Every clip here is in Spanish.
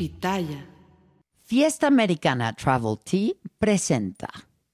pitaya. Fiesta Americana Travel Tea presenta.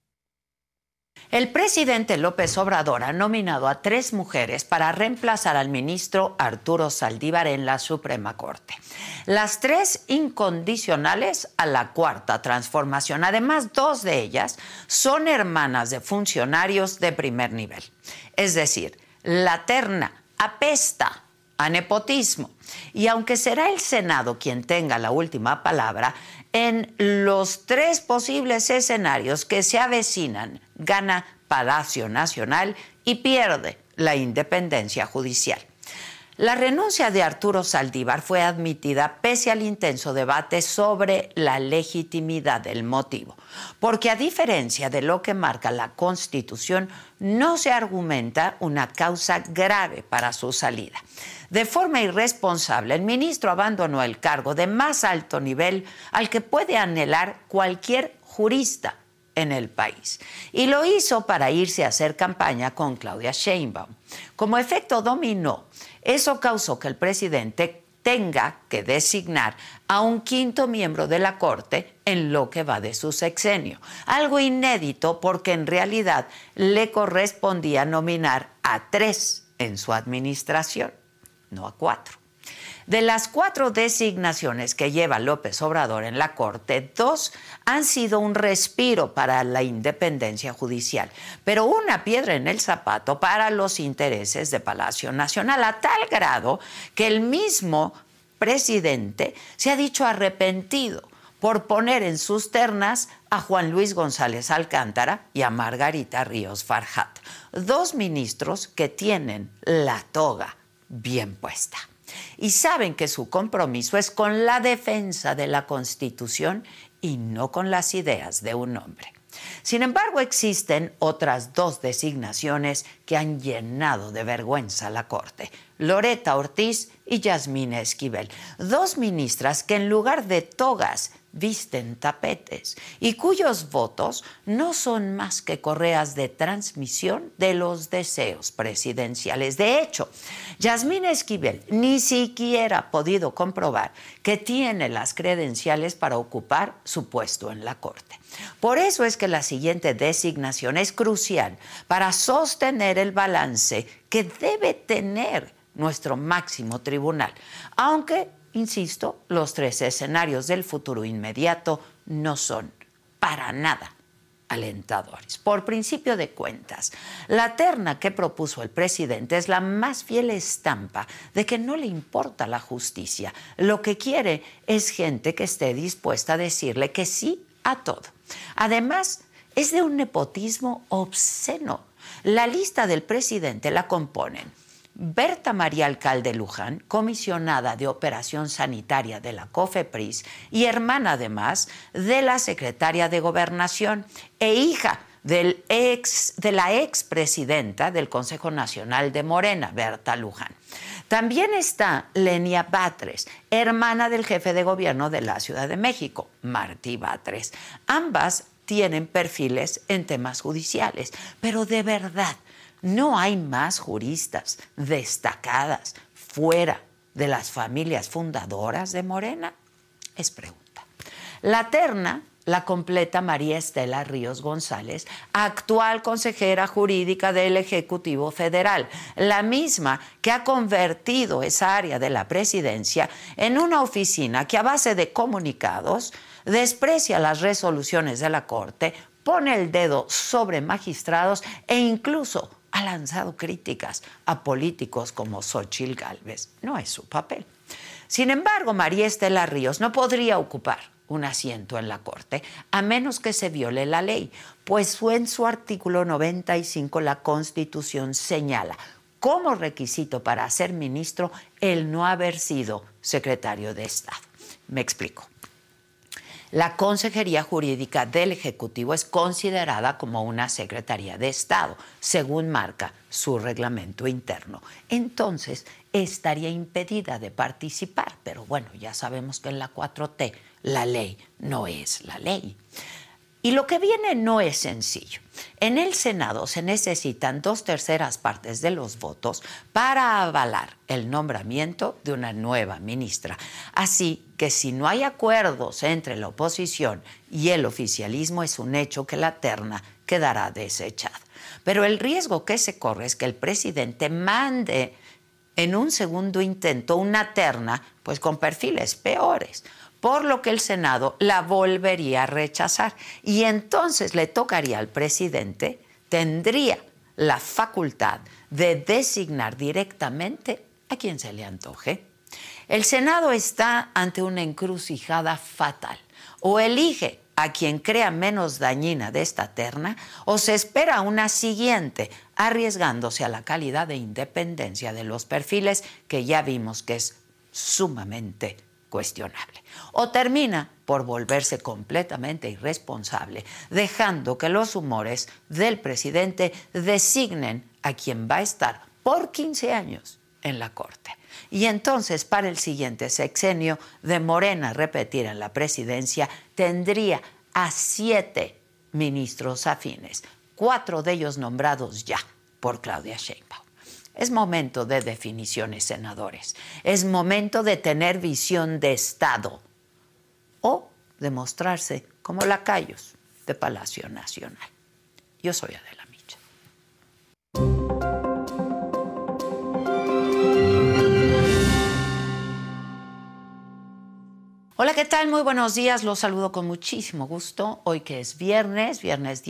El presidente López Obrador ha nominado a 3 mujeres para reemplazar al ministro Arturo Saldívar en la Suprema Corte. Las 3 incondicionales a la Cuarta Transformación. Además, 2 de ellas son hermanas de funcionarios de primer nivel. Es decir, la terna apesta a nepotismo. Y aunque será el Senado quien tenga la última palabra, en los 3 posibles escenarios que se avecinan, gana Palacio Nacional y pierde la independencia judicial. La renuncia de Arturo Saldívar fue admitida pese al intenso debate sobre la legitimidad del motivo, porque a diferencia de lo que marca la Constitución, no se argumenta una causa grave para su salida. De forma irresponsable, el ministro abandonó el cargo de más alto nivel al que puede anhelar cualquier jurista en el país. Y lo hizo para irse a hacer campaña con Claudia Sheinbaum. Como efecto dominó, eso causó que el presidente tenga que designar a un 5º miembro de la Corte en lo que va de su sexenio. Algo inédito porque en realidad le correspondía nominar a 3 en su administración, no a 4. De las 4 designaciones que lleva López Obrador en la Corte, 2 han sido un respiro para la independencia judicial, pero una piedra en el zapato para los intereses de Palacio Nacional, a tal grado que el mismo presidente se ha dicho arrepentido por poner en sus ternas a Juan Luis González Alcántara y a Margarita Ríos Farjat, 2 ministros que tienen la toga bien puesta. Y saben que su compromiso es con la defensa de la Constitución y no con las ideas de un hombre. Sin embargo, existen otras 2 designaciones que han llenado de vergüenza a la Corte: Loreta Ortiz y Yasmina Esquivel, 2 ministras que en lugar de togas visten tapetes y cuyos votos no son más que correas de transmisión de los deseos presidenciales. De hecho, Yasmina Esquivel ni siquiera ha podido comprobar que tiene las credenciales para ocupar su puesto en la Corte. Por eso es que la siguiente designación es crucial para sostener el balance que debe tener nuestro máximo tribunal, aunque insisto, los 3 escenarios del futuro inmediato no son para nada alentadores. Por principio de cuentas, la terna que propuso el presidente es la más fiel estampa de que no le importa la justicia. Lo que quiere es gente que esté dispuesta a decirle que sí a todo. Además, es de un nepotismo obsceno. La lista del presidente la componen Berta María Alcalde Luján, comisionada de Operación Sanitaria de la COFEPRIS y hermana además de la secretaria de Gobernación e hija de la expresidenta del Consejo Nacional de Morena, Berta Luján. También está Lenia Batres, hermana del jefe de gobierno de la Ciudad de México, Martí Batres. Ambas tienen perfiles en temas judiciales, pero de verdad, ¿no hay más juristas destacadas fuera de las familias fundadoras de Morena? Es pregunta. La terna la completa María Estela Ríos González, actual consejera jurídica del Ejecutivo Federal, la misma que ha convertido esa área de la presidencia en una oficina que a base de comunicados desprecia las resoluciones de la Corte, pone el dedo sobre magistrados e incluso ha lanzado críticas a políticos como Xóchitl Gálvez. No es su papel. Sin embargo, María Estela Ríos no podría ocupar un asiento en la Corte a menos que se viole la ley, pues en su artículo 95 la Constitución señala como requisito para ser ministro el no haber sido secretario de Estado. Me explico. La Consejería Jurídica del Ejecutivo es considerada como una Secretaría de Estado, según marca su reglamento interno. Entonces, estaría impedida de participar, pero bueno, ya sabemos que en la 4T la ley no es la ley. Y lo que viene no es sencillo. En el Senado se necesitan 2/3 partes de los votos para avalar el nombramiento de una nueva ministra. Así que si no hay acuerdos entre la oposición y el oficialismo, es un hecho que la terna quedará desechada. Pero el riesgo que se corre es que el presidente mande en un segundo intento una terna pues con perfiles peores, por lo que el Senado la volvería a rechazar. Y entonces le tocaría al presidente, tendría la facultad de designar directamente a quien se le antoje. El Senado está ante una encrucijada fatal. O elige a quien crea menos dañina de esta terna, o se espera una siguiente, arriesgándose a la calidad de independencia de los perfiles, que ya vimos que es sumamente cuestionable. O termina por volverse completamente irresponsable, dejando que los humores del presidente designen a quien va a estar por 15 años en la Corte. Y entonces, para el siguiente sexenio de Morena repetir en la presidencia, tendría a 7 ministros afines, 4 de ellos nombrados ya por Claudia Sheinbaum. Es momento de definiciones, senadores. Es momento de tener visión de Estado o de mostrarse como lacayos de Palacio Nacional. Yo soy Adela Micha. Hola, ¿qué tal? Muy buenos días. Los saludo con muchísimo gusto. Hoy que es viernes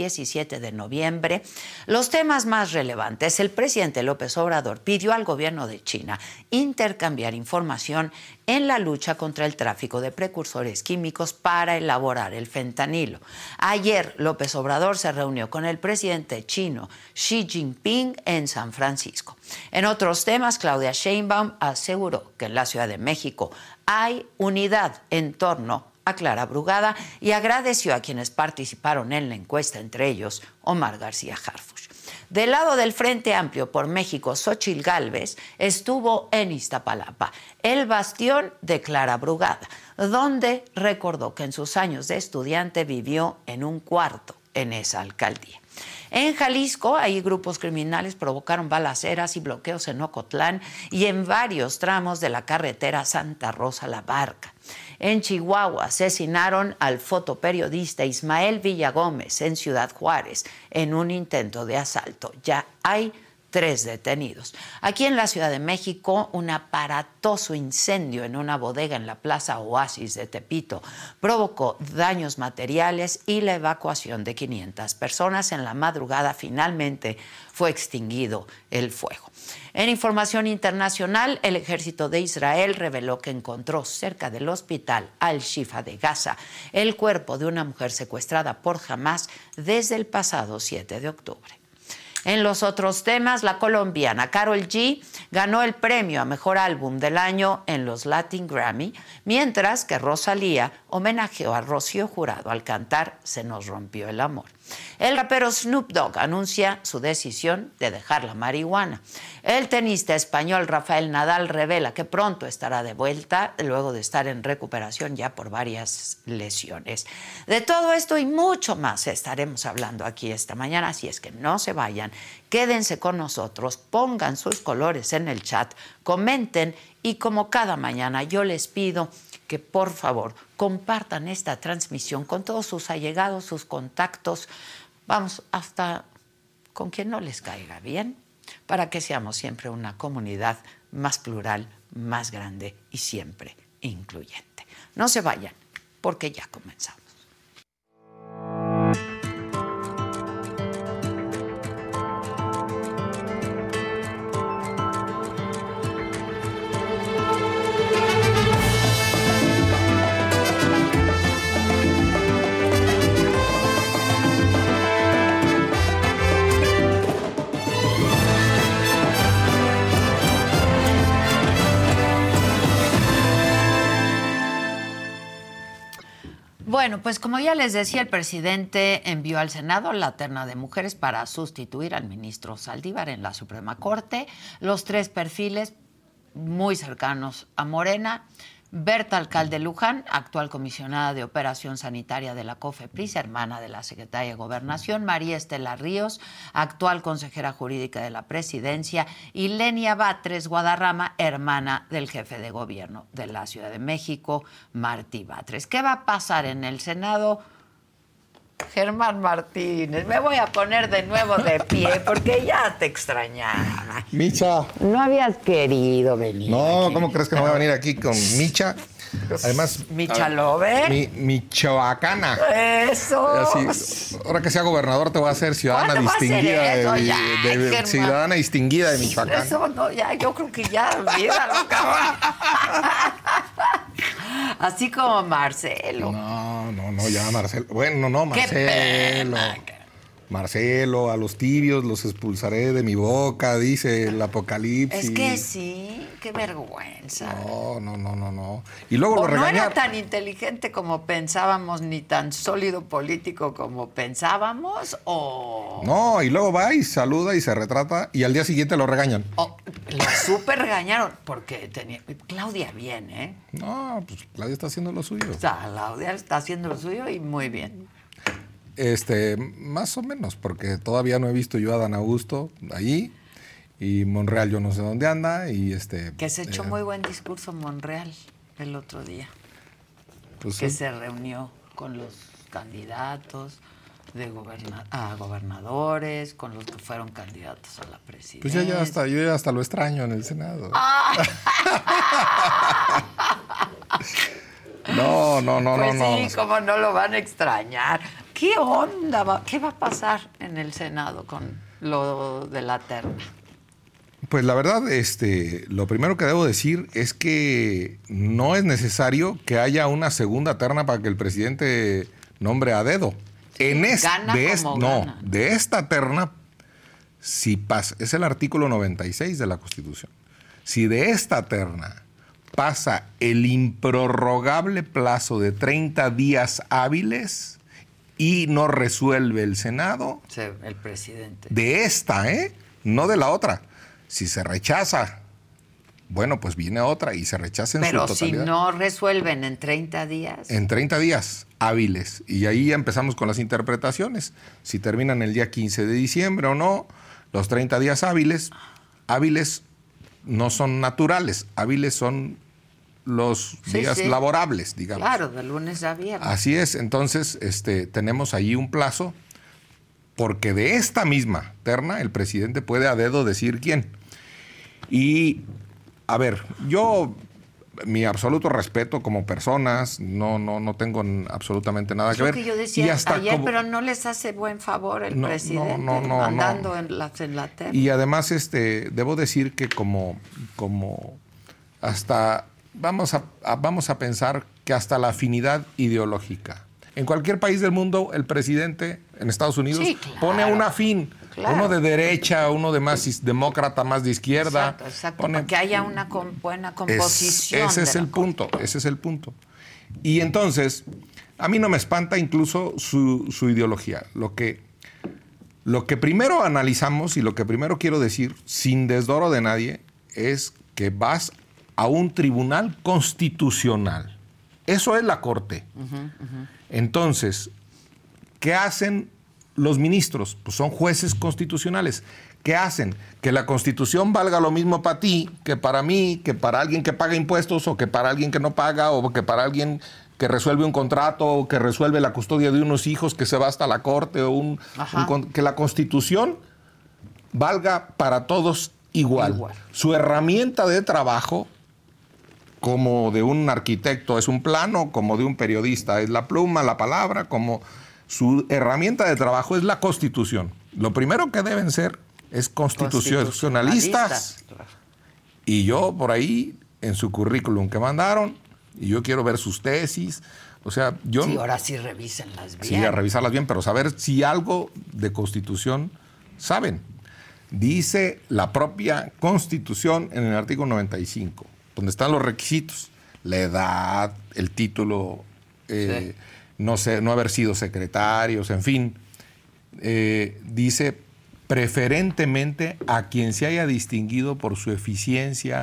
17 de noviembre. Los temas más relevantes. El presidente López Obrador pidió al gobierno de China intercambiar información en la lucha contra el tráfico de precursores químicos para elaborar el fentanilo. Ayer, López Obrador se reunió con el presidente chino Xi Jinping en San Francisco. En otros temas, Claudia Sheinbaum aseguró que en la Ciudad de México hay unidad en torno a Clara Brugada y agradeció a quienes participaron en la encuesta, entre ellos Omar García Harfuch. Del lado del Frente Amplio por México, Xóchitl Gálvez estuvo en Iztapalapa, el bastión de Clara Brugada, donde recordó que en sus años de estudiante vivió en un cuarto en esa alcaldía. En Jalisco, ahí grupos criminales provocaron balaceras y bloqueos en Ocotlán y en varios tramos de la carretera Santa Rosa-La Barca. En Chihuahua asesinaron al fotoperiodista Ismael Villagómez en Ciudad Juárez en un intento de asalto. Ya hay 3 detenidos. Aquí en la Ciudad de México, un aparatoso incendio en una bodega en la Plaza Oasis de Tepito provocó daños materiales y la evacuación de 500 personas. En la madrugada finalmente fue extinguido el fuego. En información internacional, el ejército de Israel reveló que encontró cerca del hospital Al-Shifa de Gaza el cuerpo de una mujer secuestrada por Hamás desde el pasado 7 de octubre. En los otros temas, la colombiana Karol G ganó el premio a Mejor Álbum del Año en los Latin Grammy, mientras que Rosalía homenajeó a Rocío Jurado al cantar Se nos rompió el amor. El rapero Snoop Dogg anuncia su decisión de dejar la marihuana. El tenista español Rafael Nadal revela que pronto estará de vuelta luego de estar en recuperación ya por varias lesiones. De todo esto y mucho más estaremos hablando aquí esta mañana, así es que no se vayan, quédense con nosotros, pongan sus colores en el chat, comenten y como cada mañana yo les pido que por favor compartan esta transmisión con todos sus allegados, sus contactos, vamos, hasta con quien no les caiga bien, para que seamos siempre una comunidad más plural, más grande y siempre incluyente. No se vayan, porque ya comenzamos. Bueno, pues como ya les decía, el presidente envió al Senado la terna de mujeres para sustituir al ministro Saldívar en la Suprema Corte. Los 3 perfiles muy cercanos a Morena, Berta Alcalde Luján, actual comisionada de Operación Sanitaria de la COFEPRIS, hermana de la secretaria de Gobernación, María Estela Ríos, actual consejera jurídica de la Presidencia, y Lenia Batres Guadarrama, hermana del jefe de gobierno de la Ciudad de México, Martí Batres. ¿Qué va a pasar en el Senado? Germán Martínez, me voy a poner de nuevo de pie porque ya te extrañaba. Micha. No habías querido venir. No, aquí. ¿cómo crees que no voy a venir aquí con Micha? Además, Michalobe. Michoacana. Eso. Así, ahora que sea gobernador te voy a hacer ciudadana ¿Cuándo va a ser distinguida eso? de, Ya, Germán. ciudadana distinguida de Michoacán. Eso no, ya, yo creo que ya, olvídalo, cabrón. Así como Marcelo. No, ya Marcelo. Bueno, no, Qué Marcelo. pena. Marcelo, a los tibios los expulsaré de mi boca, dice el Apocalipsis. Es que sí, qué vergüenza. No. Y luego lo No regañaron. era tan inteligente como pensábamos, ni tan sólido político como pensábamos, o... No, y luego va y saluda y se retrata y al día siguiente lo regañan. Lo súper regañaron, porque tenía... Claudia bien, ¿eh? No, pues Claudia está haciendo lo suyo. O sea, Claudia está haciendo lo suyo y muy bien. Más o menos, porque todavía no he visto yo a Dan Augusto ahí y Monreal yo no sé dónde anda y Que se echó muy buen discurso Monreal el otro día, pues, que sí. se reunió con los candidatos de a gobernadores, con los que fueron candidatos a la presidencia. Pues yo ya hasta lo extraño en el Senado. No. Pues sí, cómo no lo van a extrañar. ¿Qué onda? ¿Qué va a pasar en el Senado con lo de la terna? Pues la verdad, lo primero que debo decir es que no es necesario que haya una segunda terna para que el presidente nombre a dedo. De esta terna, si pasa, es el artículo 96 de la Constitución. Si de esta terna pasa el improrrogable plazo de 30 días hábiles y no resuelve el Senado. Sí, el presidente. De esta, no de la otra. Si se rechaza, bueno, pues viene otra y se rechaza en su totalidad. Pero si no resuelven en 30 días. En 30 días hábiles. Y ahí ya empezamos con las interpretaciones. Si terminan el día 15 de diciembre o no, los 30 días hábiles no son naturales, hábiles son los días laborables, digamos. Claro, de lunes a viernes. Así es, entonces tenemos allí un plazo, porque de esta misma terna el presidente puede a dedo decir quién. Y, a ver, mi absoluto respeto como personas, no tengo absolutamente nada que ver. Lo que yo decía ayer, como, pero no les hace buen favor el presidente andando en la terna. Y además, debo decir que como hasta vamos a pensar que hasta la afinidad ideológica. En cualquier país del mundo, el presidente, en Estados Unidos, pone un afín. Claro. Uno de derecha, uno de más demócrata, más de izquierda. Exacto. Para que haya una buena composición. Ese es el punto. Y entonces, a mí no me espanta incluso su ideología. Lo que primero analizamos y lo que primero quiero decir, sin desdoro de nadie, es que vas a un tribunal constitucional. Eso es la Corte. Entonces, ¿qué hacen los ministros? Pues son jueces constitucionales. ¿Qué hacen? Que la Constitución valga lo mismo para ti, que para mí, que para alguien que paga impuestos, o que para alguien que no paga, o que para alguien que resuelve un contrato, o que resuelve la custodia de unos hijos que se va hasta la Corte, o que la Constitución valga para todos igual. Su herramienta de trabajo, como de un arquitecto es un plano, como de un periodista es la pluma, la palabra, como su herramienta de trabajo es la Constitución. Lo primero que deben ser es constitucionalistas. Y yo por ahí, en su currículum que mandaron, y yo quiero ver sus tesis, o sea, yo... Sí, ahora sí revísenlas bien. Sí, a revisarlas bien, pero saber si algo de Constitución saben. Dice la propia Constitución en el artículo 95, donde están los requisitos, la edad, el título, no haber sido secretarios, en fin. Dice preferentemente a quien se haya distinguido por su eficiencia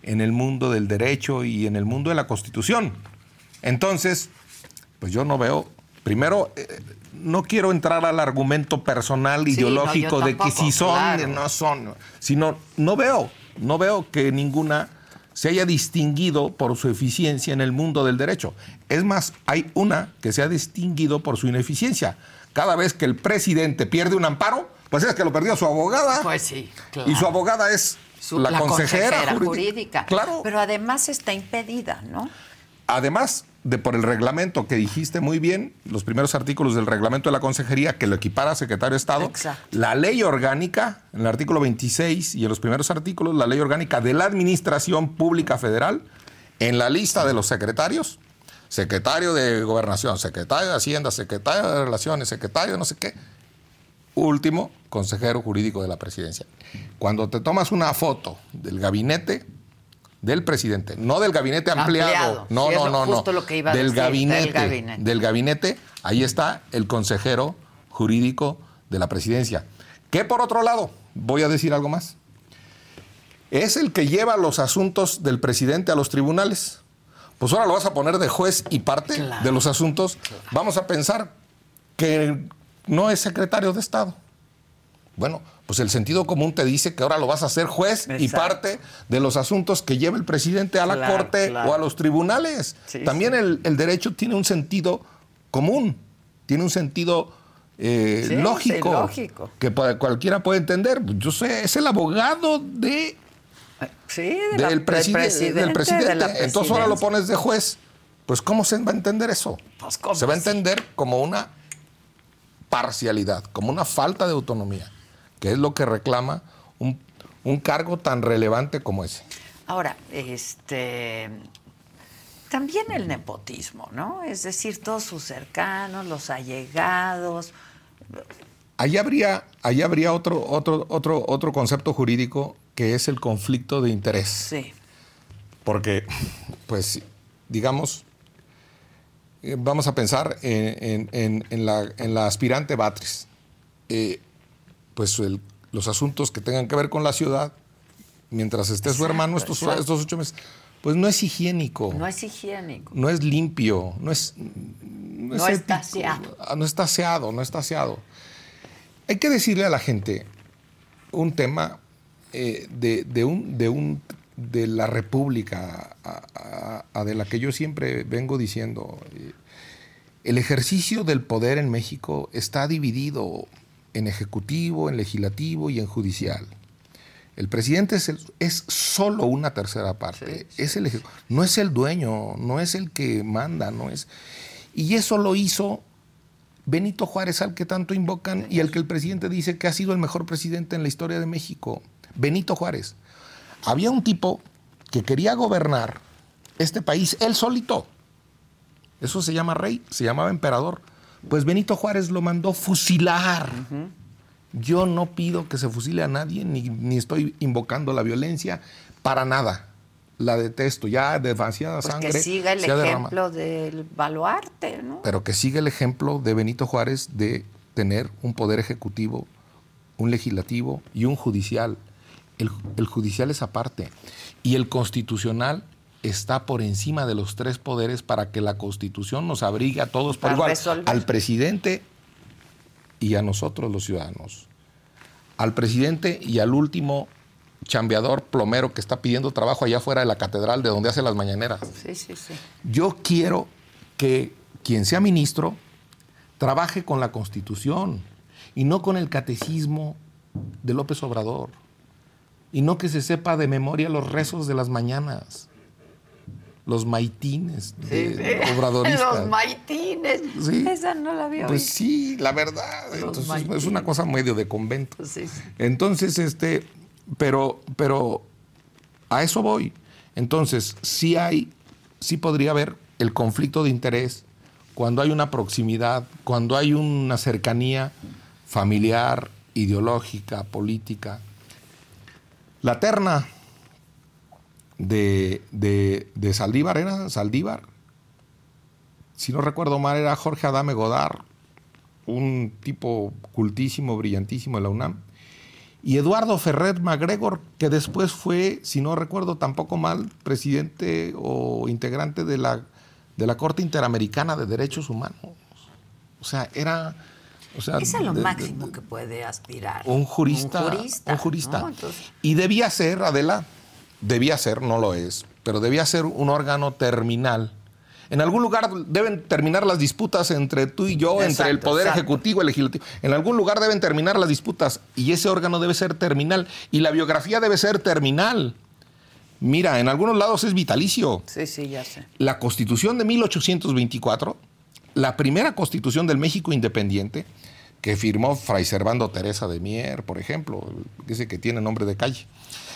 en el mundo del derecho y en el mundo de la Constitución. Entonces, pues yo no veo, primero, no quiero entrar al argumento personal, ideológico, no, yo de que tampoco, si son, claro. no son, sino no veo que ninguna se haya distinguido por su eficiencia en el mundo del derecho. Es más, hay una que se ha distinguido por su ineficiencia. Cada vez que el presidente pierde un amparo, pues es que lo perdió su abogada. Pues sí, claro. Y su abogada es la consejera jurídica. Claro. Pero además está impedida, ¿no? Además de por el reglamento que dijiste muy bien, los primeros artículos del reglamento de la consejería que lo equipara a secretario de Estado, Exacto. la ley orgánica, en el artículo 26 y en los primeros artículos, la ley orgánica de la Administración Pública Federal, en la lista de los secretarios, secretario de Gobernación, secretario de Hacienda, secretario de Relaciones, secretario de no sé qué, último, consejero jurídico de la presidencia. Cuando te tomas una foto del gabinete del presidente, no del gabinete ampliado. No, sí, no. Justo lo que iba a del decir, gabinete. Del gabinete, ahí está el consejero jurídico de la presidencia. Que por otro lado, voy a decir algo más. Es el que lleva los asuntos del presidente a los tribunales. Pues ahora lo vas a poner de juez y parte de los asuntos. Claro. Vamos a pensar que no es secretario de Estado. Bueno, pues el sentido común te dice que ahora lo vas a hacer juez y parte de los asuntos que lleva el presidente a la Corte o a los tribunales. Sí, También el derecho tiene un sentido común, tiene un sentido lógico, que cualquiera puede entender. Yo sé, es el abogado del presidente. Entonces ahora lo pones de juez. Pues ¿cómo se va a entender eso? Pues, se va a entender como una parcialidad, como una falta de autonomía, que es lo que reclama un cargo tan relevante como ese. Ahora, también el nepotismo, ¿no? Es decir, todos sus cercanos, los allegados. Allí habría otro concepto jurídico que es el conflicto de interés. Sí. Porque, pues, digamos, vamos a pensar en la aspirante Batres. Pues los asuntos que tengan que ver con la ciudad, mientras esté su hermano estos 8 meses, pues no es higiénico. No es higiénico. No es limpio, no es está aseado. No está aseado, no está aseado. Hay que decirle a la gente un tema de la República, de la que yo siempre vengo diciendo. El ejercicio del poder en México está dividido en ejecutivo, en legislativo y en judicial. El presidente es solo una tercera parte. Sí. No es el dueño, no es el que manda, no es. Y eso lo hizo Benito Juárez, al que tanto invocan y al que el presidente dice que ha sido el mejor presidente en la historia de México. Benito Juárez. Había un tipo que quería gobernar este país él solito. Eso se llama rey, se llamaba emperador. Pues Benito Juárez lo mandó fusilar. Uh-huh. Yo no pido que se fusile a nadie, ni estoy invocando la violencia, para nada. La detesto, ya demasiada sangre. Que siga el ejemplo del baluarte, ¿no? Pero que siga el ejemplo de Benito Juárez de tener un poder ejecutivo, un legislativo y un judicial. El judicial es aparte. Y el constitucional está por encima de los 3 poderes para que la Constitución nos abrigue a todos por igual. Al presidente y a nosotros los ciudadanos. Al presidente y al último chambeador plomero que está pidiendo trabajo allá afuera de la catedral de donde hace las mañaneras. Sí. Yo quiero que quien sea ministro trabaje con la Constitución y no con el catecismo de López Obrador. Y no que se sepa de memoria los rezos de las mañanas. Los maitines obradoristas. Los maitines. ¿Sí? Esa no la había oído. Pues sí, la verdad. Entonces, es una cosa medio de convento. Sí. Entonces, pero a eso voy. Entonces, sí podría haber el conflicto de interés cuando hay una proximidad, cuando hay una cercanía familiar, ideológica, política. La terna de Saldívar era Saldívar. Si no recuerdo mal, era Jorge Adame Godard, un tipo cultísimo, brillantísimo de la UNAM. y Eduardo Ferrer MacGregor, que después fue, si no recuerdo tampoco mal, presidente o integrante de la Corte Interamericana de Derechos Humanos. O sea, era... O sea, es a lo máximo que puede aspirar. Un jurista. ¿no? Entonces... Y debía ser, Adela, no lo es, pero debía ser un órgano terminal. En algún lugar deben terminar las disputas entre tú y yo, entre el Poder Ejecutivo y el Legislativo. En algún lugar deben terminar las disputas y ese órgano debe ser terminal. Y la biografía debe ser terminal. Mira, en algunos lados es vitalicio. Sí, ya sé. La Constitución de 1824, la primera Constitución del México independiente, que firmó Fray Servando Teresa de Mier, por ejemplo, ese que tiene nombre de calle.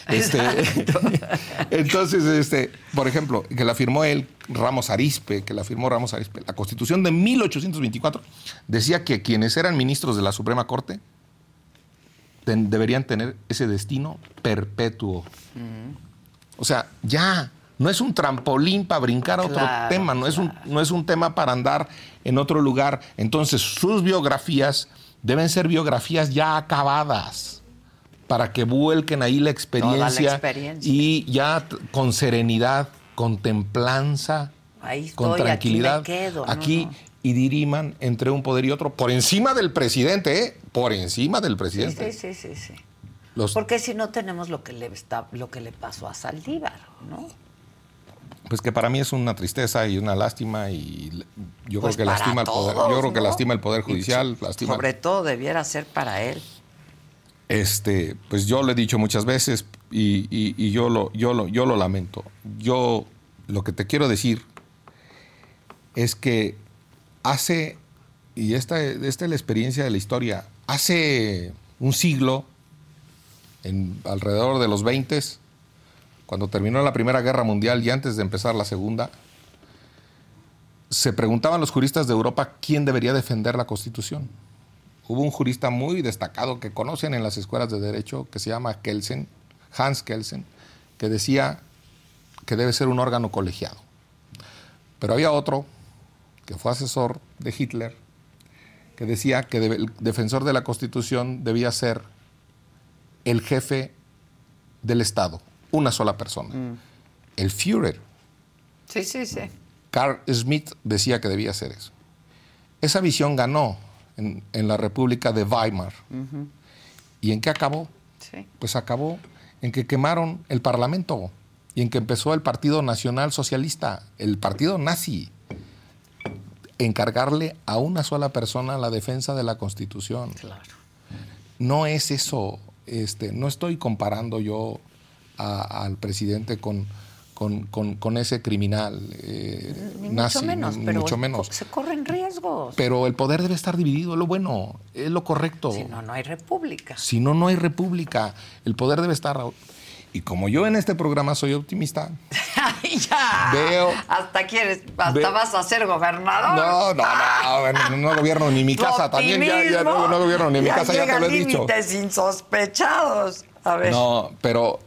Entonces, por ejemplo, que la firmó Ramos Arizpe. La Constitución de 1824 decía que quienes eran ministros de la Suprema Corte deberían tener ese destino perpetuo. O sea, ya no es un trampolín para brincar a otro tema, no es un tema para andar en otro lugar. Entonces, sus biografías deben ser biografías ya acabadas, para que vuelquen ahí la experiencia y ya con serenidad, con templanza, con tranquilidad, aquí me quedo, aquí y diriman entre un poder y otro, por encima del presidente, por encima del presidente. Sí. Porque si no tenemos lo que le pasó a Saldívar, ¿no? Pues que para mí es una tristeza y una lástima, y yo pues creo que lastima todos, el poder, yo creo que ¿no? lastima el poder judicial, sobre todo debiera ser para él. Pues yo lo he dicho muchas veces y yo lo lamento. Yo lo que te quiero decir es que y esta es la experiencia de la historia, hace un siglo, alrededor de los 20, cuando terminó la Primera Guerra Mundial y antes de empezar la Segunda, se preguntaban los juristas de Europa quién debería defender la Constitución. Hubo un jurista muy destacado que conocen en las escuelas de Derecho, que se llama Hans Kelsen, que decía que debe ser un órgano colegiado. Pero había otro, que fue asesor de Hitler, que decía que el defensor de la Constitución debía ser el jefe del Estado, una sola persona, el Führer. Sí. Carl Schmitt decía que debía ser eso. Esa visión ganó en la República de Weimar. ¿Y en qué acabó? Sí. Pues acabó en que quemaron el Parlamento y en que empezó el Partido Nacional Socialista, el partido nazi, encargarle a una sola persona la defensa de la Constitución. Claro. No es eso. No estoy comparando yo al presidente con ese criminal ni nazi, mucho menos, pero mucho menos. Se corren riesgos. Pero el poder debe estar dividido, es lo bueno, es lo correcto. Si no, no hay república. Si no, no hay república. El poder debe estar... Y como yo en este programa soy optimista, ya. Veo... Hasta vas a ser gobernador. No gobierno ni mi casa también. Ya no gobierno ni mi casa, ya te lo he dicho. Límites insospechados. A ver. No, pero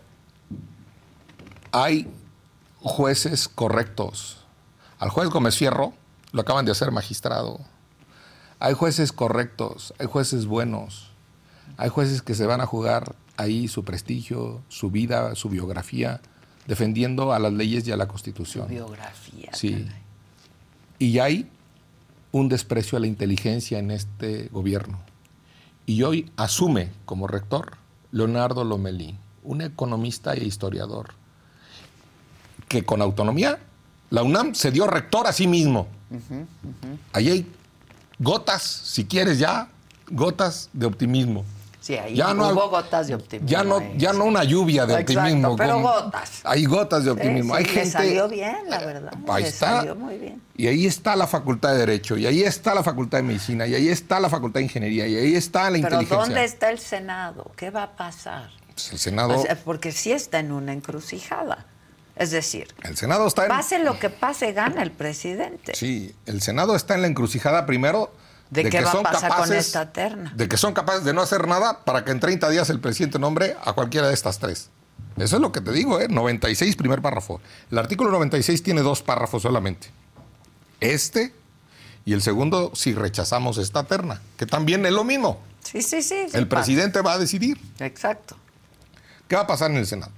hay jueces correctos. Al juez Gómez Fierro lo acaban de hacer magistrado. Hay jueces correctos, hay jueces buenos, hay jueces que se van a jugar ahí su prestigio, su vida, su biografía, defendiendo a las leyes y a la Constitución. Su biografía. Sí. Caray. Y hay un desprecio a la inteligencia en este gobierno. Y hoy asume como rector Leonardo Lomelí, un economista e historiador, que con autonomía, la UNAM se dio rector a sí mismo. Ahí hay gotas, si quieres ya, gotas de optimismo. Sí, ahí ya hubo gotas de optimismo. Ya no una lluvia de optimismo. Pero gotas. Hay gotas de optimismo. Hay gente... Le salió bien, la verdad. Ahí está. Salió muy bien. Y ahí está la Facultad de Derecho, y ahí está la Facultad de Medicina, y ahí está la Facultad de Ingeniería, y ahí está la inteligencia. Pero ¿dónde está el Senado? ¿Qué va a pasar? Pues el Senado... porque sí está en una encrucijada. Es decir, el Senado está pase lo que pase, gana el presidente. Sí, el Senado está en la encrucijada primero de qué va a pasar con esta terna. De que son capaces de no hacer nada para que en 30 días el presidente nombre a cualquiera de estas tres. Eso es lo que te digo, 96, primer párrafo. El artículo 96 tiene 2 párrafos solamente. Y el segundo, si rechazamos esta terna, que también es lo mismo. Sí. El presidente va a decidir. Exacto. ¿Qué va a pasar en el Senado?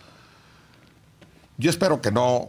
Yo espero que no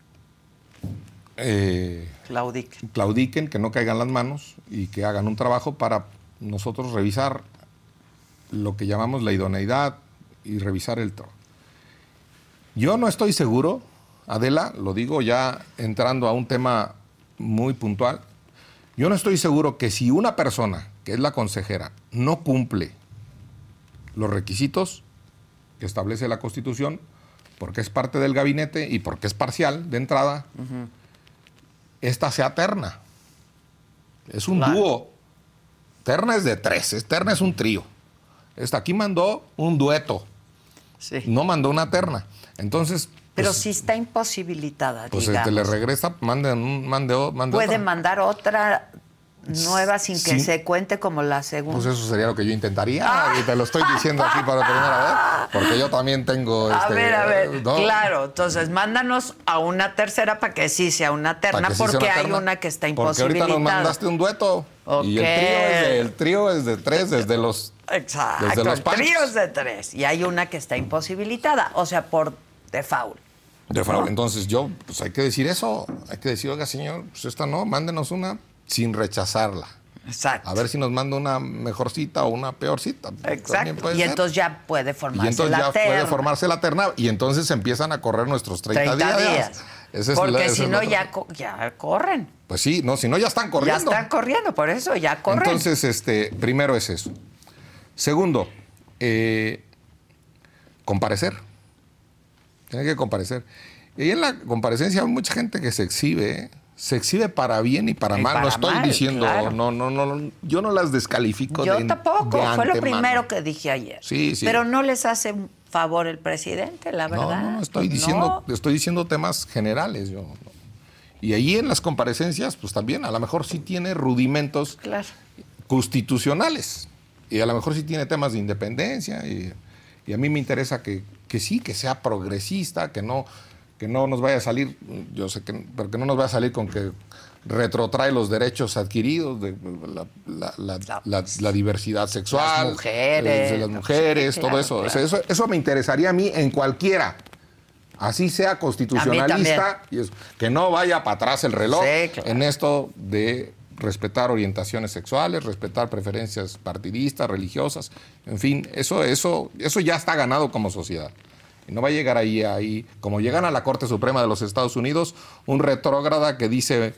claudiquen, que no caigan las manos y que hagan un trabajo para nosotros revisar lo que llamamos la idoneidad y revisar el trabajo. Yo no estoy seguro, Adela, lo digo ya entrando a un tema muy puntual, yo no estoy seguro que si una persona, que es la consejera, no cumple los requisitos que establece la Constitución, porque es parte del gabinete y porque es parcial de entrada, esta sea terna. Es un dúo. Terna es de 3, terna es un trío. Aquí mandó un dueto, no mandó una terna. Entonces... Pero pues, si está imposibilitada, pues digamos. le regresa, mande ¿Puede otra. mandar otra nueva sin que se cuente como la segunda? Pues eso sería lo que yo intentaría. Y te lo estoy diciendo aquí para primera vez, porque yo también tengo... A ver, ¿no? Claro. Entonces, mándanos a una tercera para que sí sea una terna, porque hay una que está imposibilitada. Porque ahorita nos mandaste un dueto. Okay. Y el trío es de 3 desde los... Exacto, desde los el trío es de 3. Y hay una que está imposibilitada, o sea, por default. Default. Entonces pues hay que decir eso. Hay que decir, oiga, señor, pues esta no, mándenos una sin rechazarla. Exacto. A ver si nos manda una mejor cita o una peor cita. Exacto. Y entonces ya puede formarse la terna. Puede formarse la terna y entonces empiezan a correr nuestros 30 días. Porque si no, ya corren. Pues sí, no, si no, ya están corriendo. Ya están corriendo, por eso ya corren. Entonces, primero es eso. Segundo, comparecer. Tiene que comparecer. Y en la comparecencia hay mucha gente que se exhibe, Se exhibe para bien y para mal. No estoy diciendo, claro. No, yo no las descalifico. Yo tampoco, fue lo primero que dije ayer. Sí. Pero no les hace un favor el presidente, la verdad. No, estoy diciendo temas generales. Y ahí en las comparecencias, pues también, a lo mejor sí tiene rudimentos constitucionales. Y a lo mejor sí tiene temas de independencia. Y a mí me interesa que sí, que sea progresista, que no nos vaya a salir, pero que no nos vaya a salir con que retrotrae los derechos adquiridos de la diversidad sexual, las mujeres, todo eso. Claro. Eso me interesaría a mí en cualquiera. Así sea constitucionalista, que no vaya para atrás el reloj en esto de respetar orientaciones sexuales, respetar preferencias partidistas, religiosas, en fin, eso ya está ganado como sociedad. Y no va a llegar ahí, como llegan a la Corte Suprema de los Estados Unidos, un retrógrada que dice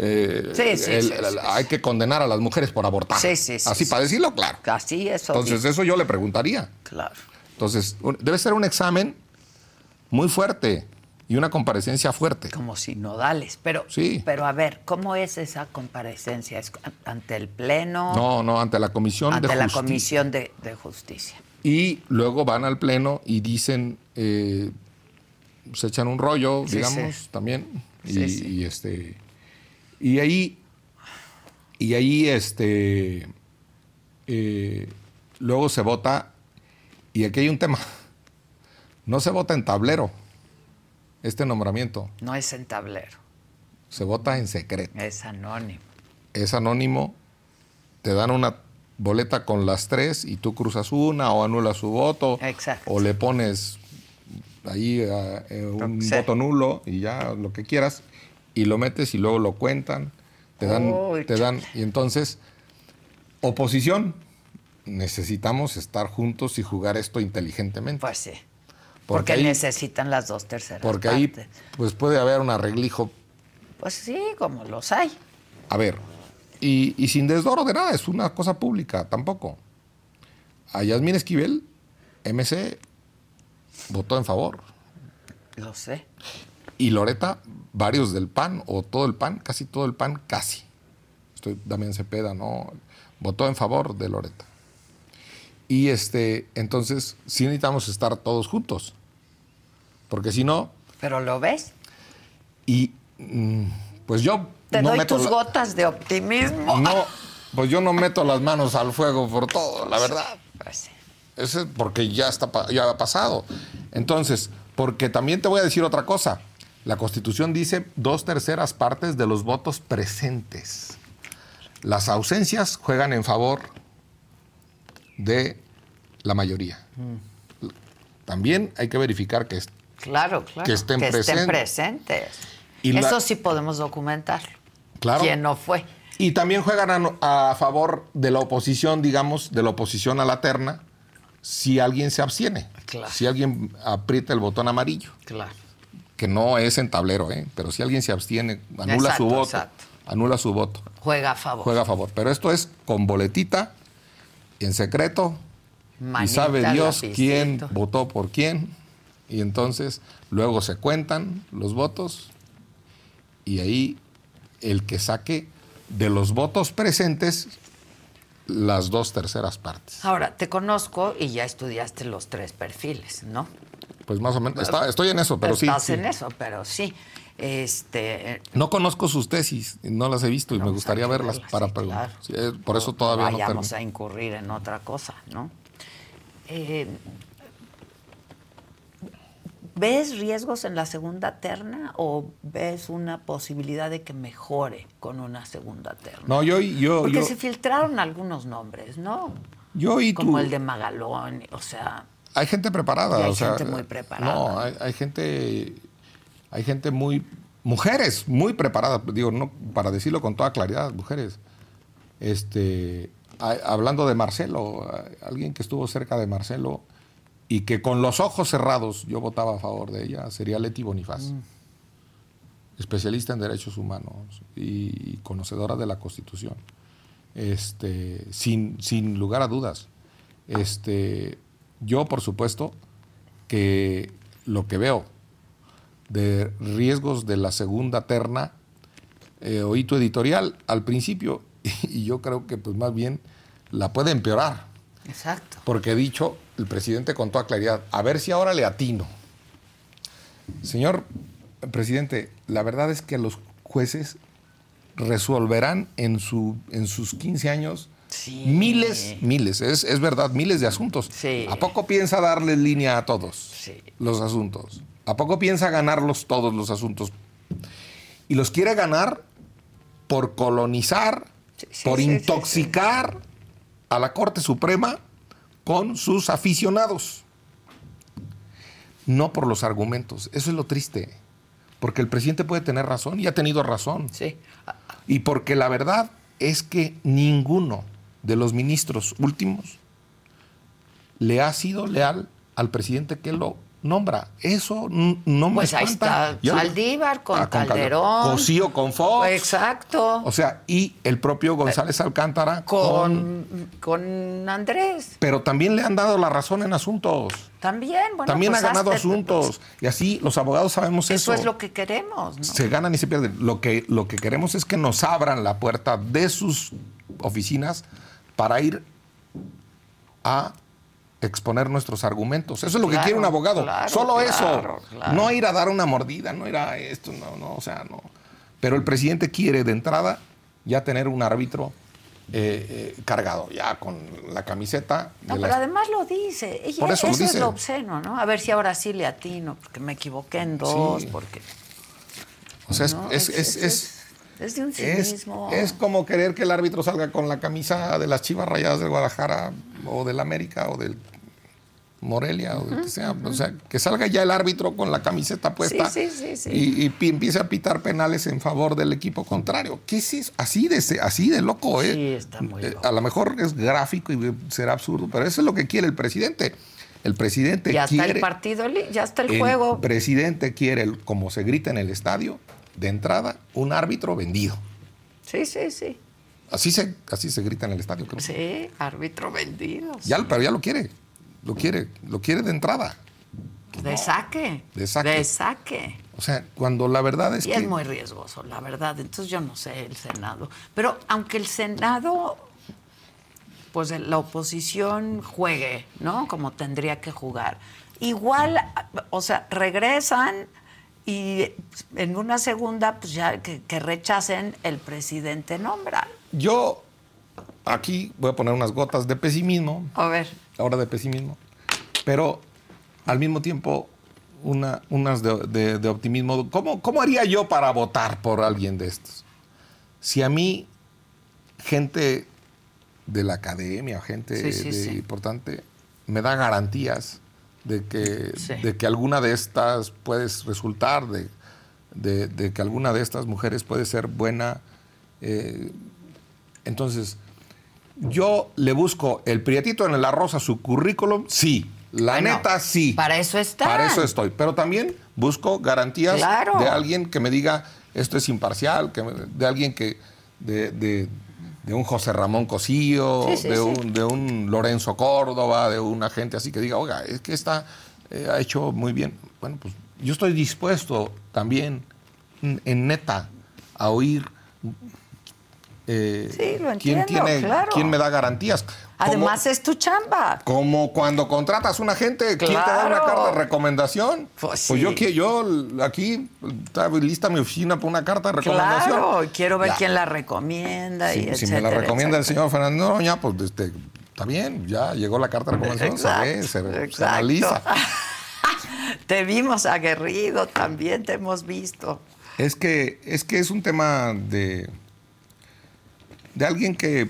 hay que condenar a las mujeres por abortar. Así para decirlo, claro. Así eso. Entonces eso yo le preguntaría. Claro. Entonces debe ser un examen muy fuerte y una comparecencia fuerte. Como sinodales. Pero a ver, ¿cómo es esa comparecencia? ¿Es ante el Pleno? No, ante la Comisión de Justicia. Ante la Comisión de Justicia. Y luego van al Pleno y dicen, se echan un rollo, digamos, también. Y ahí luego se vota, y aquí hay un tema. No se vota en tablero, este nombramiento. No es en tablero. Se vota en secreto. Es anónimo. Es anónimo, te dan una boleta con las 3 y tú cruzas una o anulas su voto. Exacto. O le pones ahí un voto nulo y ya lo que quieras y lo metes y luego lo cuentan, te dan y entonces oposición, necesitamos estar juntos y jugar esto inteligentemente. Pues sí. Porque ahí, necesitan las 2/3 porque partes. Ahí pues puede haber un arreglijo. Pues sí, como los hay. A ver, y sin desdoro de nada, es una cosa pública, tampoco. A Yasmín Esquivel, MC, votó en favor. Lo sé. Y Loreta, varios del PAN, o todo el PAN, casi todo el PAN, casi. Damián Cepeda, no, votó en favor de Loreta. Y entonces sí necesitamos estar todos juntos. Porque si no... ¿Pero lo ves? Y pues yo... Te doy tus gotas de optimismo. No, pues yo no meto las manos al fuego por todo, la verdad. Pues sí. Eso es porque ya ha pasado. Entonces, porque también te voy a decir otra cosa. La Constitución dice 2/3 partes de los votos presentes. Las ausencias juegan en favor de la mayoría. También hay que verificar que, Claro. que estén presentes. Y eso sí podemos documentarlo. Claro. ¿Quién no fue? Y también juegan a favor de la oposición, digamos, de la oposición a la terna, si alguien se abstiene. Claro. Si alguien aprieta el botón amarillo. Claro. Que no es en tablero, pero si alguien se abstiene, anula su voto. Exacto. Anula su voto. Juega a favor. Juega a favor. Pero esto es con boletita, en secreto, Manita, y sabe Dios lapicito. quién votó por quién. Y entonces luego se cuentan los votos y ahí el que saque de los votos presentes las 2/3 partes. Ahora, te conozco y ya estudiaste los 3 perfiles, ¿no? Pues más o menos. Estoy en eso, pero sí. Estás sí. en eso, pero sí. No conozco sus tesis, no las he visto y me gustaría verlas para preguntar. Claro. Sí, por eso todavía no vayamos termino. a incurrir en otra cosa, ¿no? ¿Ves riesgos en la segunda terna o ves una posibilidad de que mejore con una segunda terna? No, Porque se filtraron algunos nombres, ¿no? Como el de Magalón, o sea... Hay gente preparada. Y hay gente muy preparada. No, hay gente muy... Mujeres muy preparadas, digo, no, para decirlo con toda claridad, mujeres. Hablando de Marcelo, alguien que estuvo cerca de Marcelo y que con los ojos cerrados yo votaba a favor de ella, sería Leti Bonifaz. Especialista en derechos humanos y conocedora de la Constitución. Sin lugar a dudas. Yo, por supuesto, que lo que veo de riesgos de la segunda terna, oí tu editorial al principio y yo creo que pues más bien la puede empeorar. Exacto. Porque he dicho el presidente con toda claridad, a ver si ahora le atino. Señor presidente, la verdad es que los jueces resolverán en sus 15 años miles, es verdad, miles de asuntos. Sí. ¿A poco piensa darle línea a todos los asuntos? ¿A poco piensa ganarlos todos los asuntos? Y los quiere ganar por colonizar, por intoxicar a la Corte Suprema con sus aficionados. No por los argumentos. Eso es lo triste. Porque el presidente puede tener razón y ha tenido razón. Sí. Y porque la verdad es que ninguno de los ministros últimos le ha sido leal al presidente que lo nombra. Eso no me Pues ahí espanta. está Saldívar con Calderón. Cosío con Fox. Exacto. O sea, y el propio González Alcántara con Andrés. Pero también le han dado la razón en asuntos. También, bueno, también pues ha ganado asuntos. Y así los abogados sabemos eso. Eso es lo que queremos, ¿no? Se ganan y se pierden. Lo que queremos es que nos abran la puerta de sus oficinas para ir a exponer nuestros argumentos. Eso es lo que quiere un abogado. Solo eso. No ir a dar una mordida, no ir a esto, no. Pero el presidente quiere de entrada ya tener un árbitro cargado, ya con la camiseta. Pero además lo dice. Por eso lo dice. Es lo obsceno, ¿no? A ver si ahora sí le atino, porque me equivoqué en 2, porque... O sea, ¿no? Es de un cinismo. Es como querer que el árbitro salga con la camisa de las Chivas Rayadas de Guadalajara o del América o del Morelia o del que sea. O sea, que salga ya el árbitro con la camiseta puesta y empiece a pitar penales en favor del equipo contrario. ¿Qué es eso? Así de loco, ¿eh? Sí, está muy loco. A lo mejor es gráfico y será absurdo, pero eso es lo que quiere el presidente. El presidente ya quiere... está el partido, ya está el juego. El presidente quiere, como se grita en el estadio, de entrada, un árbitro vendido. Sí. Así se grita en el estadio, creo. Sí, árbitro vendido. Pero ya lo quiere. Lo quiere de entrada. De saque. O sea, cuando la verdad es que... Y es muy riesgoso, la verdad. Entonces yo no sé el Senado. Pero aunque el Senado, pues la oposición juegue, ¿no? Como tendría que jugar. Igual, o sea, regresan y en una segunda, pues ya que rechacen, el presidente nombra. Yo aquí voy a poner unas gotas de pesimismo. A ver. Ahora de pesimismo. Pero al mismo tiempo unas de optimismo. ¿Cómo haría yo para votar por alguien de estos? Si a mí gente de la academia, gente sí. importante, me da garantías de que alguna de estas puedes resultar, de que alguna de estas mujeres puede ser buena. Entonces, yo le busco el prietito en el arroz a su currículum, sí. Neta, sí. Para eso está. Para eso estoy. Pero también busco garantías de alguien que me diga esto es imparcial, de alguien que... de un José Ramón Cosío, de un Lorenzo Córdoba, de una gente así que diga, oiga, es que ha hecho muy bien. Bueno, pues yo estoy dispuesto también, en neta, a oír lo entiendo, quién me da garantías. Además es tu chamba. Como cuando contratas a un agente, ¿quién te da una carta de recomendación? Pues yo aquí está lista mi oficina para una carta de recomendación. Claro, quiero ver quién la recomienda. Sí, si me la recomienda el señor Fernando Noroña, pues está bien, ya llegó la carta de recomendación, se analiza. Te vimos aguerrido, también te hemos visto. Es que es un tema de alguien que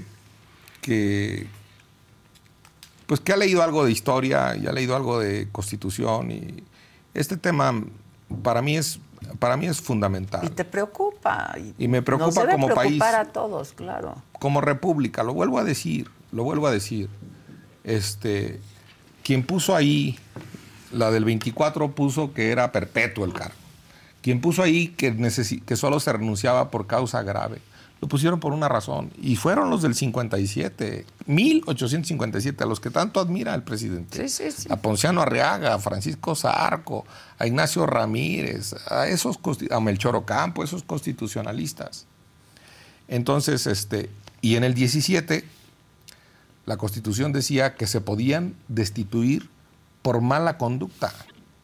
ha leído algo de historia y ha leído algo de Constitución, y este tema para mí es fundamental. Y te preocupa. Y me preocupa como país. Nos debe preocupar a todos, claro. Como república, lo vuelvo a decir. Quien puso ahí, la del 24 puso que era perpetuo el cargo. Quien puso ahí que solo se renunciaba por causa grave, lo pusieron por una razón. Y fueron los del 57, 1857, a los que tanto admira el presidente. Sí. A Ponciano Arriaga, a Francisco Zarco, a Ignacio Ramírez, a Melchor Ocampo, esos constitucionalistas. Entonces, y en el 17, la Constitución decía que se podían destituir por mala conducta.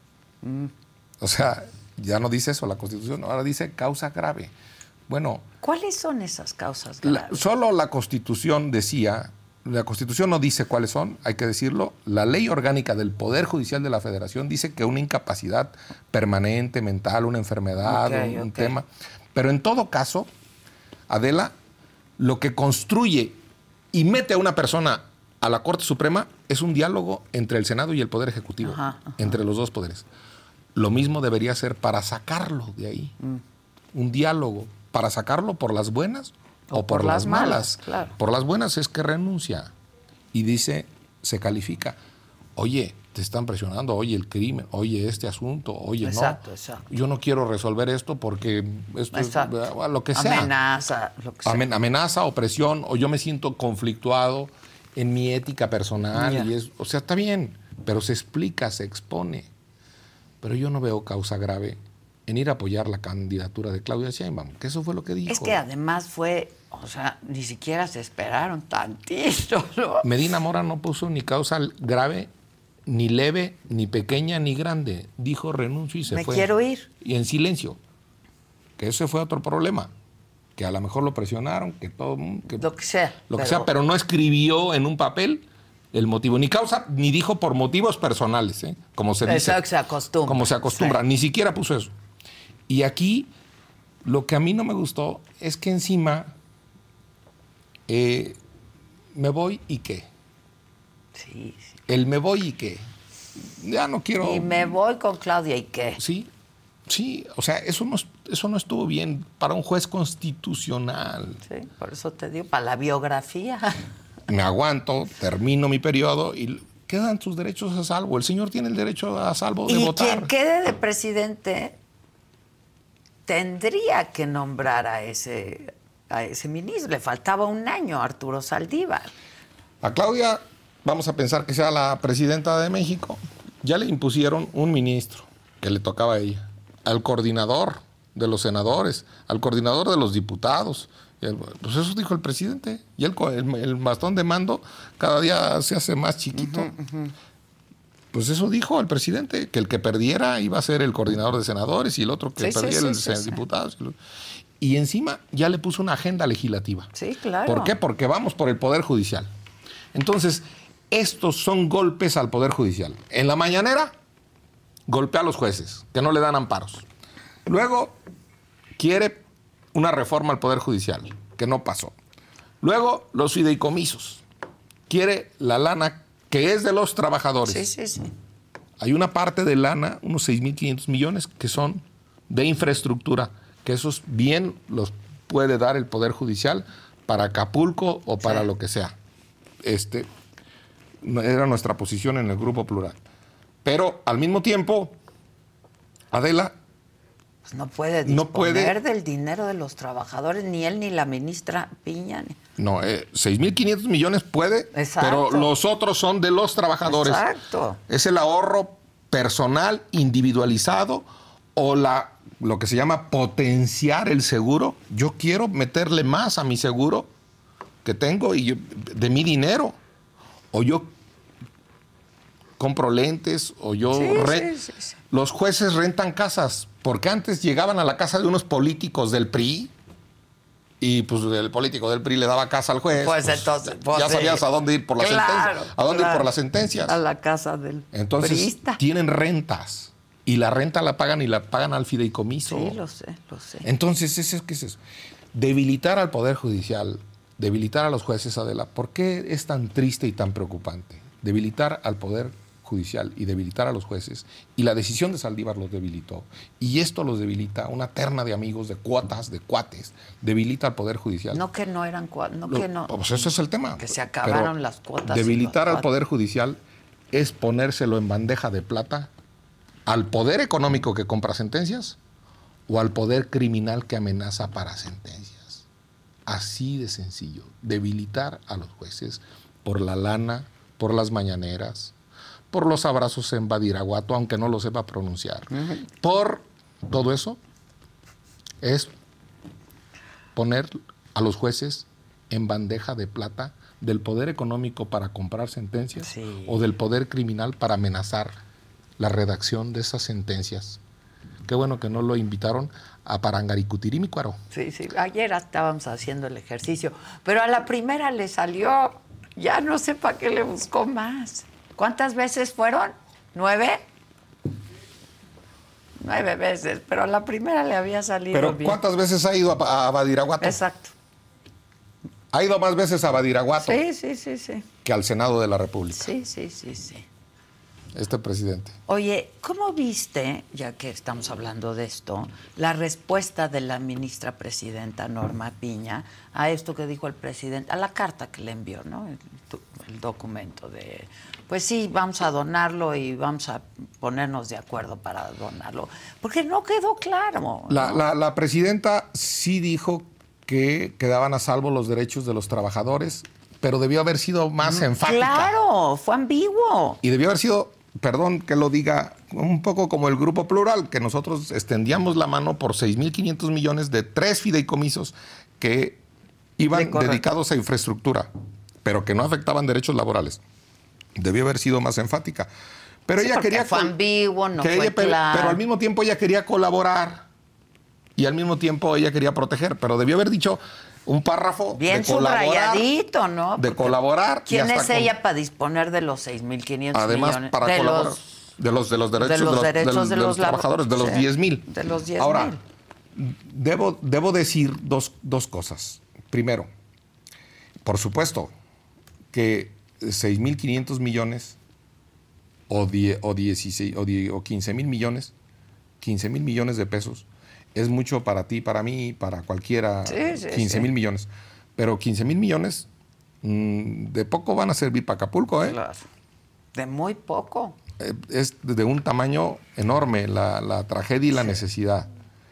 O sea, ya no dice eso la Constitución, ahora dice causa grave. Bueno, ¿cuáles son esas causas graves? Solo la Constitución decía, la Constitución no dice cuáles son, hay que decirlo. La Ley Orgánica del Poder Judicial de la Federación dice que una incapacidad permanente, mental, una enfermedad, un tema. Pero en todo caso, Adela, lo que construye y mete a una persona a la Corte Suprema es un diálogo entre el Senado y el Poder Ejecutivo, entre los dos poderes. Lo mismo debería ser para sacarlo de ahí. Un diálogo para sacarlo por las buenas o por las malas. Claro. Por las buenas es que renuncia y dice, se califica. Oye, te están presionando, oye, el crimen, oye, este asunto, oye, exacto. Yo no quiero resolver esto porque esto es lo que sea. Amenaza, lo que sea. Amenaza, opresión, o yo me siento conflictuado en mi ética personal. O sea, está bien, pero se explica, se expone. Pero yo no veo causa grave en ir a apoyar la candidatura de Claudia Sheinbaum, que eso fue lo que dijo. Es que además ni siquiera se esperaron tantito, ¿no? Medina Mora no puso ni causa grave, ni leve, ni pequeña, ni grande. Dijo renuncio y se fue. Me quiero ir. Y en silencio. Que ese fue otro problema. Que a lo mejor lo presionaron, que todo... lo que sea. Pero no escribió en un papel el motivo, ni causa, ni dijo por motivos personales, como se dice. Eso se acostumbra. Como se acostumbra, ni siquiera puso eso. Y aquí, lo que a mí no me gustó es que encima, me voy y qué. Sí. El me voy y qué. Ya no quiero... Y me voy con Claudia y qué. Sí, o sea, eso no estuvo bien para un juez constitucional. Sí, por eso te digo, para la biografía. Me aguanto, termino mi periodo y quedan sus derechos a salvo. El señor tiene el derecho a salvo de votar. Y quien quede de presidente tendría que nombrar a ese ministro. Le faltaba un año a Arturo Saldívar. A Claudia, vamos a pensar que sea la presidenta de México. Ya le impusieron un ministro que le tocaba a ella, al coordinador de los senadores, al coordinador de los diputados. Pues eso dijo el presidente. Y el bastón de mando cada día se hace más chiquito. Pues eso dijo el presidente, que el que perdiera iba a ser el coordinador de senadores y el otro que perdiera el diputado. Y encima ya le puso una agenda legislativa. Sí, claro. ¿Por qué? Porque vamos por el Poder Judicial. Entonces, estos son golpes al Poder Judicial. En la mañanera, golpea a los jueces, que no le dan amparos. Luego, quiere una reforma al Poder Judicial, que no pasó. Luego, los fideicomisos. quiere la lana que es de los trabajadores. Sí, sí, sí. Hay una parte de lana, unos 6.500 millones, que son de infraestructura, que esos bien los puede dar el Poder Judicial para Acapulco o para lo que sea. Era nuestra posición en el Grupo Plural. Pero al mismo tiempo, Adela... Pues no puede disponer del dinero de los trabajadores, ni él ni la ministra Piña. No, 6.500 millones puede, Exacto. pero los otros son de los trabajadores. Exacto. Es el ahorro personal, individualizado, o lo que se llama potenciar el seguro. Yo quiero meterle más a mi seguro que tengo de mi dinero. O yo compro lentes, o yo... Sí. Los jueces rentan casas, porque antes llegaban a la casa de unos políticos del PRI y pues el político del PRI le daba casa al juez. Pues entonces... ya sabías a dónde ir por las sentencias. A dónde ir por las sentencias. A la casa del Entonces priista. Tienen rentas y la renta la pagan y la pagan al fideicomiso. Sí, lo sé. Entonces, ¿qué es eso? Debilitar al Poder Judicial, debilitar a los jueces, Adela. ¿Por qué es tan triste y tan preocupante? Debilitar al Poder Judicial y debilitar a los jueces, y la decisión de Saldívar los debilitó, y esto los debilita, una terna de amigos, de cuotas, de cuates, debilita al Poder Judicial. No que no eran cuotas, Pues ese es el tema. Que se acabaron las cuotas. Debilitar al Poder Judicial es ponérselo en bandeja de plata al poder económico que compra sentencias o al poder criminal que amenaza para sentencias. Así de sencillo. Debilitar a los jueces por la lana, por las mañaneras, por los abrazos en Badiraguato, aunque no lo sepa pronunciar. Por todo eso es poner a los jueces en bandeja de plata del poder económico para comprar sentencias o del poder criminal para amenazar la redacción de esas sentencias. Qué bueno que no lo invitaron a Parangaricutirímicuaro. Sí. Ayer estábamos haciendo el ejercicio, pero a la primera le salió, ya no sé para qué le buscó más. ¿Cuántas veces fueron? ¿9? 9 veces, pero a la primera le había salido Pero bien. ¿cuántas veces ha ido a Badiraguato? Exacto. Ha ido más veces a Badiraguato Sí. que al Senado de la República. Sí. Este presidente. Oye, ¿cómo viste, ya que estamos hablando de esto, la respuesta de la ministra presidenta Norma Piña a esto que dijo el presidente, a la carta que le envió, ¿no? El documento de, pues sí, vamos a donarlo y vamos a ponernos de acuerdo para donarlo, porque no quedó claro, ¿no? La presidenta sí dijo que quedaban a salvo los derechos de los trabajadores, pero debió haber sido más enfática. Claro, fue ambiguo. Y debió haber sido, perdón que lo diga, un poco como el Grupo Plural, que nosotros extendíamos la mano por 6.500 millones de 3 fideicomisos que iban dedicados a infraestructura, pero que no afectaban derechos laborales. Debió haber sido más enfática. Pero ella quería... Fue ambiguo, no fue claro. Pero al mismo tiempo ella quería colaborar y al mismo tiempo ella quería proteger, pero debió haber dicho un párrafo bien de colaborar, subrayadito, ¿no? De colaborar. ¿Quién es ella para disponer de los 6.500 además, millones? para colaborar de los derechos de los trabajadores, de los 10,000. De los 10,000. Ahora, debo decir dos cosas. Primero, por supuesto que 6.500 millones o 15,000 millones, 15,000 millones de pesos es mucho para ti, para mí, para cualquiera. 15,000 millones. Pero 15,000 millones de poco van a servir para Acapulco, ¿eh? Claro. De muy poco. Es de un tamaño enorme la tragedia y la necesidad.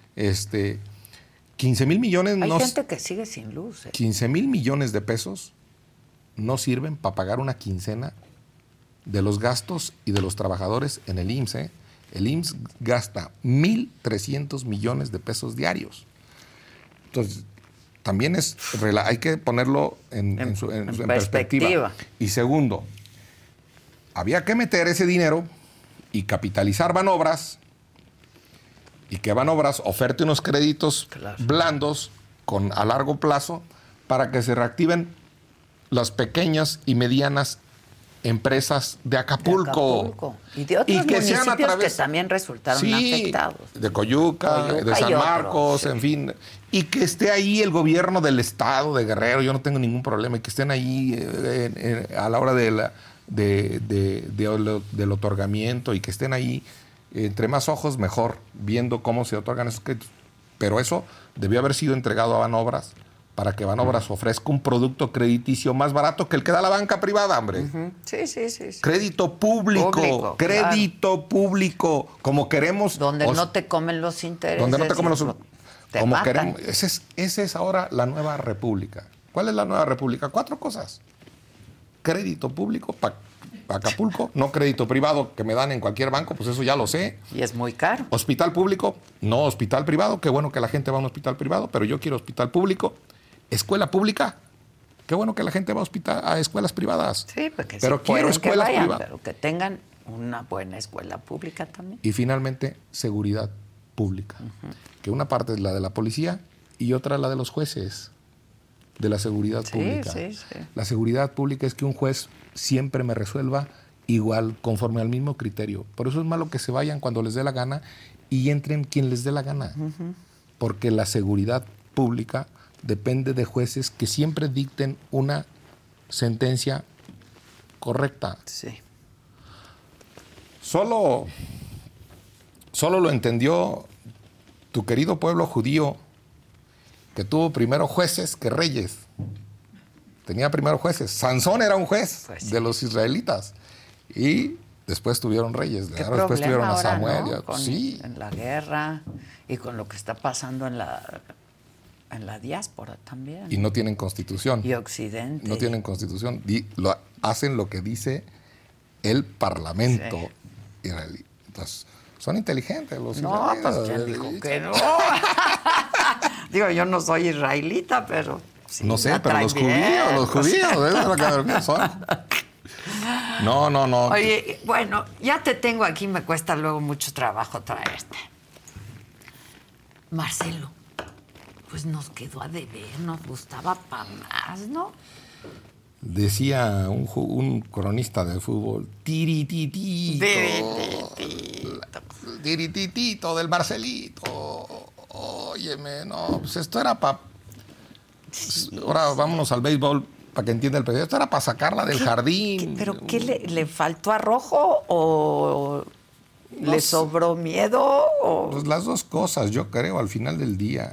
15,000 millones... Hay gente que sigue sin luz. 15,000 millones de pesos no sirven para pagar una quincena de los gastos y de los trabajadores en el IMSS, ¿eh? El IMSS gasta 1.300 millones de pesos diarios. Entonces, también hay que ponerlo en perspectiva. Y segundo, había que meter ese dinero y capitalizar Banobras y que Banobras oferte unos créditos blandos a largo plazo para que se reactiven las pequeñas y medianas empresas de Acapulco. Y de otros que sean municipios que también resultaron afectados. De Coyuca, de San Marcos, sí. En fin. Y que esté ahí el gobierno del estado de Guerrero, yo no tengo ningún problema, y que estén ahí a la hora del otorgamiento, y que estén ahí entre más ojos mejor, viendo cómo se otorgan esos créditos. Pero eso debió haber sido entregado a Banobras, para que Banobras ofrezca un producto crediticio más barato que el que da la banca privada, hombre. Uh-huh. Sí. Crédito público, crédito público, como queremos. Donde no te comen los intereses. Donde no te comen los como matan. queremos. Esa es ahora la nueva república. ¿Cuál es la nueva república? 4 cosas. Crédito público para Acapulco, no crédito privado que me dan en cualquier banco, pues eso ya lo sé. Y es muy caro. Hospital público, no hospital privado. Qué bueno que la gente va a un hospital privado, pero yo quiero hospital público. Escuela pública, qué bueno que la gente va a escuelas privadas. Sí, porque pero sí quiero escuelas que vayan, privadas. pero que tengan una buena escuela pública también. Y finalmente, seguridad pública. Uh-huh. Que una parte es la de la policía y otra la de los jueces de la seguridad pública. Sí. La seguridad pública es que un juez siempre me resuelva igual, conforme al mismo criterio. Por eso es malo que se vayan cuando les dé la gana y entren quien les dé la gana. Uh-huh. Porque la seguridad pública depende de jueces que siempre dicten una sentencia correcta. Sí. Solo lo entendió tu querido pueblo judío, que tuvo primero jueces que reyes. Tenía primero jueces. Sansón era un juez de los israelitas. Y después tuvieron reyes. Después tuvieron a Samuel. ¿No? En la guerra y con lo que está pasando en la diáspora también. Y no tienen constitución. Y Occidente. No tienen constitución. Hacen lo que dice el Parlamento israelí. Entonces, son inteligentes los israelíes. No, pues ¿quién dijo que no? Digo, yo no soy israelita, pero... Sí, no sé, pero los judíos, es lo que son. No. Oye, bueno, ya te tengo aquí, me cuesta luego mucho trabajo traerte. Marcelo, pues nos quedó a deber, nos gustaba para más, ¿no? Decía un cronista de fútbol, tirititito del Marcelito. Óyeme, no, pues esto era para... Ahora vámonos al béisbol para que entienda el presidente. Esto era para sacarla del jardín. ¿Pero qué le faltó arrojo o le sobró miedo? O... Pues las dos cosas, yo creo, al final del día.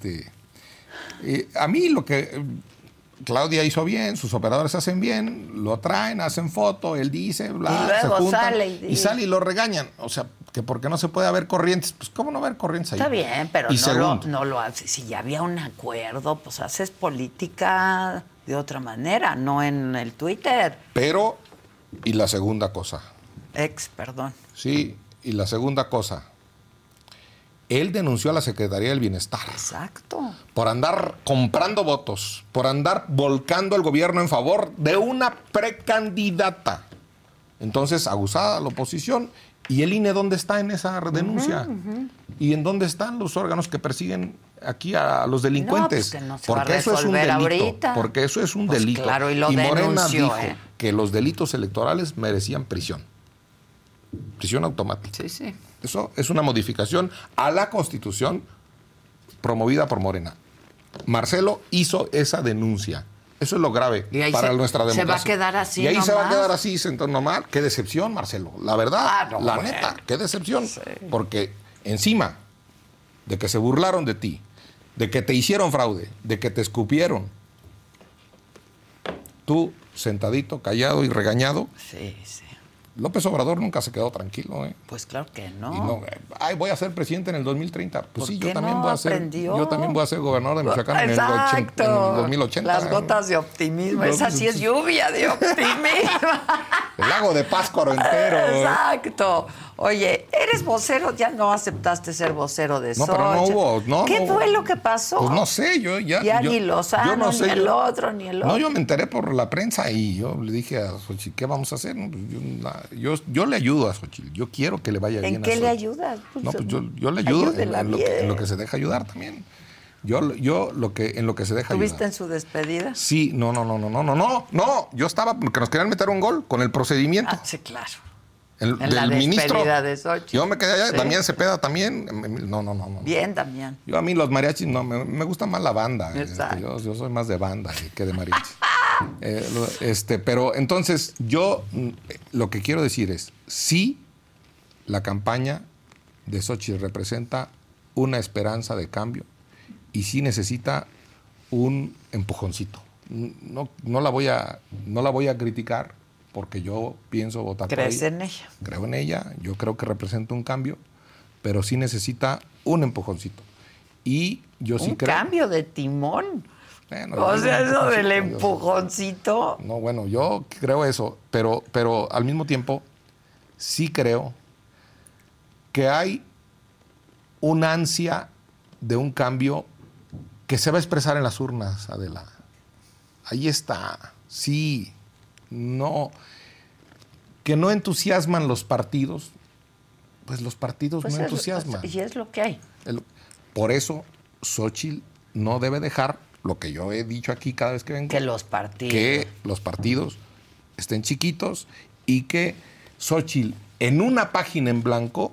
A mí lo que Claudia hizo bien, sus operadores hacen bien, lo traen, hacen foto, él dice, bla, y luego se juntan, sale y lo regañan. O sea, que porque no se puede haber corrientes. Pues, ¿cómo no haber corrientes ahí? Está bien, pero y no lo haces. Si ya había un acuerdo, pues haces política de otra manera, no en el Twitter. Pero, y la segunda cosa. Perdón. Sí, y la segunda cosa. Él denunció a la Secretaría del Bienestar. Exacto. Por andar comprando votos, por andar volcando el gobierno en favor de una precandidata. Entonces, aguzada la oposición. ¿Y el INE dónde está en esa denuncia? Uh-huh. ¿Y en dónde están los órganos que persiguen aquí a los delincuentes? No, pues que no se porque va a eso es un delito. Ahorita. Porque eso es un delito. Claro, y Morena dijo que los delitos electorales merecían prisión. Prisión automática. Sí. Eso es una modificación a la Constitución promovida por Morena. Marcelo hizo esa denuncia. Eso es lo grave para nuestra democracia. ¿Se va a quedar así? Y ahí nomás? se va a quedar así, normal. Qué decepción, Marcelo. La verdad, neta, qué decepción. Sí. Porque encima de que se burlaron de ti, de que te hicieron fraude, de que te escupieron, tú, sentadito, callado y regañado. Sí. López Obrador nunca se quedó tranquilo, ¿eh? Pues claro que no. Y no, voy a ser presidente en el 2030. Pues sí, yo también voy a ser gobernador de Michoacán en el 2080. Las gotas de optimismo. Esa sí es lluvia de optimismo. El lago de Pátzcuaro entero. Exacto. Oye, eres vocero, ya no aceptaste ser vocero de Xochitl. No, pero no hubo. ¿Qué fue lo que pasó? Pues no sé, ni Lozano, ni el otro. No, yo me enteré por la prensa y yo le dije a Xochitl, ¿qué vamos a hacer? No, pues yo le ayudo a Xochitl. Yo quiero que le vaya bien a Xochitl. ¿En qué le ayudas? No, pues yo le ayudo en lo que se deja ayudar también. Yo en lo que se deja ¿Tuviste ayudar. en su despedida? Sí, no. Yo estaba porque nos querían meter un gol con el procedimiento. Ah, sí, claro. El, En la del ministro. despedida de Xochitl. Yo me quedé allá. Sí. Damián Cepeda también. No. Bien, Damián. Yo a mí los mariachis no, me gusta más la banda. Exacto. Yo soy más de banda que de mariachis. Pero entonces yo lo que quiero decir es, sí, la campaña de Xochitl representa una esperanza de cambio y sí necesita un empujoncito. No la voy a criticar porque yo pienso votar por ella. ¿Crees en ella? Creo en ella, yo creo que representa un cambio, pero sí necesita un empujoncito. Y yo sí creo... Un cambio de timón. Bueno, O sea, un eso del empujoncito, empujoncito. No, bueno, yo creo eso, pero al mismo tiempo sí creo que hay una ansia de un cambio que se va a expresar en las urnas, Adela. Ahí está, sí, no. Que no entusiasman los partidos, pues los partidos no entusiasman. Y es lo que hay. Por eso Xochitl no debe dejar lo que yo he dicho aquí cada vez que vengo. Que los partidos. Que los partidos estén chiquitos y que Xochitl en una página en blanco,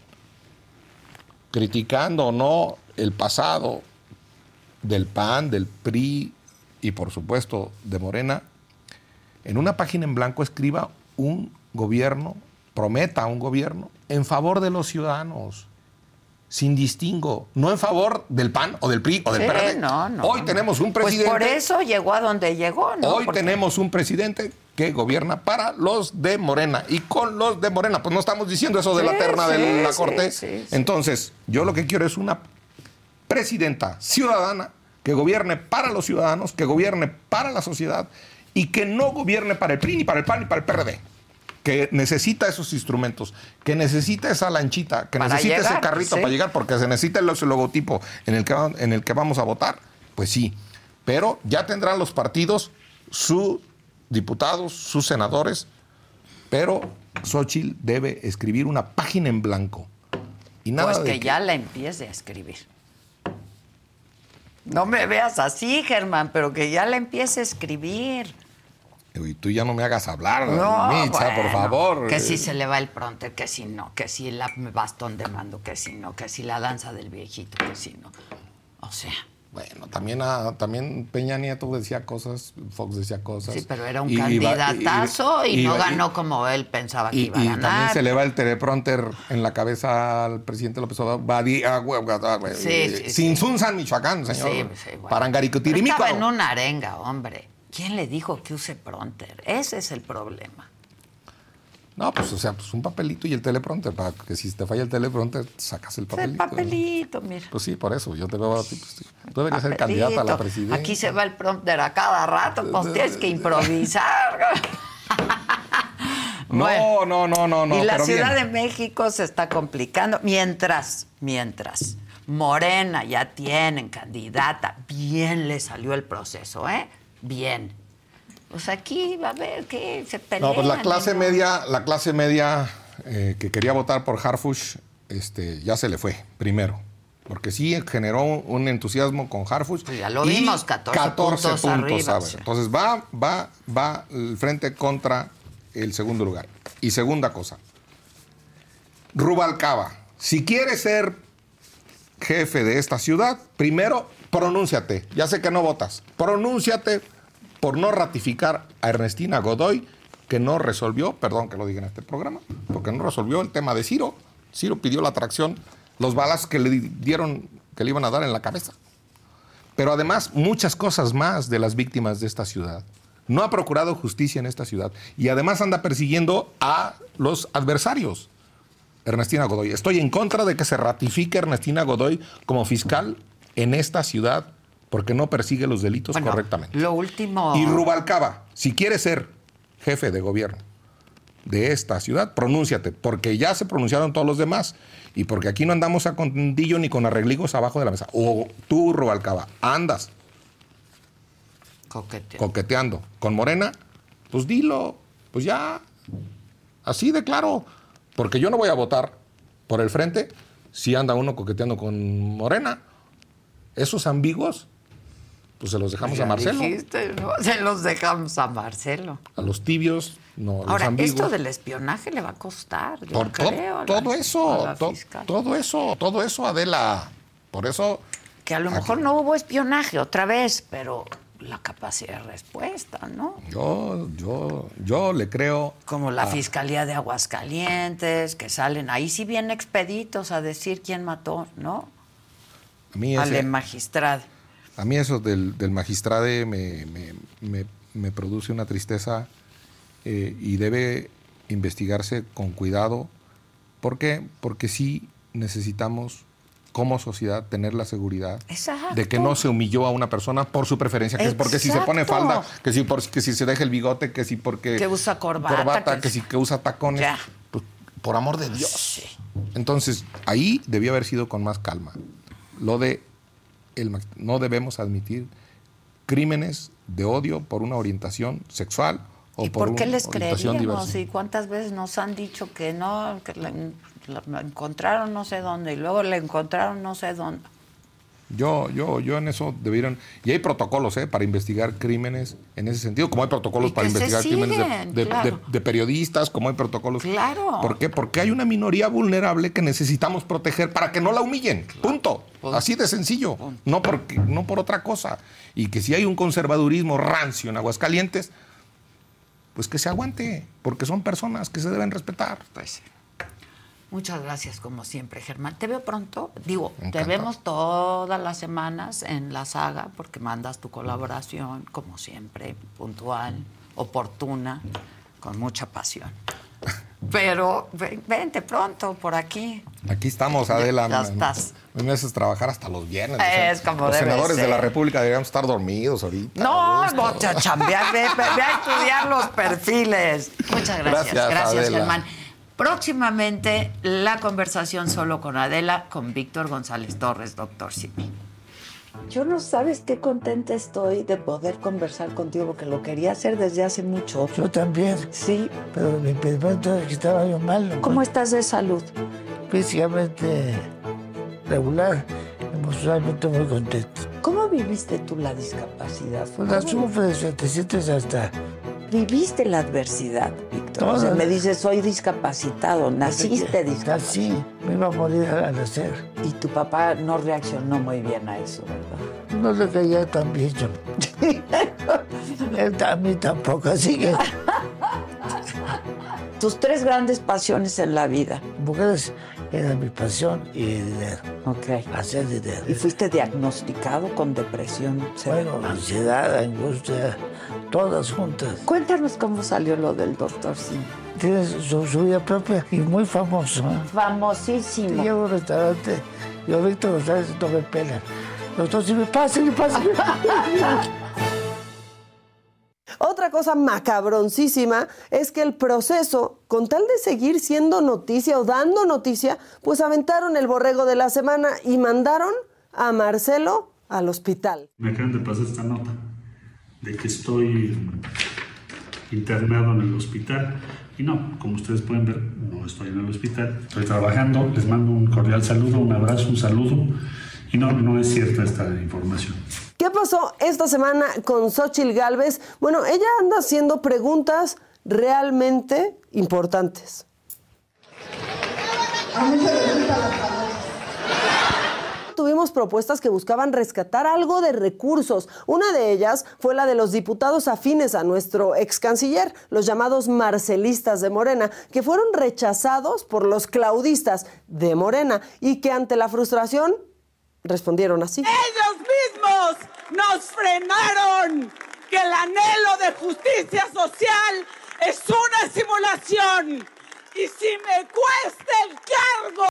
criticando o no el pasado del PAN, del PRI y por supuesto de Morena, en una página en blanco escriba un gobierno, prometa un gobierno en favor de los ciudadanos, sin distingo, no en favor del PAN o del PRI o del PRD. No. Hoy tenemos un presidente. Pues por eso llegó a donde llegó, ¿no? Hoy tenemos un presidente que gobierna para los de Morena. Y con los de Morena, pues no estamos diciendo eso de la terna de la Corte. Sí. Entonces, yo lo que quiero es una presidenta ciudadana que gobierne para los ciudadanos, que gobierne para la sociedad y que no gobierne para el PRI, ni para el PAN, ni para el PRD. Que necesita esos instrumentos, que necesita esa lanchita, que para necesita llegar, ese carrito para llegar, porque se necesita el logotipo en el que vamos a votar. Pues sí, pero ya tendrán los partidos sus diputados, sus senadores, pero Xochitl debe escribir una página en blanco. Y nada pues que ya la empiece a escribir. No me veas así, Germán, pero que ya la empiece a escribir. Y tú ya no me hagas hablar, No, Micha, por favor. Que si se le va el pronter, que si no, que si el bastón de mando, que si no, que si la danza del viejito, que si no. O sea. Bueno, también Peña Nieto decía cosas, Fox decía cosas. Sí, pero era un candidatazo y no ganó como él pensaba que iba a ganar. Y también se le va el teleprompter en la cabeza al presidente López Obrador. Sí. Sinsunzan, Michoacán, señor. Sí, bueno. Parangaricutirimícuaro. Estaba en una arenga, hombre. ¿Quién le dijo que use pronter? Ese es el problema. No, pues, un papelito y el teleprompter, para que si te falla el teleprompter, sacas el papelito. El papelito, mira. Pues sí, por eso, yo te veo a ti, pues, tú deberías ser candidata a la presidencia. Aquí se va el prompter a cada rato, pues tienes que improvisar. No. Y la pero Ciudad bien. de México se está complicando. Mientras Morena ya tienen candidata, bien le salió el proceso, ¿eh? Bien. Pues aquí va a ver que se pelean. No, pues la clase media que quería votar por Harfuch, ya se le fue, primero. Porque sí generó un entusiasmo con Harfuch. Pues ya lo vimos, 14 puntos arriba. Sí. Entonces va el frente contra el segundo lugar. Y segunda cosa, Rubalcaba, si quieres ser jefe de esta ciudad, primero pronúnciate. Ya sé que no votas. Pronúnciate por no ratificar a Ernestina Godoy, que no resolvió, perdón que lo diga en este programa, porque no resolvió el tema de Ciro. Ciro pidió la tracción, los balazos que le dieron, que le iban a dar en la cabeza. Pero además, muchas cosas más de las víctimas de esta ciudad. No ha procurado justicia en esta ciudad. Y además anda persiguiendo a los adversarios. Ernestina Godoy. Estoy en contra de que se ratifique Ernestina Godoy como fiscal en esta ciudad porque no persigue los delitos correctamente. Lo último... Y Rubalcaba, si quieres ser jefe de gobierno de esta ciudad, pronúnciate, porque ya se pronunciaron todos los demás y porque aquí no andamos a contillo ni con arregligos abajo de la mesa. O tú, Rubalcaba, andas coqueteando con Morena, pues dilo, pues ya, así de claro, porque yo no voy a votar por el frente si anda uno coqueteando con Morena. Esos ambiguos, pues se los dejamos Ya a Marcelo. dijiste, ¿no? Se los dejamos a Marcelo. A los tibios, no, a los Ahora, ambiguos. esto del espionaje le va a costar, yo creo. Todo eso, Adela. Por eso... Que a lo mejor no hubo espionaje otra vez, pero la capacidad de respuesta, ¿no? Yo le creo... Como la Fiscalía de Aguascalientes, que salen ahí sí bien expeditos a decir quién mató, ¿no? A mí Al magistrado. A mí eso del magistrade me produce una tristeza y debe investigarse con cuidado. ¿Por qué? Porque sí necesitamos, como sociedad, tener la seguridad de que no se humilló a una persona por su preferencia, que es porque si se pone falda, que si se deja el bigote, que si porque... Que usa corbata. Que usa tacones. Ya. Pues, por amor de Dios. Sí. Entonces, ahí debió haber sido con más calma. No debemos admitir crímenes de odio por una orientación sexual o ¿Y por por qué una les orientación creeríamos? diversa. ¿Y cuántas veces nos han dicho que no, que la encontraron no sé dónde y luego la encontraron no sé dónde? Yo en eso debieron... Y hay protocolos para investigar crímenes en ese sentido, como hay protocolos para investigar crímenes de periodistas, como hay protocolos... Claro. ¿Por qué? Porque hay una minoría vulnerable que necesitamos proteger para que no la humillen. Punto. Así de sencillo. No por otra cosa. Y que si hay un conservadurismo rancio en Aguascalientes, pues que se aguante, porque son personas que se deben respetar. Pues sí. Muchas gracias, como siempre, Germán. Te veo pronto. Digo, Encantado. te vemos todas las semanas en La Saga, porque mandas tu colaboración, como siempre, puntual, oportuna, con mucha pasión. Pero vente pronto por aquí. Aquí estamos, Adela. Ya estás. Me haces trabajar hasta los viernes. Es como los debe senadores ser. de la República deberían estar dormidos ahorita. No, chambear, ve a estudiar los perfiles. Muchas gracias. Gracias, Adela. Germán. Próximamente, la conversación solo con Adela, con Víctor González Torres, Dr. Simi. Yo no sabes qué contenta estoy de poder conversar contigo, porque lo quería hacer desde hace mucho. Yo también. Sí. Pero mi impedimento es que estaba yo mal. ¿Cómo estás de salud? Físicamente regular, emocionalmente muy contento. ¿Cómo viviste tú la discapacidad? Pues la sufres, te sientes hasta... ¿Viviste la adversidad, Víctor? No, O sea, no. me dices, soy discapacitado, naciste discapacitado. Sí, me iba a morir al nacer. Y tu papá no reaccionó muy bien a eso, ¿verdad? No le caía tan bien yo. Él a mí tampoco, así que... Tus tres grandes pasiones en la vida. Mujeres era mi pasión y el dinero. Ok. Hacer dinero. ¿Y fuiste diagnosticado con depresión severa? Bueno, ansiedad, angustia, todas juntas. Cuéntanos cómo salió lo del doctor Simi. Tiene su vida propia y muy famoso. Famosísimo. Llego a un restaurante, yo Víctor González no me pelan. Los dos, si me pasen. Otra cosa macabroncísima es que el proceso, con tal de seguir siendo noticia o dando noticia, pues aventaron el borrego de la semana y mandaron a Marcelo al hospital. Me acaban de pasar esta nota de que estoy internado en el hospital. Y no, como ustedes pueden ver, no estoy en el hospital. Estoy trabajando, les mando un cordial saludo, un abrazo, un saludo. Y no es cierta esta información. ¿Qué pasó esta semana con Xóchitl Gálvez? Bueno, ella anda haciendo preguntas realmente importantes. Tuvimos propuestas que buscaban rescatar algo de recursos. Una de ellas fue la de los diputados afines a nuestro ex canciller, los llamados marcelistas de Morena, que fueron rechazados por los claudistas de Morena y que ante la frustración respondieron así. Ellos mismos nos frenaron que el anhelo de justicia social es una simulación y si me cuesta el cargo.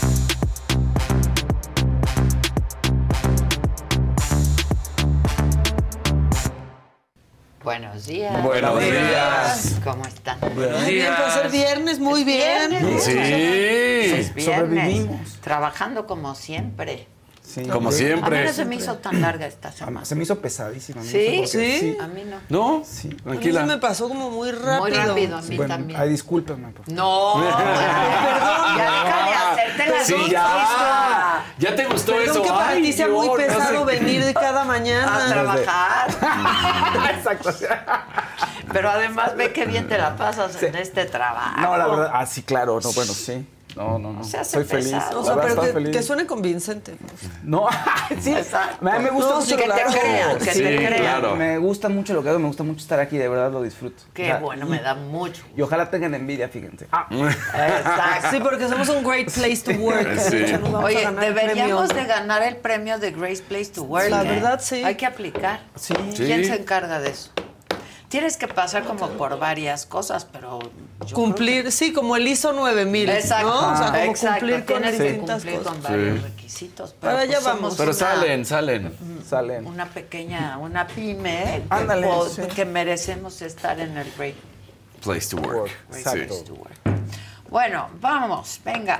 Buenos días. Buenos días. ¿Cómo están? Buenos Bien, para ser viernes, muy bien. Viernes. Sí, Es viernes. sobrevivimos. Trabajando como siempre. Sí. Como A mí siempre. no se me hizo tan larga esta semana. Se me hizo pesadísima. ¿Sí? Sí. A mí no. ¿No? Sí. Tranquila. A mí se me pasó como muy rápido. Muy rápido, a mí Bueno, también. ay, discúlpeme. Por favor. No, perdón, ya deja de hacerte la Sí, víctima. ya te gustó Perdón eso. que para Ay, ti sea muy Dios, no pesado sé. venir de cada mañana. A trabajar. Exacto. Pero además ve qué bien te la pasas en este trabajo. No, la verdad, sí, claro, no, bueno, sí. No. Se hace Soy feliz. pesado. O sea, La verdad, pero estoy que feliz. suene convincente. No, sí. Exacto. A mí me gusta No, mucho sí, lo que te hago. crean, que Sí, te crean. claro. Me gusta mucho lo que hago, me gusta mucho estar aquí, de verdad lo disfruto. Qué bueno, me da mucho. Y ojalá tengan envidia, fíjense. Exacto. Sí, porque somos un great place to work. Sí. De hecho, nos vamos a Oye, ganar el deberíamos premio. de ganar el premio de Great Place to Work. La ¿eh? verdad, sí. Hay que aplicar. Sí. ¿Quién se encarga de eso? Tienes que pasar como por varias cosas, pero yo Cumplir, sí, como el ISO 9000, Exacto. ¿no? O sea, como Exacto. cumplir con Tienes que distintas cumplir cosas. con varios requisitos. Pero Ahora ya pues somos vamos. Pero una- salen. Una pequeña, una pyme Ándale, que, sí. que merecemos estar en el Great Place to work. Place Sí. to Work. Bueno, vamos, venga.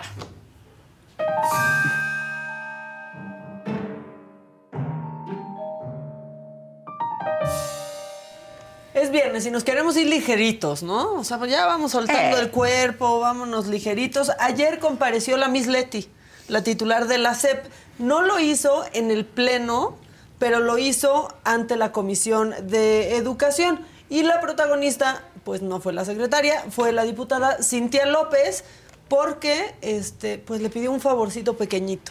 Es viernes y nos queremos ir ligeritos, ¿no? O sea, pues ya vamos soltando el cuerpo, vámonos ligeritos. Ayer compareció la Miss Leti, la titular de la SEP. No lo hizo en el pleno, pero lo hizo ante la Comisión de Educación. Y la protagonista, pues no fue la secretaria, fue la diputada Cintia López, porque pues le pidió un favorcito pequeñito.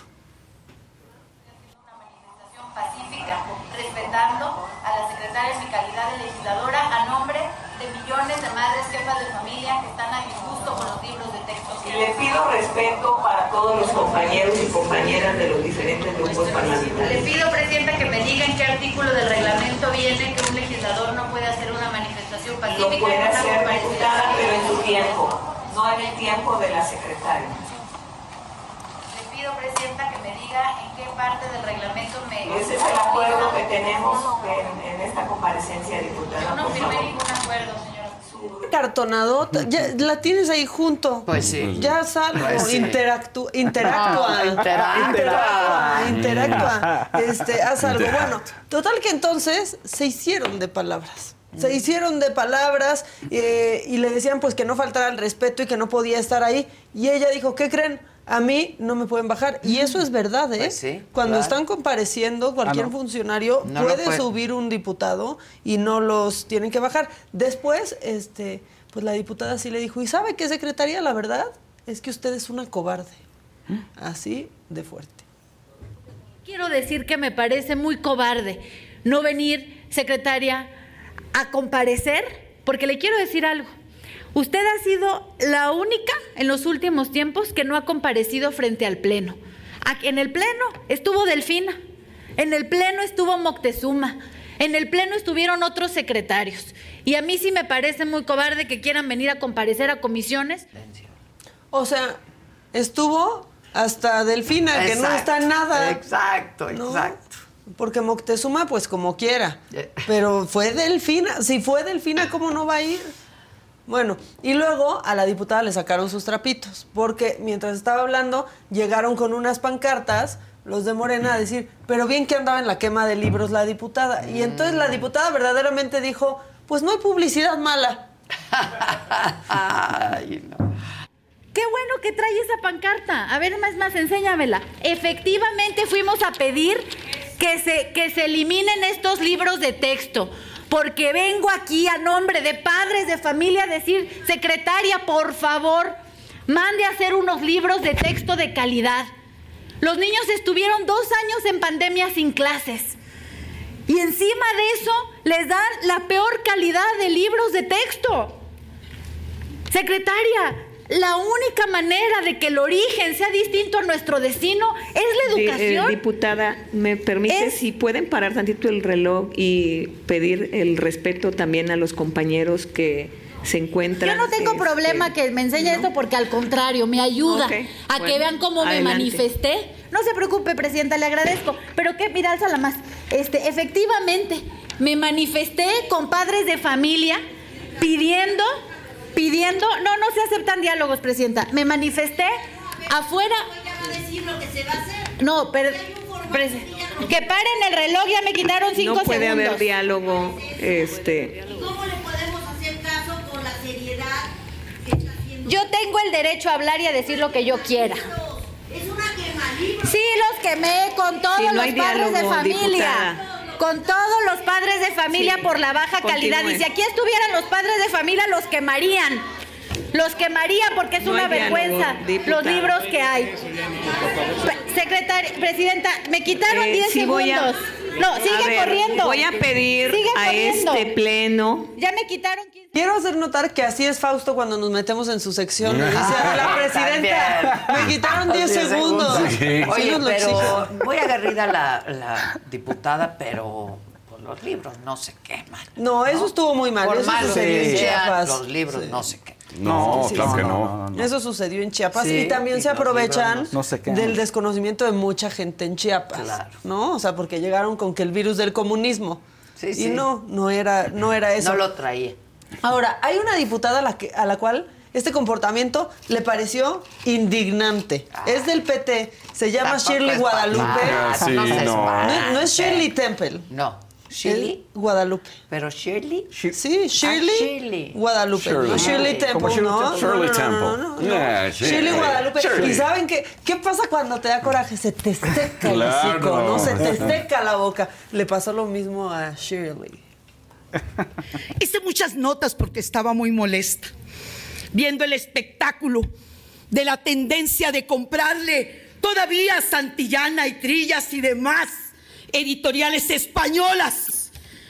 Pacífica, respetando a la secretaria en mi calidad de legisladora a nombre de millones de madres jefas de familia que están a disgusto con los libros de texto. Y le pido respeto para todos los compañeros y compañeras de los diferentes grupos parlamentarios. Le pido, Presidenta, que me diga en qué artículo del reglamento viene que un legislador no puede hacer una manifestación pacífica. Lo puede en una hacer, comparecencia. diputada, pero en su tiempo, no en el tiempo de la secretaria. Le pido, Presidenta, que me diga en qué parte del reglamento me... Ese es el acuerdo que tenemos en esta comparecencia, diputada. Yo no por firmé favor. ningún acuerdo, señora. Cartonadota, ya la tienes ahí junto. Pues sí. Ya salgo, Pues sí. interactúa. Haz algo. Bueno, total que entonces se hicieron de palabras. Y le decían pues que no faltara el respeto y que no podía estar ahí. Y ella dijo, ¿qué creen? A mí no me pueden bajar. Y eso es verdad, ¿eh? Pues sí, Cuando claro. están compareciendo, cualquier funcionario No lo puede puede. subir un diputado y no los tienen que bajar. Después, pues la diputada sí le dijo, ¿y sabe qué, secretaria? La verdad es que usted es una cobarde. Así de fuerte. Quiero decir que me parece muy cobarde no venir, secretaria, a comparecer, porque le quiero decir algo. Usted ha sido la única en los últimos tiempos que no ha comparecido frente al Pleno. En el Pleno estuvo Delfina, en el Pleno estuvo Moctezuma, en el Pleno estuvieron otros secretarios. Y a mí sí me parece muy cobarde que quieran venir a comparecer a comisiones. O sea, estuvo hasta Delfina, que no está en nada. Exacto. Porque Moctezuma, pues como quiera. Pero fue Delfina. Si fue Delfina, ¿cómo no va a ir? Bueno, y luego a la diputada le sacaron sus trapitos, porque mientras estaba hablando, llegaron con unas pancartas, los de Morena, a decir, pero bien que andaba en la quema de libros la diputada. Y entonces la diputada verdaderamente dijo, pues no hay publicidad mala. Ay, no. Qué bueno que trae esa pancarta. A ver, más, enséñamela. Efectivamente fuimos a pedir que se eliminen estos libros de texto, porque vengo aquí a nombre de padres de familia a decir, secretaria, por favor, mande a hacer unos libros de texto de calidad. Los niños estuvieron 2 años en pandemia sin clases. Y encima de eso, les dan la peor calidad de libros de texto. Secretaria, la única manera de que el origen sea distinto a nuestro destino es la educación. Diputada, ¿me permite si pueden parar tantito el reloj y pedir el respeto también a los compañeros que se encuentran? Yo no tengo problema que me enseñe esto, porque al contrario, me ayuda a que vean cómo me manifesté. No se preocupe, Presidenta, le agradezco. Pero que, mira, álzala más. Efectivamente, me manifesté con padres de familia pidiendo, no se aceptan diálogos, Presidenta. Me manifesté afuera. Ya va a decir lo que se va a hacer. No, pero Que paren el reloj, ya me quitaron 5 segundos. No puede haber diálogo. ¿Cómo le podemos hacer caso con la seriedad que está haciendo? Yo tengo el derecho a hablar y a decir lo que yo quiera. Es una quemalibros. Sí, los quemé con todos Sí, no los hay padres de diálogo, familia. diputada. Con todos los padres de familia por la baja calidad. Y si aquí estuvieran los padres de familia, los quemarían. Los quemarían porque es una vergüenza los libros que hay. Presidenta, me quitaron 10 segundos. No, sigue corriendo. Voy a pedir Sigue a corriendo. este pleno. Ya me quitaron 15. Quiero hacer notar que así es Fausto cuando nos metemos en su sección. Le dice a la presidenta, me quitaron 10 segundos. Sí. Sí Oye, nos lo pero exige. muy aguerrida la diputada, pero por los libros no se queman. No, eso estuvo muy mal. Por Eso malos sucedió en que sean, Chiapas. los libros no se queman. No, claro que no. Eso sucedió en Chiapas Sí, y también y se los aprovechan libros no se quedan. del desconocimiento de mucha gente en Chiapas, Claro. ¿no? O sea, porque llegaron con que el virus del comunismo. Sí, y sí. no era eso. No lo traía. Ahora, hay una diputada a la cual este comportamiento le pareció indignante. Es del PT, se llama Tampoco Shirley es Guadalupe. papá, Sí, no se no. espante. No es Shirley Temple. No. ¿Shirley? Es Guadalupe. ¿Pero Shirley? Sí, Shirley, Shirley. Guadalupe. Shirley. No Shirley Temple, Como Shirley ¿no? Temple. Shirley No, Temple. no. Yeah, Shirley Guadalupe. Shirley. ¿Y saben qué pasa cuando te da coraje? Se te seca el Claro. hocico, ¿no? Se te seca la boca. Le pasó lo mismo a Shirley. Hice muchas notas porque estaba muy molesta, viendo el espectáculo de la tendencia de comprarle todavía a Santillana y Trillas y demás editoriales españolas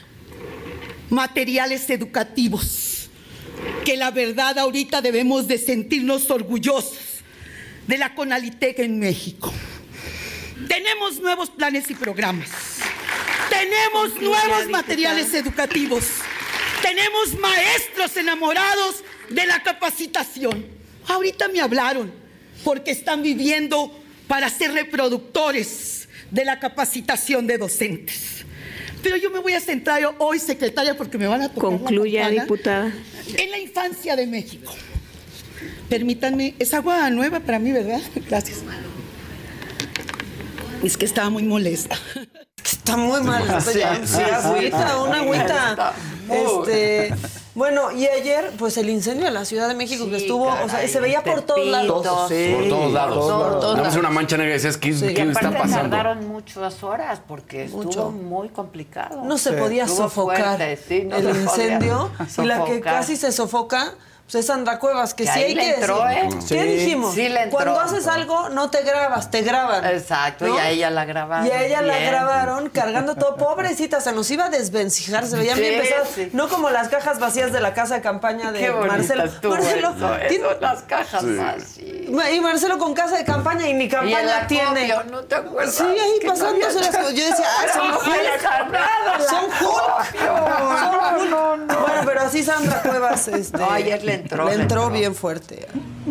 materiales educativos, que la verdad ahorita debemos de sentirnos orgullosos de la Conalitec en México. Tenemos nuevos planes y programas. Tenemos nuevos materiales educativos. Tenemos maestros enamorados de la capacitación. Ahorita me hablaron porque están viviendo para ser reproductores de la capacitación de docentes. Pero yo me voy a centrar hoy, secretaria, porque me van a tocar Concluya, la campana, diputada. en la infancia de México. Permítanme, es agua nueva para mí, ¿verdad? Gracias. Es que estaba muy molesta. Está muy mal. Una agüita. Bueno, y ayer, pues el incendio en la Ciudad de México que estuvo, caray, o sea, se veía por todos lados. Sí. Por todos lados. Damos una mancha negra y decías, ¿qué Y está aparte pasando? tardaron muchas horas porque estuvo muy complicado. No se podía Estuvo sofocar fuerte, sí, no el se podía incendio. Y la que sofocar. casi se sofoca, pues es Sandra Cuevas, que Que sí ahí hay le que entró, decir. ¿eh? ¿Qué Sí. dijimos? Sí le entró. Cuando haces algo, no te grabas, te graban. Exacto, ¿no? y a ella la grabaron. Y a ella la bien. grabaron cargando todo. Pobrecita, se nos iba a desvencijar, se veían Sí, bien pesadas. sí. No como las cajas vacías de la casa de campaña de Qué bonita Marcelo. estuvo Marcelo, eso, las cajas así. y Marcelo con casa de campaña y ni Y el campaña tiene. acopio, ¿no te acuerdas? Sí, ahí Que pasándose no había- las cosas. Yo decía, Pero son mujeres Hulk. armadas, Son Hulk. Son Hulk. no. Bueno, pero así Sandra Cuevas No, ayer le entró. bien fuerte.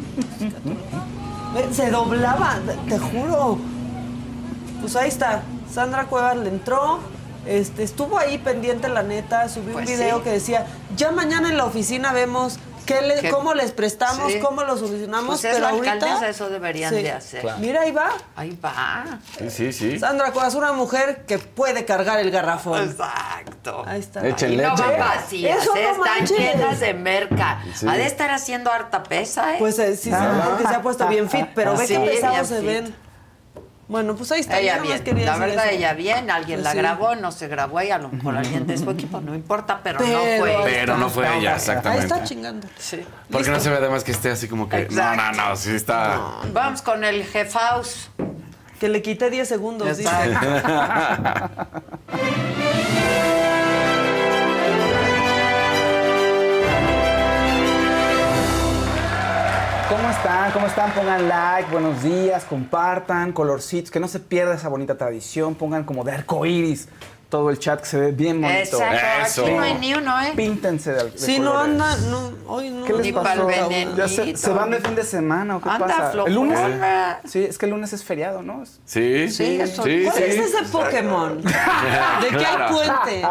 Se doblaba, te juro. Pues ahí está. Sandra Cuevas le entró. Estuvo ahí pendiente, la neta. Subí Pues un video sí. que decía, ya mañana en la oficina vemos cómo les prestamos, Sí. cómo lo solucionamos. Pues es pero la ahorita alcaldesa, eso deberían sí. de hacer. Claro. Mira, ahí va. Ahí va. Sí. Sandra Cuevas, una mujer que puede cargar el garrafón. Exacto. Ahí está. Échenle Y no leche. van vacías, Eso no están manches. llenas de merca. Sí. Ha de estar haciendo harta pesa, ¿eh? Pues sí, porque se ha puesto bien fit, pero ve Sí, qué pesados bien se fit. ven. Bueno, pues ahí está. Ella yo nomás bien, quería la decir verdad eso. ella bien, alguien Pues la sí. grabó, no se grabó y a lo mejor alguien de su equipo, no importa, pero no Pero fue. Pero no fue ella, Ahí exactamente. está chingando. Sí. Porque no se ve además que esté así como que... Exacto. No, sí está... Vamos con el jefaus. Que le quité 10 segundos, dice. ¿Cómo están? ¿Cómo están? Pongan like, buenos días, compartan, colorcitos, que no se pierda esa bonita tradición. Pongan como de arcoíris todo el chat, que se ve bien bonito. Exacto, Eso. aquí no hay ni uno, ¿eh? Píntense de Sí, no colores. anda, no. Hoy no. ¿Qué les Ni pasó? pa'l venenito. Ya se van de fin de semana, ¿o qué Anda pasa? flojona. El lunes. Sí, es que el lunes es feriado, ¿no? Sí. Sí, eso. ¿Cuál es ese Pokémon? ¿De qué hay puente?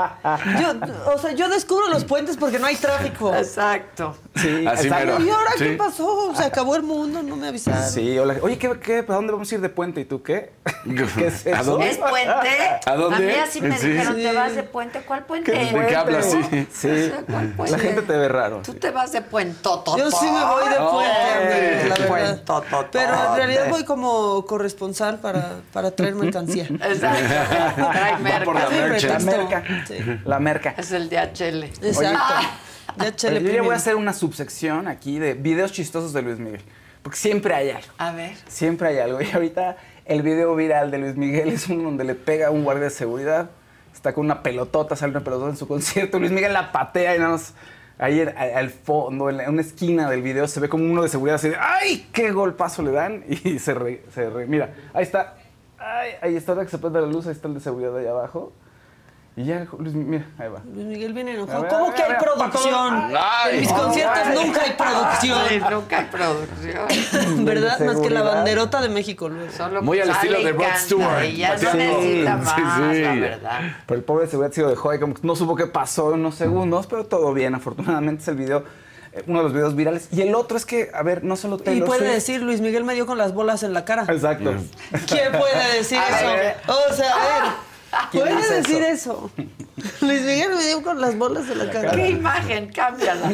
Yo descubro los puentes porque no hay tráfico. Exacto. Sí, Así exacto. mero. ¿Y ahora Sí. qué pasó? Se acabó el mundo, no me avisaron. Sí, hola. Oye, ¿para dónde vamos a ir de puente? ¿Y tú qué? ¿Qué es eso? ¿A dónde? ¿Es puente? ¿A dónde? A mí así me Sí. dijeron, ¿te vas de puente? ¿Cuál puente? ¿De qué hablas? Sí. Sí. ¿Cuál puente? La gente te ve raro. Tú te vas de puentototo. Yo sí me voy de puente, la verdad. Puentototo. Pero en realidad voy como corresponsal para traer mercancía. Exacto. Trae merca. por la Es mi mercha. La pretexto. merca. Sí. La merca. Es el DHL. Exacto. Ya Oye, chele yo ya voy primero. a hacer una subsección aquí de videos chistosos de Luis Miguel. Porque siempre hay algo. A ver. Siempre hay algo. Y ahorita el video viral de Luis Miguel es uno donde le pega a un guardia de seguridad. Está con una pelotota, sale una pelotota en su concierto. Luis Miguel la patea y nada más ahí al fondo, en una esquina del video, se ve como uno de seguridad así de ¡ay! ¡Qué golpazo le dan! Y se re. Mira, ahí está. ¡Ay! Ahí está, ahora que se prende la luz, ahí está el de seguridad ahí abajo. Y ya, Luis, mira, ahí va. Luis Miguel viene A enojado. ver, ¿Cómo a ver, que a hay ver, producción? Ay. En mis conciertos nunca hay Sí, producción. nunca hay producción. ¿Verdad? Más que la seguridad. banderota de México luego. Solo Muy al sale estilo y de Rod canta Stewart. y ya no Sí, necesita sí, más, sí. la verdad. Pero el pobre de seguridad se lo dejó ahí, como que no supo qué pasó en unos segundos, pero todo bien. Afortunadamente es el video, uno de los videos virales. Y el otro es que, a ver, no solo Y Taylor puede Swift. decir, Luis Miguel me dio con las bolas en la cara. Exacto. ¿Quién puede decir A eso? ver. O sea, a ver, ¿Quién puede dice decir eso. Luis Miguel me dio con las bolas en la cara. ¿Qué imagen? Cámbiala.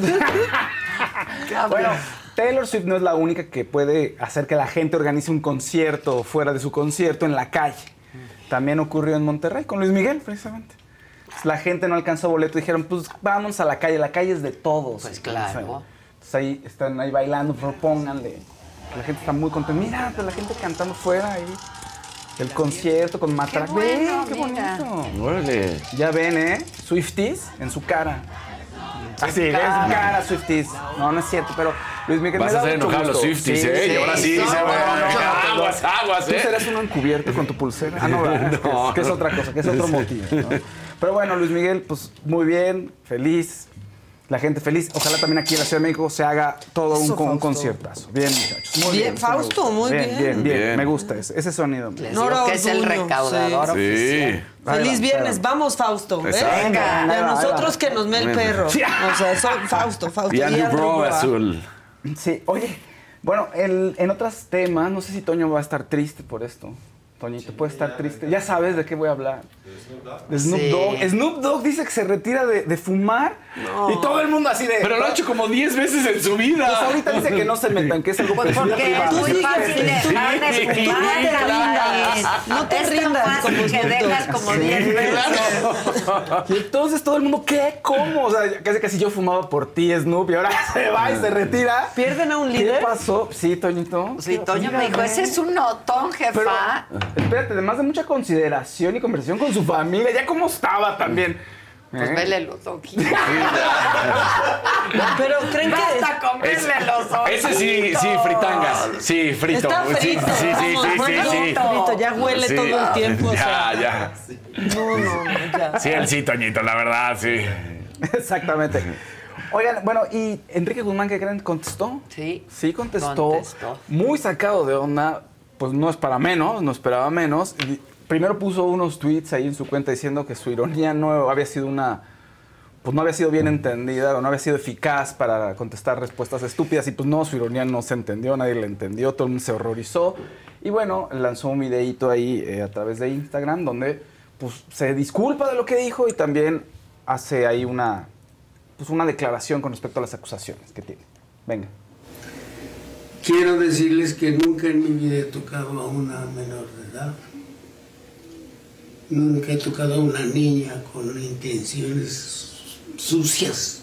Bueno, Taylor Swift no es la única que puede hacer que la gente organice un concierto fuera de su concierto en la calle. También ocurrió en Monterrey con Luis Miguel, precisamente. Pues la gente no alcanzó boleto y dijeron, pues vamos a la calle es de todos. Pues claro. Entonces ahí están ahí bailando, propónganle. La gente está muy contenta. Mira, pues, la gente cantando fuera ahí. El concierto con Matraca. bueno, ¡Qué mira. bonito! Órale. Ya ven, ¿eh? Swifties en su cara. Así, en su cara, Swifties. No, no es cierto, pero Luis Miguel Vas me a da hacer mucho enojar a los gusto. Swifties, ¿eh? Y ahora sí, no, se no, va. Aguas, Tú serás uno encubierto con tu pulsera. Ah, no, ¿verdad? No. Que es otra cosa, que es otro motivo, ¿no? Pero bueno, Luis Miguel, pues muy bien, feliz. La gente feliz. Ojalá también aquí en la Ciudad de México se haga todo Eso, un Fausto. conciertazo. Bien, muchachos. Muy Bien, eso me Fausto, gusta. muy bien. Bien. Me gusta ese sonido. Les Nora digo que es el Orduño, recaudador Sí. oficial. Feliz viernes, vamos Fausto, ¿ves? Exacto. Y a Ahí va, nosotros ahí que nos me el perro. O sea, Fausto. Y Andrew Bro azul. Sí, oye, bueno, en otros temas, no sé si Toño va a estar triste por esto. Toñito, puede estar triste. Ya sabes de qué voy a hablar. De Snoop Sí. Dogg. Snoop Dogg dice que se retira de fumar y todo el mundo así de... Pero lo ha hecho como 10 veces en su vida. Pues ahorita dice que no se metan, que es algo Pues personal porque es muy privado. fácil dejar de Sí, fumar, no te Rafael. no te Es tan rindas, fácil como que Snoop dejas Dogg. como 10 veces. Y entonces todo el mundo, ¿qué? ¿Cómo? O sea, casi yo fumaba por ti, Snoop, y ahora se va y se retira. ¿Pierden a un líder? ¿Qué pasó? Sí, Toñito. Sí, Toño me dijo, ese es un notón, Pero, jefa. espérate, además de mucha consideración y conversación con su familia, ya cómo estaba también. Pues vele los ojitos. Pero creen que... Basta con verle los ojitos. Ese sí, fritangas. Sí, frito. Está frito. Sí. Frito, ya huele Sí, todo el tiempo. o sea. Ya. No, ya. Sí, el sí, Toñito, la verdad, sí. Exactamente. Oigan, bueno, y Enrique Guzmán, ¿qué creen? ¿Contestó? Sí. Sí, contestó. Contestó. Muy sacado de onda, pues no es para menos, no esperaba menos. Y primero puso unos tweets ahí en su cuenta diciendo que su ironía no había sido pues no había sido bien entendida o no había sido eficaz para contestar respuestas estúpidas y pues no, su ironía no se entendió, nadie la entendió, todo el mundo se horrorizó. Y bueno, lanzó un videíto ahí a través de Instagram donde pues se disculpa de lo que dijo y también hace ahí una declaración con respecto a las acusaciones que tiene. Venga. Quiero decirles que nunca en mi vida he tocado a una menor de edad. Nunca he tocado a una niña con intenciones sucias.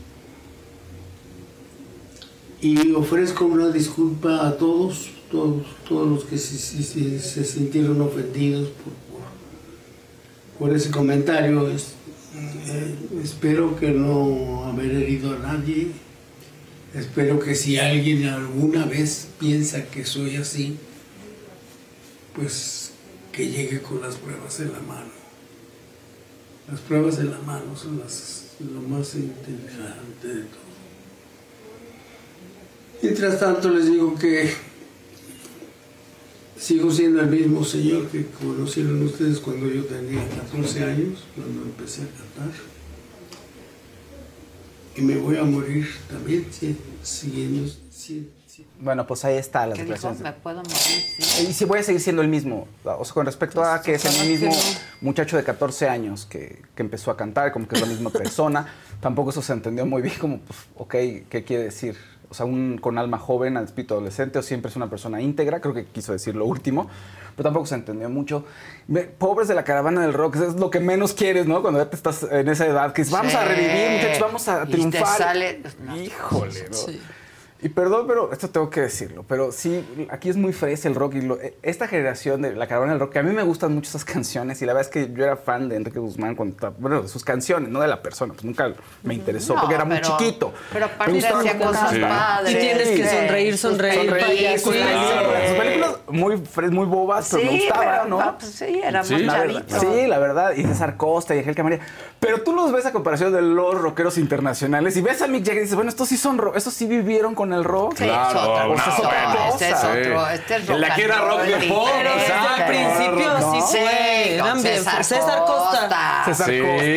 Y ofrezco una disculpa a todos los que se sintieron ofendidos por ese comentario. Espero que no haber herido a nadie. Espero que si alguien alguna vez piensa que soy así, pues que llegue con las pruebas en la mano. Las pruebas en la mano son lo más interesante de todo. Mientras tanto les digo que sigo siendo el mismo señor que conocieron ustedes cuando yo tenía 14 años, cuando empecé a cantar. Y me voy a morir también, siguiendo. Bueno, pues ahí está las ¿Qué dijo? declaraciones. Me puedo morir, sí. Y sí voy a seguir siendo el mismo. O sea, con respecto a que es el mismo muchacho de 14 años que empezó a cantar, como que es la misma persona, tampoco eso se entendió muy bien, como, pues, ok, ¿qué quiere decir? O sea, con alma joven, al espíritu adolescente, o siempre es una persona íntegra, creo que quiso decir lo último, pero tampoco se entendió mucho. Pobres de la caravana del rock, es lo que menos quieres, ¿no? Cuando ya te estás en esa edad, que es, vamos a revivir, muchachos, vamos a triunfar. Y te sale... Híjole, ¿no? Sí. Y perdón, pero esto tengo que decirlo, pero sí, aquí es muy fresa el rock y esta generación de la caravana del rock, que a mí me gustan mucho esas canciones y la verdad es que yo era fan de Enrique Guzmán bueno, de sus canciones, no de la persona, pues nunca me interesó porque era muy chiquito. Pero aparte hacía cosas padres. Y tienes que sonreír. Sus películas muy bobas, pero me gustaban, ¿no? Pues sí, era más chavito. Sí, la verdad, y César Costa y Angélica María. Pero tú los ves a comparación de los rockeros internacionales y ves a Mick Jagger y dices, bueno, estos sí vivieron con el rock. Sí, claro, es otro. Este es rock. La que era rock de pop. Pero al principio sí fue. Eran bien. César Costa. César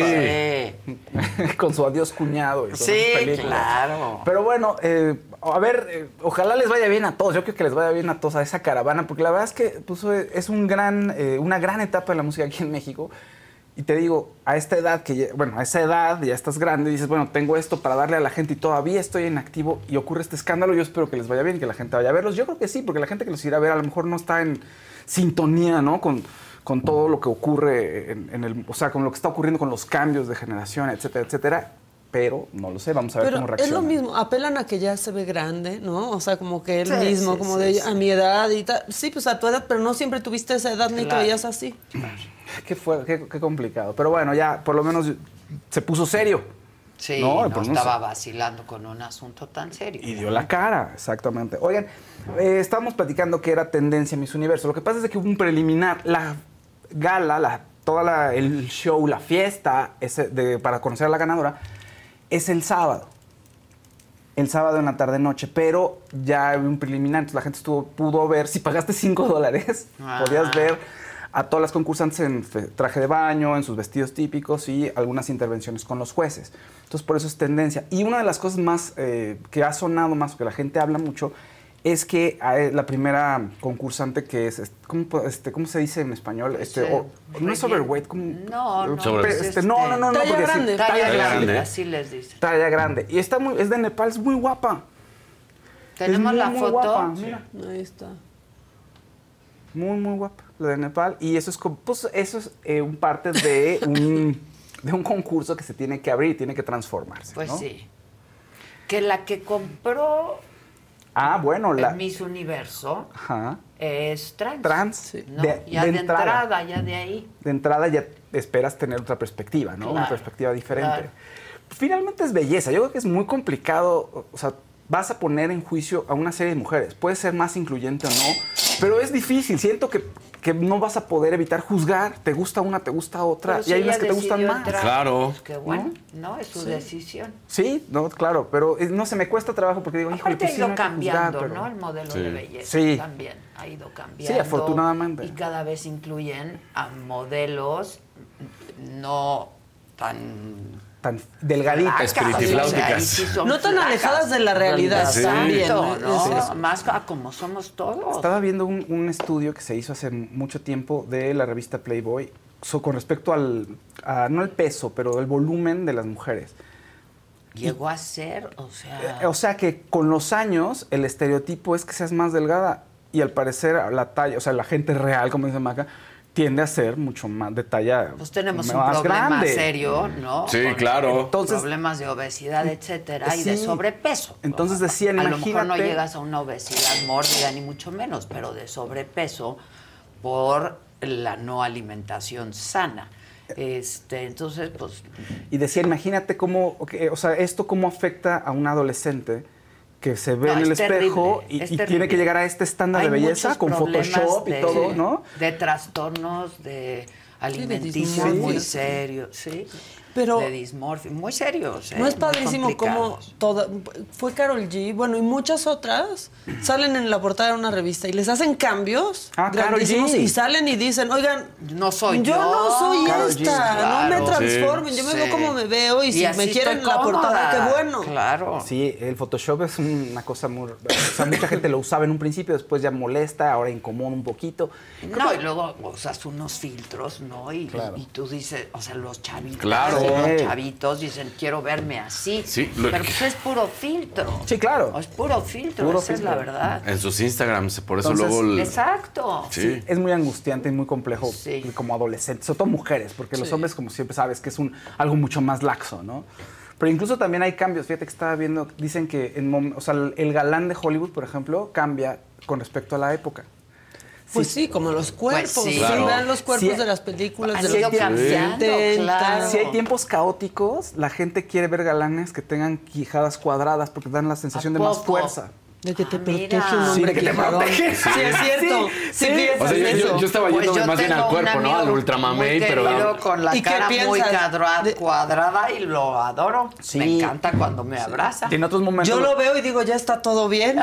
Costa. Con su adiós cuñado. Y sí, claro. Pero bueno, a ver, ojalá les vaya bien a todos. Yo creo que les vaya bien a todos a esa caravana, porque la verdad es que pues, es una gran etapa de la música aquí en México. Y te digo, a esta edad, a esa edad ya estás grande y dices, bueno, tengo esto para darle a la gente y todavía estoy en activo y ocurre este escándalo, yo espero que les vaya bien, que la gente vaya a verlos. Yo creo que sí, porque la gente que los irá a ver a lo mejor no está en sintonía, ¿no? Con todo lo que ocurre o sea, con lo que está ocurriendo con los cambios de generación, etcétera, etcétera. Pero no lo sé, vamos a ver cómo reacciona. Es lo mismo, apelan a que ya se ve grande, ¿no? O sea, como que él mismo, a mi edad y tal. Sí, pues a tu edad, pero no siempre tuviste esa edad ni te veías así. Qué complicado. Pero bueno, ya por lo menos se puso serio. Sí, no estaba vacilando con un asunto tan serio. Y dio la cara, exactamente. Oigan, estábamos platicando que era tendencia Miss Universo. Lo que pasa es que hubo un preliminar, la gala, el show, la fiesta para conocer a la ganadora, es el sábado. El sábado en la tarde-noche, pero ya había un preliminar, entonces la gente pudo ver, si pagaste $5, podías ver a todas las concursantes en traje de baño, en sus vestidos típicos y algunas intervenciones con los jueces. Entonces, por eso es tendencia. Y una de las cosas más que ha sonado más, que la gente habla mucho, es que la primera concursante que es, ¿cómo se dice en español? No es overweight, como... No. Talla grande. Talla grande, así les dicen. Talla grande. Y es de Nepal, es muy guapa. Tenemos la foto. Guapa, mira. Ahí está. Muy, muy guapa, la de Nepal. Y eso es un parte de un concurso que se tiene que abrir y tiene que transformarse. Pues ¿no? sí. Que la que compró Miss Universo es trans. Trans. ¿no? De entrada, ya de ahí. De entrada ya esperas tener otra perspectiva, ¿no? Claro, una perspectiva diferente. Claro. Finalmente es belleza. Yo creo que es muy complicado, o sea, vas a poner en juicio a una serie de mujeres. Puede ser más incluyente o no, pero es difícil. Siento que no vas a poder evitar juzgar. Te gusta una, te gusta otra. Pero y hay unas que te gustan más. Claro. Pues qué bueno, ¿no? Es su decisión. Sí, no, claro. Pero no se me cuesta trabajo porque digo, híjole, pues ha ido sí, cambiando, juzgar, ¿no? El modelo de belleza también ha ido cambiando. Sí, afortunadamente. Y cada vez incluyen a modelos no tan delgaditas, espiritifláuticas. No tan alejadas de la realidad también. ¿no? Más como somos todos. Estaba viendo un estudio que se hizo hace mucho tiempo de la revista Playboy con respecto no el peso, pero el volumen de las mujeres. Llegó a ser, o sea que con los años el estereotipo es que seas más delgada y al parecer la talla, o sea, la gente real, como dice Maca, tiende a ser mucho más de talla. Pues tenemos un más problema grande. serio, ¿no? Sí, con claro. Entonces, problemas de obesidad, etcétera, y de sobrepeso. Entonces decían, a imagínate. lo mejor no llegas a una obesidad mórbida ni mucho menos, pero de sobrepeso por la no alimentación sana. Entonces, pues. Y decía, imagínate cómo, o sea, esto cómo afecta a un adolescente que se ve en el espejo y tiene que llegar a este estándar de belleza con Photoshop y todo, ¿no? De trastornos de alimenticio muy serios, ¿sí? Pero de dismorfia, muy serios. ¿no es muy padrísimo cómo complicados. fue Karol G, bueno, y muchas otras salen en la portada de una revista y les hacen cambios grandísimos y salen y dicen, oigan, no soy yo. No soy Karol esta, G, claro. no me transformen, yo me veo como me veo y si así me quieren en estoy la portada, cómoda. qué bueno. Claro. Sí, el Photoshop es una cosa muy... O sea, mucha gente lo usaba en un principio, después ya molesta, ahora incomoda un poquito. No, y luego usas unos filtros, ¿no? Y tú dices, o sea, los chavitos, Claro. los chavitos dicen, quiero verme así. Sí, pero pues es puro filtro. Sí, claro. Es puro filtro, esa es la verdad. En sus Instagrams, por eso Entonces, luego... Exacto. Sí. Es muy angustiante y muy complejo como adolescentes, sobre todo mujeres, porque los hombres, como siempre sabes, que es algo mucho más laxo, ¿no? Pero incluso también hay cambios. Fíjate que estaba viendo, dicen que o sea, el galán de Hollywood, por ejemplo, cambia con respecto a la época. Pues sí, como los cuerpos. Pues sí. Claro. Vean los cuerpos Sí. de las películas Han de los ido cambiando, 70. claro. Si hay tiempos caóticos, la gente quiere ver galanes que tengan quijadas cuadradas porque dan la sensación de más poco? fuerza. De que te mira. protege un Sí, hombre de que te quijadón. protege. Sí, es cierto. Sí, piensas O sea, eso. yo estaba Pues yéndome yo más bien al tengo un cuerpo, ¿no? Al amigo ultramamey, muy pero... querido con la ¿Y qué cara muy piensas? cuadrada y lo adoro. Sí. Me encanta cuando me abraza. Y en otros momentos... Yo lo veo y digo, ya está todo bien.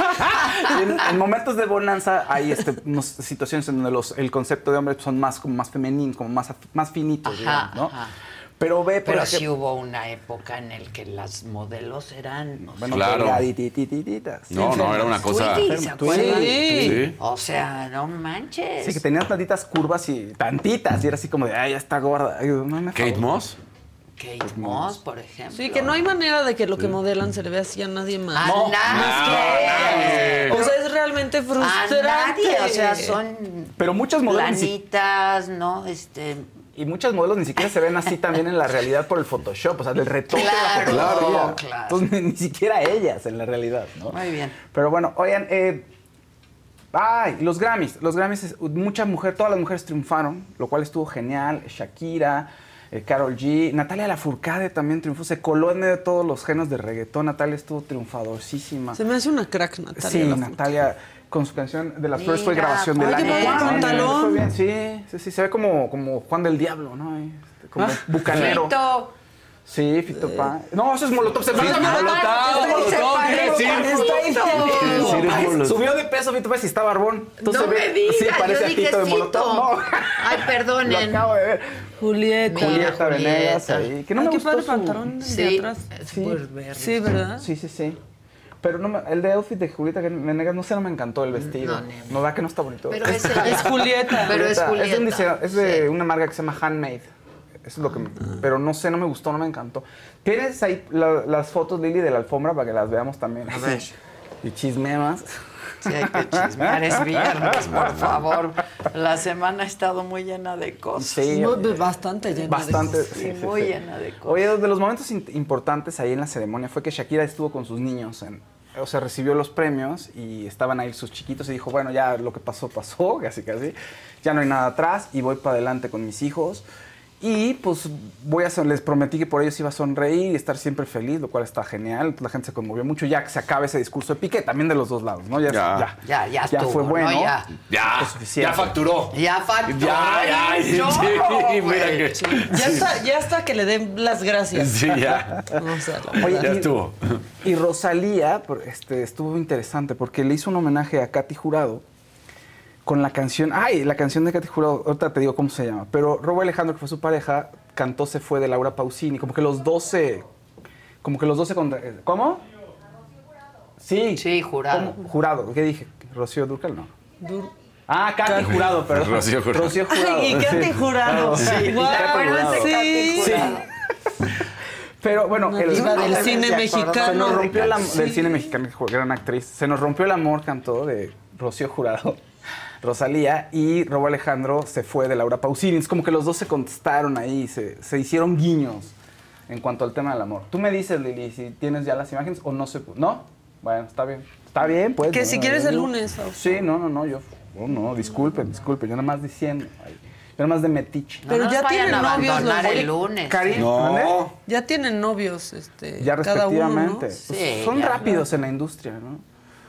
en momentos de bonanza hay situaciones en donde el concepto de hombre son más como más femeninos, como más finitos, digamos, ¿no? Ajá. Pero ve, por Pero ejemplo... sí hubo una época en la que las modelos eran... Bueno, Claro. titititas. No, era una cosa... Tweety, ¿se acuerdan? Sí. O sea, no manches. Sí, que tenían tantitas curvas y tantitas, y era así como de, ay, ya está gorda. Ay, no me Kate favor. Moss. Kate Moss, por ejemplo. Sí, que no hay manera de que lo que modelan se le vea así a nadie más. A nadie. O sea, es realmente A frustrante. nadie. O sea, son Pero muchos modelos... planitas, ¿no? Y muchos modelos ni siquiera se ven así también en la realidad por el Photoshop, o sea, del retoque de la Claro, fotografía. claro. Entonces, ni siquiera ellas en la realidad, ¿no? Muy bien. Pero bueno, oigan, los Grammys. Los Grammys, todas las mujeres triunfaron, lo cual estuvo genial. Shakira, Karol G, Natalia Lafourcade también triunfó, se coló en medio de todos los géneros de reggaetón. Natalia estuvo triunfadorcísima. Se me hace una crack, Natalia. Sí, Lafourcade. Natalia con su canción de las flores fue Mira, grabación del ay, año. qué padre Wow, pantalón. fue bien. Sí, se ve como Juan del Diablo, ¿no? Como bucanero. Fito. Sí, Fito Páez. No, eso es Molotov. Se Molotov, Molotov. Subió de peso Fito Páez y está barbón. Entonces, No me digas, sí, parece yo a dije Tito de Fito. Molotov. No. Ay, perdonen. Lo acabo de ver. Julieta. Julieta Venegas ahí. Que no me Ay, qué gustó padre su... pantalón de Sí, atrás. súper verde. Sí, ¿verdad? Sí. Pero no el de outfit de Julieta Venegas, no sé, no me encantó el vestido. No, da que no está bonito. Pero es Julieta. Pero es Julieta. Es de, un diseño, es de una marca que se llama Handmade. Eso es lo que pero no sé, no me gustó, no me encantó. ¿Tienes ahí las fotos, Lili, de la alfombra para que las veamos también? A ver. Y chismemas. Sí, hay que chismear, es viernes, por favor. La semana ha estado muy llena de cosas. Sí. Bastante llena Bastante, de cosas. Sí, muy llena de cosas. Oye, de los momentos importantes ahí en la ceremonia fue que Shakira estuvo con sus niños. O sea, recibió los premios y estaban ahí sus chiquitos y dijo, bueno, ya lo que pasó, casi. Ya no hay nada atrás y voy para adelante con mis hijos. Y pues les prometí que por ellos iba a sonreír y estar siempre feliz, lo cual está genial. La gente se conmovió mucho, ya que se acabe ese discurso de Piqué, también de los dos lados, ¿no? Ya estuvo, fue bueno. ¿no? Ya facturó. Ya facturó. Ya, sí, mira que... Ya está que le den las gracias. Sí, ya. O sea, Oye, Ya estuvo. Y Rosalía estuvo interesante porque le hizo un homenaje a Katy Jurado con la canción, la canción de Katy Jurado, ahorita te digo cómo se llama, pero Robo Alejandro, que fue su pareja, cantó Se fue de Laura Pausini, como que los dos se ¿cómo? Sí, Jurado. Jurado, ¿qué dije? ¿Rocío Dúrcal? No. Katy Jurado, perdón. Rocío Jurado. Rocío Jurado. Ay, y Katy Jurado. Sí, Guau, Katy Jurado. sí. Sí. Pero bueno, Una diva del cine mexicano. Se nos rompió del cine mexicano, gran actriz. Se nos rompió el amor, cantó de Rocío Jurado, Rosalía, y Robo Alejandro Se fue de Laura Pausini. Es como que los dos se contestaron ahí, se hicieron guiños en cuanto al tema del amor. Tú me dices, Lili, si tienes ya las imágenes o no se... ¿No? Bueno, está bien. Está bien, pues. Que si quieres el lunes. Sí, no, disculpen, yo nada más diciendo. Yo nada más de metiche. Pero ya tienen novios los el lunes. Cari, No. Ya tienen novios, ya cada uno, ¿no? respectivamente. Pues Sí, son ya, rápidos en la industria, ¿no?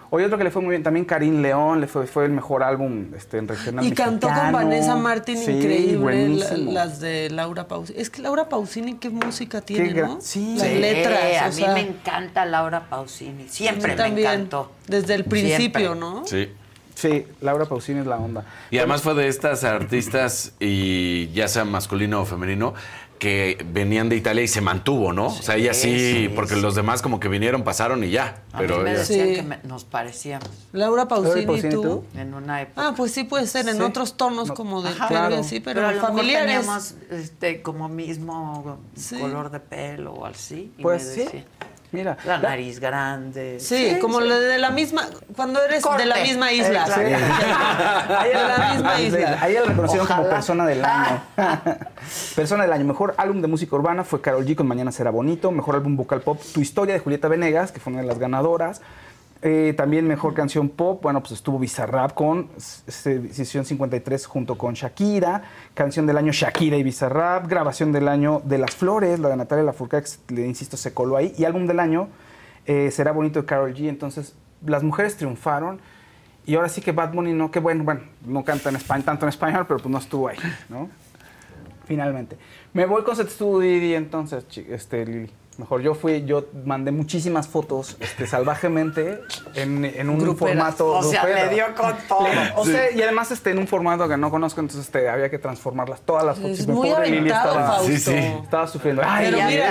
Oye, otro que le fue muy bien, también Karim León, fue el mejor álbum en regional Y mexicano. cantó con Vanessa Martín, Sí, increíble, buenísimo. las de Laura Pausini. Es que Laura Pausini, qué música tiene, ¿no? Sí. Las letras. A o mí sea, me encanta Laura Pausini, siempre a mí me también, encantó. Desde el principio, Siempre. ¿no? Sí. Sí, Laura Pausini es la onda. Y además fue de estas artistas, y ya sea masculino o femenino, que venían de Italia y se mantuvo, ¿no? O sea, ella sí, porque los demás como que vinieron, pasaron y ya. A Pero mí me ella... decían que nos parecíamos. Laura Pausini, ¿y tú? En una época. Ah, pues sí puede ser, en otros tonos como de Ajá. pelo, sí, pero a lo mejor familiares. teníamos como mismo color de pelo o así. Y Pues me sí. decían, Mira. la nariz grande. Sí, como de la misma, cuando eres Corte. de la misma isla. Exacto. De la misma isla. Ahí la reconocieron como Ojalá. persona del año. Persona del año. Mejor álbum de música urbana fue Karol G con Mañana Será Bonito. Mejor álbum vocal pop, Tu Historia de Julieta Venegas, que fue una de las ganadoras. También mejor canción pop, bueno, pues estuvo Bizarrap con sesión 53 junto con Shakira. Canción del año Shakira y Bizarrap. Grabación del año de Las Flores, la de Natalia Lafourcade, que le insisto, se coló ahí. Y álbum del año Será Bonito de Karol G. Entonces, las mujeres triunfaron. Y ahora sí que Bad Bunny no, que bueno, no canta tanto en español, pero pues no estuvo ahí, ¿no? Finalmente. Me voy con Set Studio Didi entonces, Lili. Mejor yo mandé muchísimas fotos salvajemente en un Gruperas. formato. O sea, grupero. le dio con todo. O sea, y además en un formato que no conozco, entonces había que transformarlas todas las fotos. Es Mi muy pobre Lili aventado, estaba, Fausto. estaba sufriendo. Pero mira,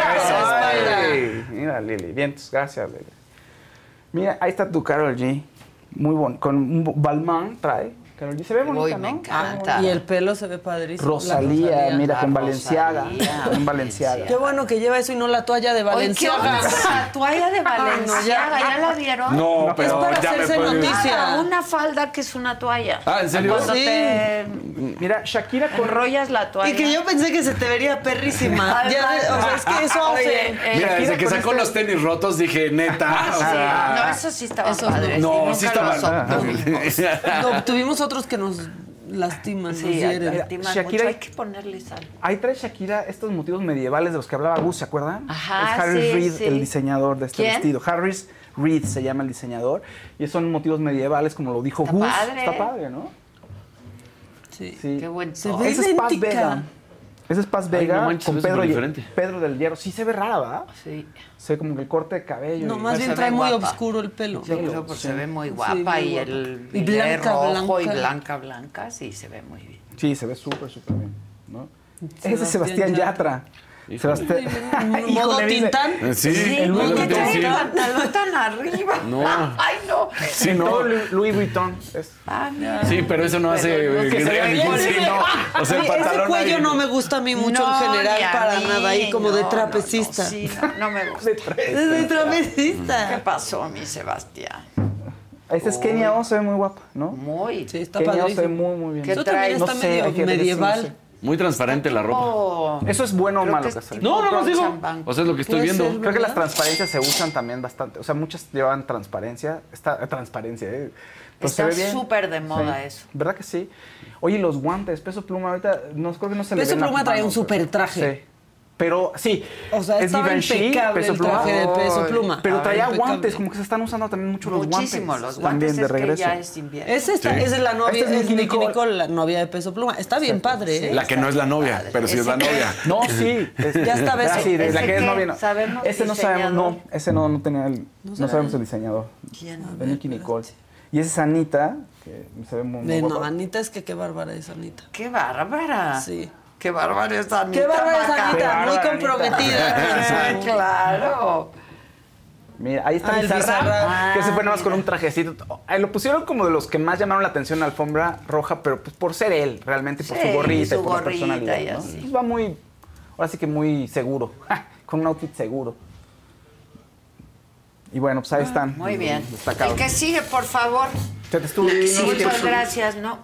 Mira, Lili, vientos, gracias, Lili. Mira, ahí está tu Karol G. Muy bueno, con un Balmain trae. Karol G se ve bonita, Uy, ¿no? me encanta. Y el pelo se ve padrísimo. Rosalía, mira, La con Balenciaga. Rosalía. Con Balenciaga. Qué bueno que lleva eso y no la toalla de Oye, ¿qué Valenciaga. onda con la toalla de Valenciaga? ya. ¿Ya la vieron? No, pero es para ya me hacerse puedo- noticia. Una falda que es una toalla. Ah, ¿en serio? Cuando Sí. te Mira, Shakira con enrollas la toalla. Y que yo pensé que se te vería perrísima. Ay, O sea, es que eso hace. Mira, desde Shakira que con sacó los tenis rotos dije, neta, o Sí, sea... no, eso sí estaba Esos padre. No, nunca sí estaba... los No, tuvimos otros que nos lastiman, nos Sí, hieren. lastiman Shakira- mucho. Hay que ponerle sal. Ahí trae Shakira estos motivos medievales de los que hablaba Gus, ¿se acuerdan? Ajá, es Harris sí, Reid, sí. el diseñador de este ¿Quién? vestido. Harris Reid se llama el diseñador. Y son motivos medievales, como lo dijo Está Gus. padre. Está padre, ¿no? Sí. Sí. Qué buen Se toque. ve Ese es Paz idéntica. Vega. Ese es Paz Vega no manches, con se ve Pedro, súper diferente. Pedro del Hierro. Sí se ve rara, ¿verdad? Sí. Se ve como que el corte de cabello. No, y- más Se bien ve trae muy guapa. oscuro el pelo. Sí, pero pues se ve muy Sí, guapa muy y guapa. el Y bilé blanca, rojo y blanca. blanca, sí se ve muy bien. Sí, se ve súper bien, ¿no? Ese es Sebastián Sebastián Yatra. Sebastián... ¿Modo Híjole, dice- Tintán? Sí, el ¿por mundo qué que trae sí. el pantalón tan arriba? No. Ay, no. Sí, no. Todo Louis Vuitton. Es... Ah, mira. Sí, pero eso no hace... que se vea bien, sí, sí. no. O sea, el Ese pantalón cuello ahí- no me gusta a mí mucho No, en general ni a para mí, nada, ahí como de no, trapecista. No, sí, no me gusta. Es de trapecista. ¿Qué pasó, mi Sebastián? Esta es Kenia O, se ve muy guapa, ¿no? Muy. Sí, está Kenia O se ve padrísimo. muy bien. ¿Qué Eso también trae? está No sé, medio hay que ver, medieval. sí, no sé. Muy transparente la ropa. Oh, ¿Eso es bueno o creo malo, que es Casal? tipo No, no, Bronx digo. and Bank. O sea, es lo que estoy Puede viendo. ser. Creo que las ¿Verdad? transparencias se usan también bastante. O sea, muchas llevan transparencia. Transparencia, ¿eh? Pues Está se ve bien. súper de moda Sí. eso. ¿Verdad que sí? Oye, los guantes, Peso Pluma, ahorita creo que no se le Peso ven las Pluma trae manos, un pero- super traje. Sí. Pero sí, O sea, es estaba Givenchy, impecable Peso el Pluma. traje de Peso Ay, Pluma. Pero traía Impecable. guantes, como que se están usando también mucho los guantes. Muchísimo, los también guantes de es que regreso. ya es invierno. Esa Sí. es la novia, Esta es es Nicki Nicki Nicole. Nicole, la novia de Peso Pluma. Está bien padre, ¿eh? La que no es la novia, pero sí es la novia. No, sí. Ya está, beso. Sí, de la ¿Ese que es qué? novia. No. ¿Sabemos Ese no sabemos, diseñador? no. Ese no tenía el... No sabemos el diseñador. ¿Quién? De Nicki Nicole. Y esa es Anita, que se ve muy No, guapa. Anita, es que qué bárbara es Anita. ¡Qué bárbara! Sí. ¡Qué bárbara es Anita! Qué bárbara es Maca. Anita, Qué muy bárbara, comprometida. Sí, claro. Mira, ahí está Ah, el Bizarrap, Bizarrap. que se fue nada más con un trajecito. Lo pusieron como de los que más llamaron la atención en la alfombra roja, pero pues por ser él, realmente, por Sí, su gorrita su y por la gorrita personalidad, y ¿no? así. Pues va muy, ahora sí que muy seguro, con un outfit seguro. Y bueno, pues ahí están. Muy bien. Destacados. El que sigue, por favor. Se te estuvo bien, ¿no? Muchas gracias, ¿no?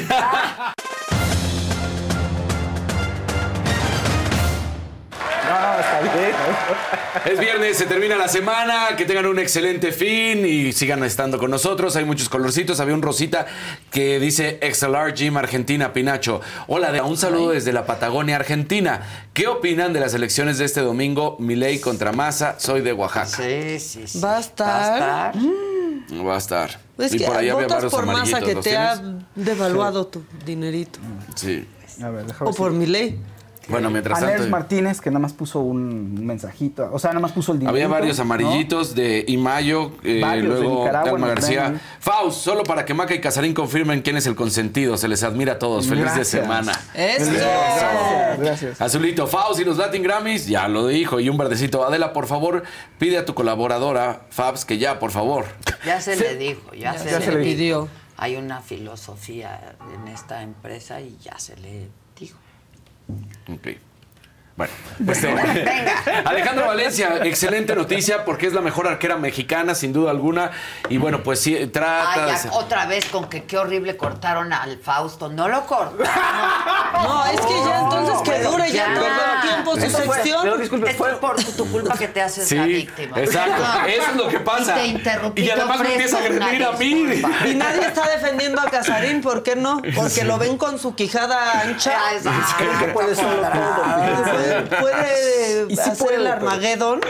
No, está bien. Es viernes, se termina la semana, que tengan un excelente fin y sigan estando con nosotros. Hay muchos colorcitos, había un rosita que dice Extra Large Gym Argentina Pinacho. Hola, un saludo desde la Patagonia, Argentina. ¿Qué opinan de las elecciones de este domingo? Milei contra Massa, soy de Oaxaca. Sí, sí, sí. Va a estar. Va a estar. Es Y que por ahí había votas varios por Massa amarillitos. que ¿Los te tienes? ha devaluado tu dinerito. Sí. A ver, déjame O por Milei. Bueno, mientras Alex tanto... Martínez, que nada más puso un mensajito. O sea, nada más puso el dinero. Había varios amarillitos de Imayo, Varios, de luego Nicaragua, Alma nos García. traen. Faust, solo para que Maca y Casarín confirmen quién es el consentido. Se les admira a todos. Feliz Gracias. de semana. ¡Eso! Gracias. Azulito, Faust y los Latin Grammys, ya lo dijo. Y un verdecito. Adela, por favor, pide a tu colaboradora, Fabs, que ya, por favor. Ya se le dijo, ya se le le pidió. Hay una filosofía en esta empresa y ya se le dijo. Ok. Bueno, Alejandra Valencia, excelente noticia porque es la mejor arquera mexicana, sin duda alguna. Y bueno, pues sí, trata de ser- Otra vez con que qué horrible cortaron al Fausto. No lo cortaron. No, es que ya entonces que dure ya todo el tiempo su sección. Pero disculpe, Esto es por tu culpa que te haces Sí, la víctima. exacto. No. Eso es lo que pasa. Y te interrumpí. Y además me te empieza a ofrezco agredir una a mí. disculpa. Y nadie está defendiendo a Casarín, ¿por qué no? Porque lo ven con su quijada ancha. Ah, que puede solo todo. Puede Y sí hacer puede, el pero- Armagedón.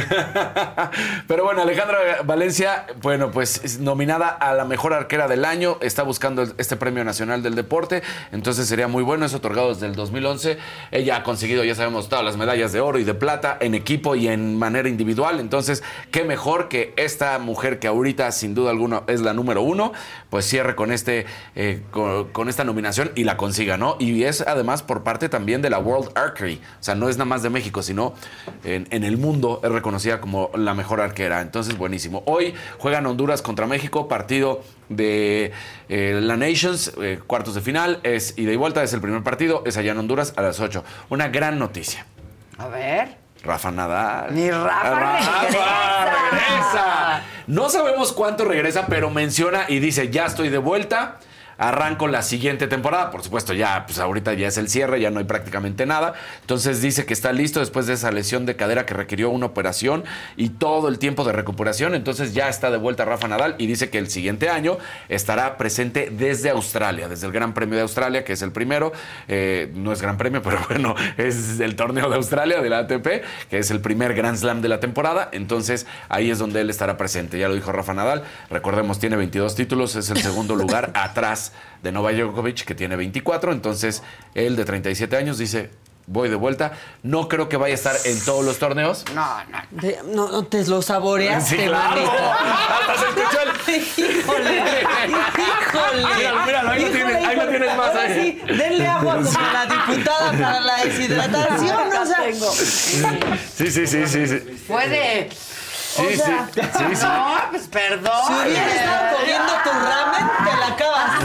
Pero bueno, Alejandra Valencia, bueno, pues es nominada a la mejor arquera del año, está buscando este premio nacional del deporte, entonces sería muy bueno, es otorgado desde el 2011. Ella ha conseguido, ya sabemos, todas las medallas de oro y de plata en equipo y en manera individual, entonces qué mejor que esta mujer que ahorita sin duda alguna es la número 1, pues cierre con con esta nominación y la consiga, ¿no? Y es además por parte también de la World Archery, o sea, no es nada más de México, sino en el mundo es reconocida como la mejor arquera. Entonces, buenísimo. Hoy juegan Honduras contra México, partido de la Nations, cuartos de final, es ida y vuelta, es el primer partido, es allá en Honduras a las 8. Una gran noticia. A ver. Rafa Nadal. Ni Rafa regresa. No sabemos cuánto regresa, pero menciona y dice, ya estoy de vuelta. Arranco la siguiente temporada, por supuesto, ya, pues ahorita ya es el cierre, ya no hay prácticamente nada. Entonces dice que está listo después de esa lesión de cadera que requirió una operación y todo el tiempo de recuperación. Entonces ya está de vuelta Rafa Nadal y dice que el siguiente año estará presente desde Australia, desde el Gran Premio de Australia, que es el primero. No es Gran Premio, pero bueno, es el torneo de Australia, de la ATP, que es el primer Grand Slam de la temporada. Entonces ahí es donde él estará presente. Ya lo dijo Rafa Nadal. Recordemos, tiene 22 títulos, es el segundo lugar atrás de Novak Djokovic, que tiene 24. Entonces él de 37 años dice, voy de vuelta. No creo que vaya a estar en todos los torneos. No, te lo saboreaste, Sí, claro. manito. Hasta se escuchó el... Híjole. Míralo, ahí lo tienes más. Ahora sí, denle agua como la diputada para la deshidratación. O sea, Sí. Puede. Sí. No, pues perdón. si hubieras estado comiendo tu ramen, te la acabas.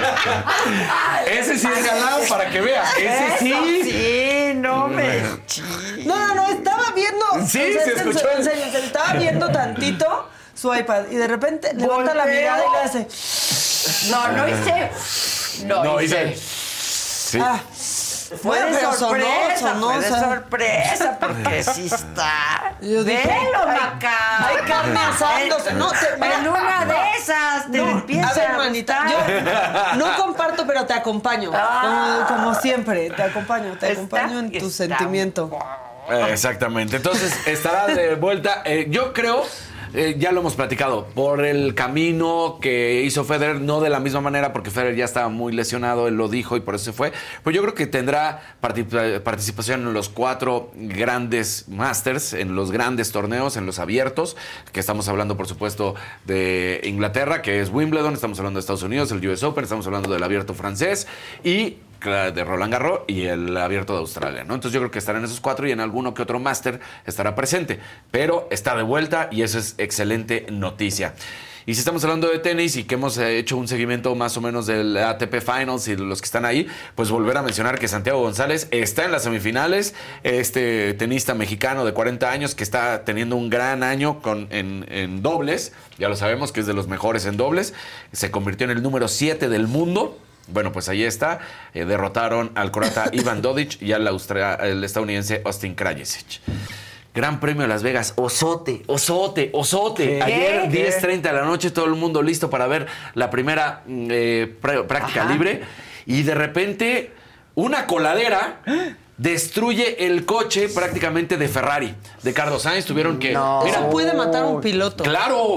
Ese sí es galán, para que veas. Ese sí. Sí, no me... No, estaba viendo. Sí, se escuchó. En serio, se estaba viendo tantito su iPad y de repente levanta la mirada y le hace. No hice... No hice. Sí. Fue de Pero sorpresa, sonó, fue de o sea. sorpresa, porque sí está. Yo dije, Velo, hay- Maca. hay carne asándose. No, en una de esas te empieza a ver, manita, gustar. yo no comparto, pero te acompaño. Como siempre, te acompaño en tu sentimiento. Exactamente. Entonces, estará de vuelta. Yo creo, ya lo hemos platicado, por el camino que hizo Federer, no de la misma manera, porque Federer ya estaba muy lesionado, él lo dijo y por eso se fue. Pero yo creo que tendrá participación en los 4 grandes Masters, en los grandes torneos, en los abiertos, que estamos hablando, por supuesto, de Inglaterra, que es Wimbledon, estamos hablando de Estados Unidos, el US Open, estamos hablando del abierto francés y de Roland Garros y el abierto de Australia, ¿no? Entonces yo creo que estará en esos 4 y en alguno que otro máster estará presente, pero está de vuelta y eso es excelente noticia. Y si estamos hablando de tenis y que hemos hecho un seguimiento más o menos del ATP Finals y de los que están ahí, pues volver a mencionar que Santiago González está en las semifinales, este tenista mexicano de 40 años que está teniendo un gran año en dobles, ya lo sabemos que es de los mejores en dobles, se convirtió en el número 7 del mundo. Bueno, pues ahí está. Derrotaron al croata Ivan Dodig y al estadounidense Austin Krajicic. Gran Premio de Las Vegas. Osote. ¿Qué? Ayer, 10:30 de la noche, todo el mundo listo para ver la primera práctica libre. Y de repente, una coladera destruye el coche prácticamente de Ferrari, de Carlos Sainz. Tuvieron que... Eso puede matar a un piloto. ¡Claro!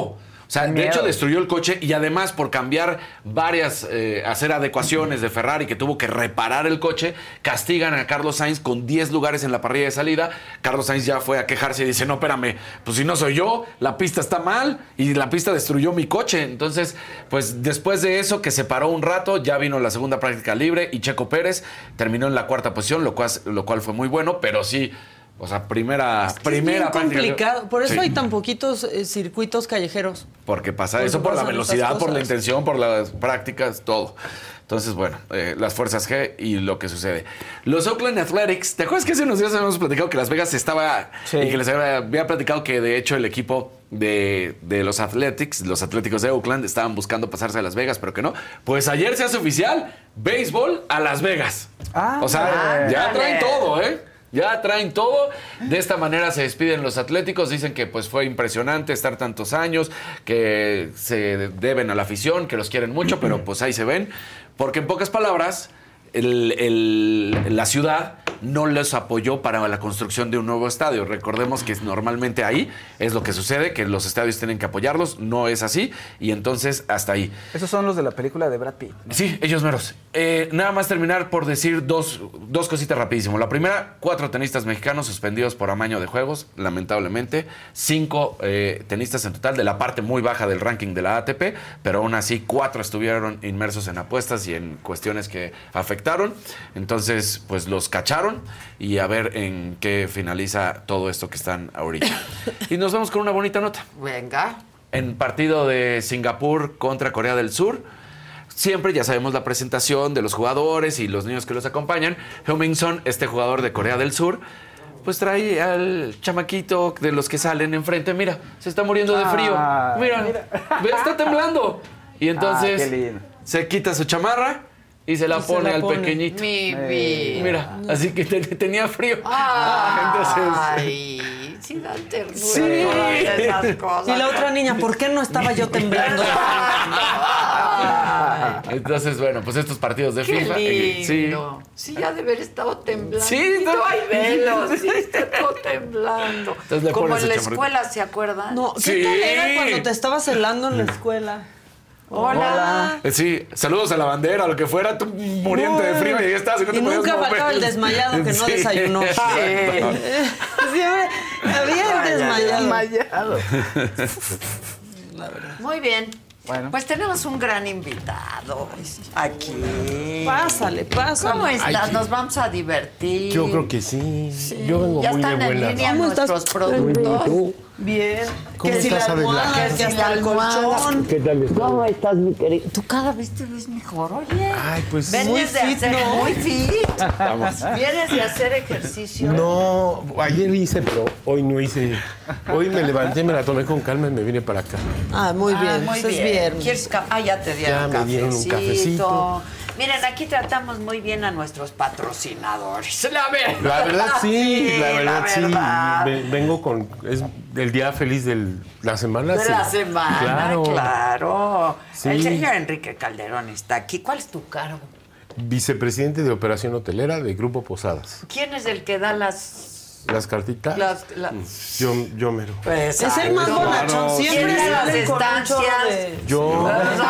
O sea, de Miedo. hecho destruyó el coche y además por cambiar varias, hacer adecuaciones de Ferrari que tuvo que reparar el coche, castigan a Carlos Sainz con 10 lugares en la parrilla de salida. Carlos Sainz ya fue a quejarse y dice, no, espérame, pues si no soy yo, la pista está mal y la pista destruyó mi coche. Entonces, pues después de eso, que se paró un rato, ya vino la segunda práctica libre y Checo Pérez terminó en la cuarta posición, lo cual fue muy bueno, pero sí... O sea, primera Es bien práctica. complicado. Por eso Sí. hay tan poquitos circuitos callejeros. Porque pasa Porque eso por la pasan estas velocidad, por la cosas. intención, por las prácticas, todo. Entonces, bueno, las fuerzas G y lo que sucede. Los Oakland Athletics, ¿te acuerdas que hace unos días habíamos platicado que Las Vegas estaba... Sí. Y que les había platicado que de hecho el equipo de los Athletics, los Atléticos de Oakland, estaban buscando pasarse a Las Vegas, pero que no. Pues ayer se hace oficial, béisbol a Las Vegas. O sea, ya traen todo, ¿eh? Ya traen todo. De esta manera se despiden los Atléticos. Dicen que pues fue impresionante estar tantos años, que se deben a la afición, que los quieren mucho, pero pues ahí se ven. Porque en pocas palabras, la ciudad no les apoyó para la construcción de un nuevo estadio. Recordemos que normalmente ahí es lo que sucede, que los estadios tienen que apoyarlos. No es así. Y entonces hasta ahí. Esos son los de la película de Brad Pitt, ¿no? Sí, ellos meros. Nada más terminar por decir dos cositas rapidísimo. La primera, 4 tenistas mexicanos suspendidos por amaño de juegos, lamentablemente. 5 tenistas en total de la parte muy baja del ranking de la ATP, pero aún así 4 estuvieron inmersos en apuestas y en cuestiones que afectaron. Entonces, pues los cacharon y a ver en qué finaliza todo esto que están ahorita. Y nos vamos con una bonita nota. Venga. En partido de Singapur contra Corea del Sur, siempre ya sabemos la presentación de los jugadores y los niños que los acompañan. Heung-min Son, este jugador de Corea del Sur, pues trae al chamaquito de los que salen enfrente. Mira, se está muriendo de frío. Mira, ve, está temblando. Y entonces qué lindo. se quita su chamarra y se la Y se pone la al pone. pequeñito. Mi vida. Mira, así que tenía frío. Ay, sí dan ternura. Sí. todas esas cosas. Y la otra niña, ¿por qué no estaba yo temblando? Entonces, bueno, pues estos partidos de Qué FIFA. lindo. Sí, ya de haber estado temblando. Sí, no hay velos. sí. Sí, está todo temblando. Entonces le Como pones en la el chamarrito. escuela, ¿se acuerdan? No, ¿qué Sí. tal era cuando te estabas helando en la escuela? Hola. Sí, saludos a la bandera, a lo que fuera, tú muriente de frío y ya estás. Y nunca faltaba el desmayado que no Sí. desayunó. Siempre había el desmayado. Muy bien. Bueno. Pues tenemos un gran invitado aquí. Pásale, pásale. ¿Cómo estás? Ay, Nos vamos a divertir. Yo creo que sí. Yo vengo Ya muy de están en buenas. línea ¿Cómo nuestros estás? productos. ¿Tú? Bien. ¿Cómo que si estás, la Adela? almohada, que si hasta la el almohada. colchón. ¿Qué tal estás? ¿Cómo estás, mi querido? Tú cada vez te ves mejor, oye. Ay, pues Vienes muy de fit, hacer ¿no? muy fit. Vamos. Vienes de hacer ejercicio. No, ayer hice, pero hoy no hice. Hoy me levanté, me la tomé con calma y me vine para acá. Ah, muy bien. Muy Eso es bien. viernes. ¿Quieres ya te dieron Ya me dieron un cafecito. Miren, aquí tratamos muy bien a nuestros patrocinadores. La verdad. La verdad sí, la verdad sí. verdad. Vengo con. Es el día feliz de la semana. De sí. la semana, claro. Sí. El señor Enrique Calderón está aquí. ¿Cuál es tu cargo? Vicepresidente de Operación Hotelera de Grupo Posadas. ¿Quién es el que da las cartitas. Yo mero. Es el más bonachón. Siempre ¿Quién da sale las con un chorro estancias? de... Yo.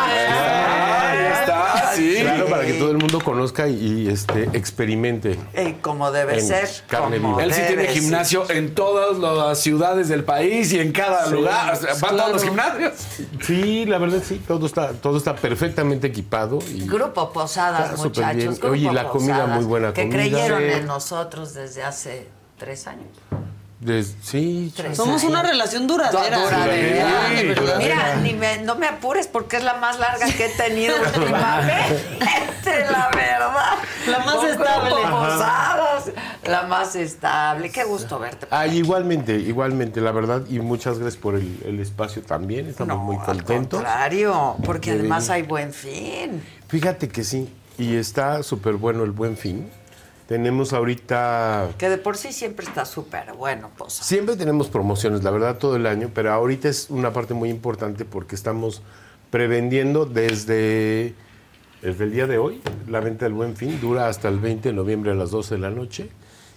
Ahí está, sí. Claro, para que todo el mundo conozca y experimente. Como debe En ser. carne como viva. Él sí debe tiene ser. gimnasio en todas las ciudades del país y en cada lugar. O sea, va a todos los gimnasios. Sí, la verdad sí, todo está perfectamente equipado. Y Grupo Posadas, Está súper muchachos. bien. Grupo Oye, la comida, Posadas, muy buena que comida. creyeron Sí. en nosotros desde hace 3 años. Sí. Somos una relación duradera. Duradera. Sí, Mira, no me apures porque es la más larga que he tenido últimamente, la verdad. La más Con estable. Grupo Ajá. Posadas, la más estable. Qué gusto verte. Igualmente, la verdad, y muchas gracias por el espacio también, estamos muy contentos. Al contrario, porque De además venir. hay buen fin. Fíjate que sí, y está súper bueno el Buen Fin. Tenemos ahorita... Que de por sí siempre está súper bueno, Posadas. Siempre tenemos promociones, la verdad, todo el año, pero ahorita es una parte muy importante porque estamos prevendiendo desde el día de hoy. La venta del Buen Fin dura hasta el 20 de noviembre a las 12 de la noche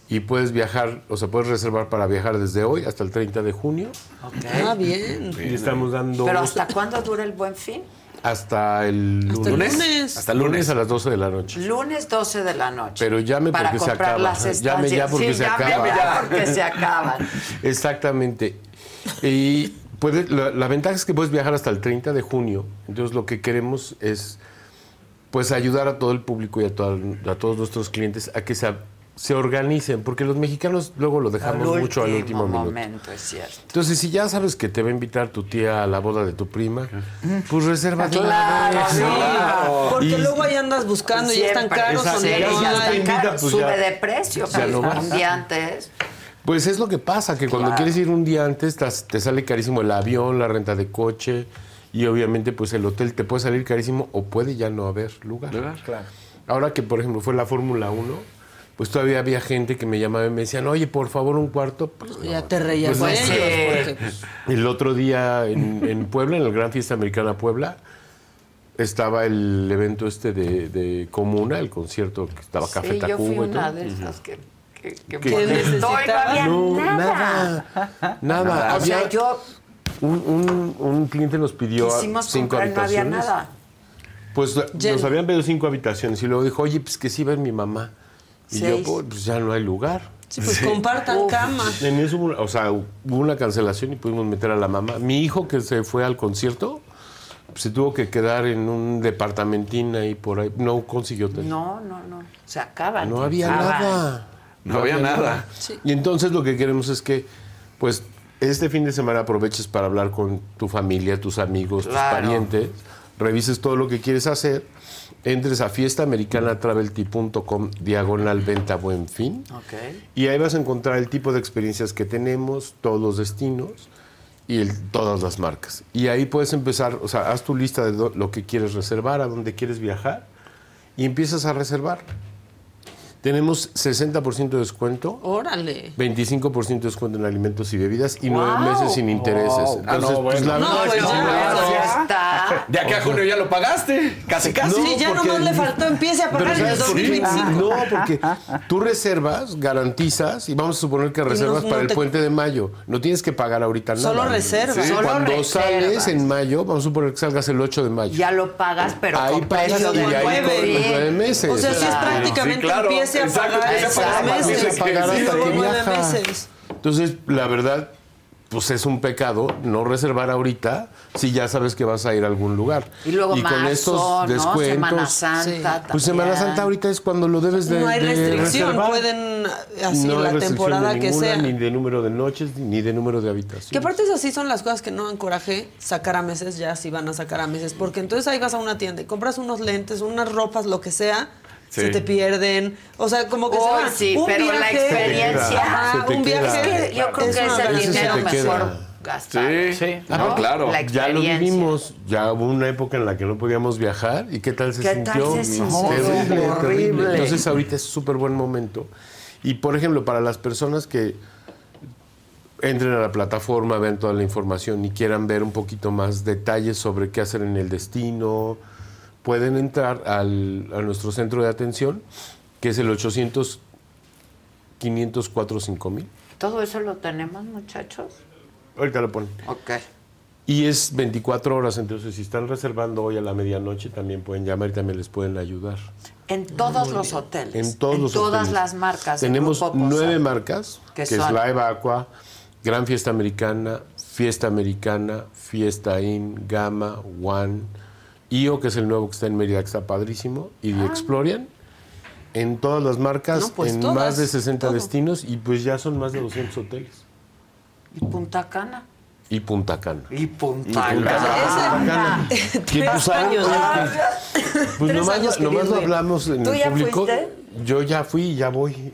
y puedes viajar, o sea, puedes reservar para viajar desde hoy hasta el 30 de junio. Okay. Ah, bien. Y estamos dando... ¿Pero hasta cuándo dura el Buen Fin? Hasta el lunes. Hasta el lunes a las 12 de la noche. Lunes 12 de la noche. Pero llame para porque se comprar acaba. Las estancias. Llame ya porque sí, se acaba. Llame ya porque se acaban. Exactamente. Y la ventaja es que puedes viajar hasta el 30 de junio. Entonces lo que queremos es pues ayudar a todo el público y a todos nuestros clientes a que se organicen, porque los mexicanos luego lo dejamos mucho al último momento, es cierto. Entonces, si ya sabes que te va a invitar tu tía a la boda de tu prima, pues reserva. Claro, porque luego ahí andas buscando y están caros o no. Sube de precio, pero un día antes. Pues es lo que pasa, que cuando quieres ir un día antes te sale carísimo el avión, la renta de coche y obviamente pues el hotel te puede salir carísimo o puede ya no haber lugar. Claro. Ahora que, por ejemplo, fue la Fórmula 1, pues todavía había gente que me llamaba y me decían, oye, por favor, un cuarto. Pues, ya te reías de ellos. El otro día en Puebla, en el Gran Fiesta Americana Puebla, estaba el evento de Comuna, el concierto que estaba Café Tacuba. Yo fui una de esas que necesitaba. No, nada. O sea, yo... Un cliente nos pidió 5 habitaciones. No había nada. Pues nos habían pedido 5 habitaciones y luego dijo, oye, pues que sí va mi mamá. Y yo, pues ya no hay lugar. Sí, pues compartan cama. En eso hubo una cancelación y pudimos meter a la mamá. Mi hijo que se fue al concierto, se tuvo que quedar en un departamentín ahí por ahí. No consiguió tener. No. Se acaban. No había nada. No había nada. Sí. Y entonces lo que queremos es que, pues, este fin de semana aproveches para hablar con tu familia, tus amigos, tus parientes, revises todo lo que quieres hacer, entres a fiestaamericanatravelt.com/venta Buen Fin. Y ahí vas a encontrar el tipo de experiencias que tenemos, todos los destinos y todas las marcas. Y ahí puedes empezar, o sea, haz tu lista de lo que quieres reservar, a dónde quieres viajar y empiezas a reservar. Tenemos 60% de descuento. ¡Órale! 25% de descuento en alimentos y bebidas y 9 meses sin intereses. Entonces, pues la verdad es que ya está. De acá a junio ya lo pagaste. Casi. Sí, ya nomás le faltó, empiece a pagar en el 2025. No, porque tú reservas, garantizas y vamos a suponer que reservas para el puente de mayo. No tienes que pagar ahorita nada. Solo reservas. Cuando sales en mayo, vamos a suponer que salgas el 8 de mayo. Ya lo pagas, pero ahí con precio de 9 meses. O sea, si es prácticamente empiece a pagar hasta que viaja. Entonces, la verdad, pues es un pecado no reservar ahorita si ya sabes que vas a ir a algún lugar. Y luego con estos descuentos, Semana Santa. Pues Semana Santa ahorita es cuando lo debes de No hay restricción, reservar. pueden así no la temporada que sea. Ni de número de noches, ni de número de habitaciones. Que aparte así son las cosas que no dan coraje sacar a meses, ya si van a sacar a meses. Porque entonces ahí vas a una tienda y compras unos lentes, unas ropas, lo que sea. Se te pierden, o sea, como que se va. Sí, pero la experiencia, un viaje. Es que yo creo que es el dinero mejor gastar. Sí, ¿no? claro. Ya lo vivimos, ya hubo una época en la que no podíamos viajar y ¿qué tal se sintió? Terrible. Entonces ahorita es súper buen momento. Y por ejemplo, para las personas que entren a la plataforma, vean toda la información y quieran ver un poquito más detalles sobre qué hacer en el destino, pueden entrar a nuestro centro de atención, que es el 800-504-5000. ¿Todo eso lo tenemos, muchachos? Ahorita lo ponen. Ok. Y es 24 horas, entonces si están reservando hoy a la medianoche, también pueden llamar y también les pueden ayudar. En todos los hoteles. En todos todas hoteles. Las marcas. Tenemos 9 marcas, que es Live Aqua, Gran Fiesta Americana, Fiesta Inn, Gamma, One, IO, que es el nuevo que está en Mérida, que está padrísimo, y The Explorian, en todas las marcas, en todas, más de 60 destinos, y pues ya son más de 200 hoteles. ¿Y Punta Cana? Y Punta Cana. Y Punta Cana. 3 años. Pues nomás lo hablamos en el público. ¿Fuiste? Yo ya fui y ya voy.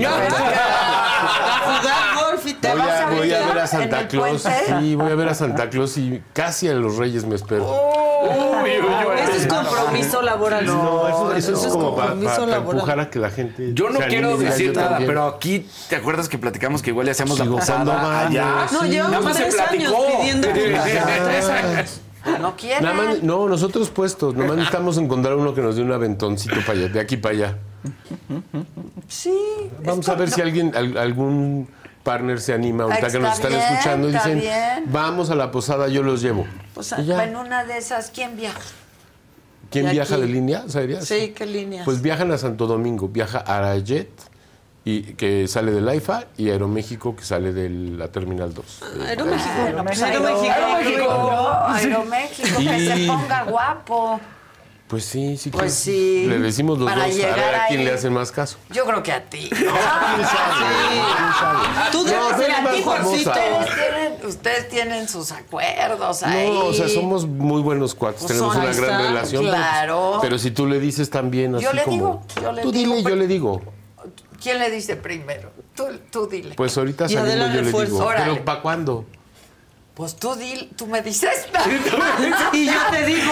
A jugar golf y te vas a voy a ver a Santa Claus. Sí, voy a ver a Santa Claus y casi a los Reyes me espero. Eso es compromiso laboral. No, eso es como para empujar a que la gente. Yo no quiero decir nada, también. pero aquí, ¿te acuerdas que platicamos que igual le hacíamos la posada allá? No, llevamos 3 años pidiendo 3 años. Pues no quieren. Nada más, no, nosotros puestos. Nomás necesitamos encontrar uno que nos dé un aventoncito para allá, de aquí para allá. Sí. Vamos a ver si algún partner se anima ahorita que nos están bien, escuchando y está dicen, bien. vamos a la posada, yo los llevo. Pues Y ya. en una de esas, ¿quién viaja? ¿Quién de viaja aquí. de línea? ¿Sabrías? Sí, ¿qué líneas? Pues viajan a Santo Domingo, viaja Arajet, y que sale del AIFA, y Aeroméxico, que sale de la Terminal 2. Aeroméxico. Aeroméxico, que se ponga guapo. Pues sí, sí. Pues sí. Le decimos los Para dos, a llegar ver a quién ahí. le hace más caso. Yo creo que a ti. Tú debes ser a ti, Juancito. Ustedes tienen sus acuerdos ahí. No, o sea, somos muy buenos cuates, Pues tenemos ahí una gran está, relación. claro. Pero si tú le dices también así Yo le como... digo, yo le tú digo, dile, yo le digo. ¿Quién le dice primero? Tú dile. Pues ahorita Y saliendo Adela yo le refuerzo. digo. Órale. ¿Pero para cuándo? Pues tú me dices. Y yo te digo.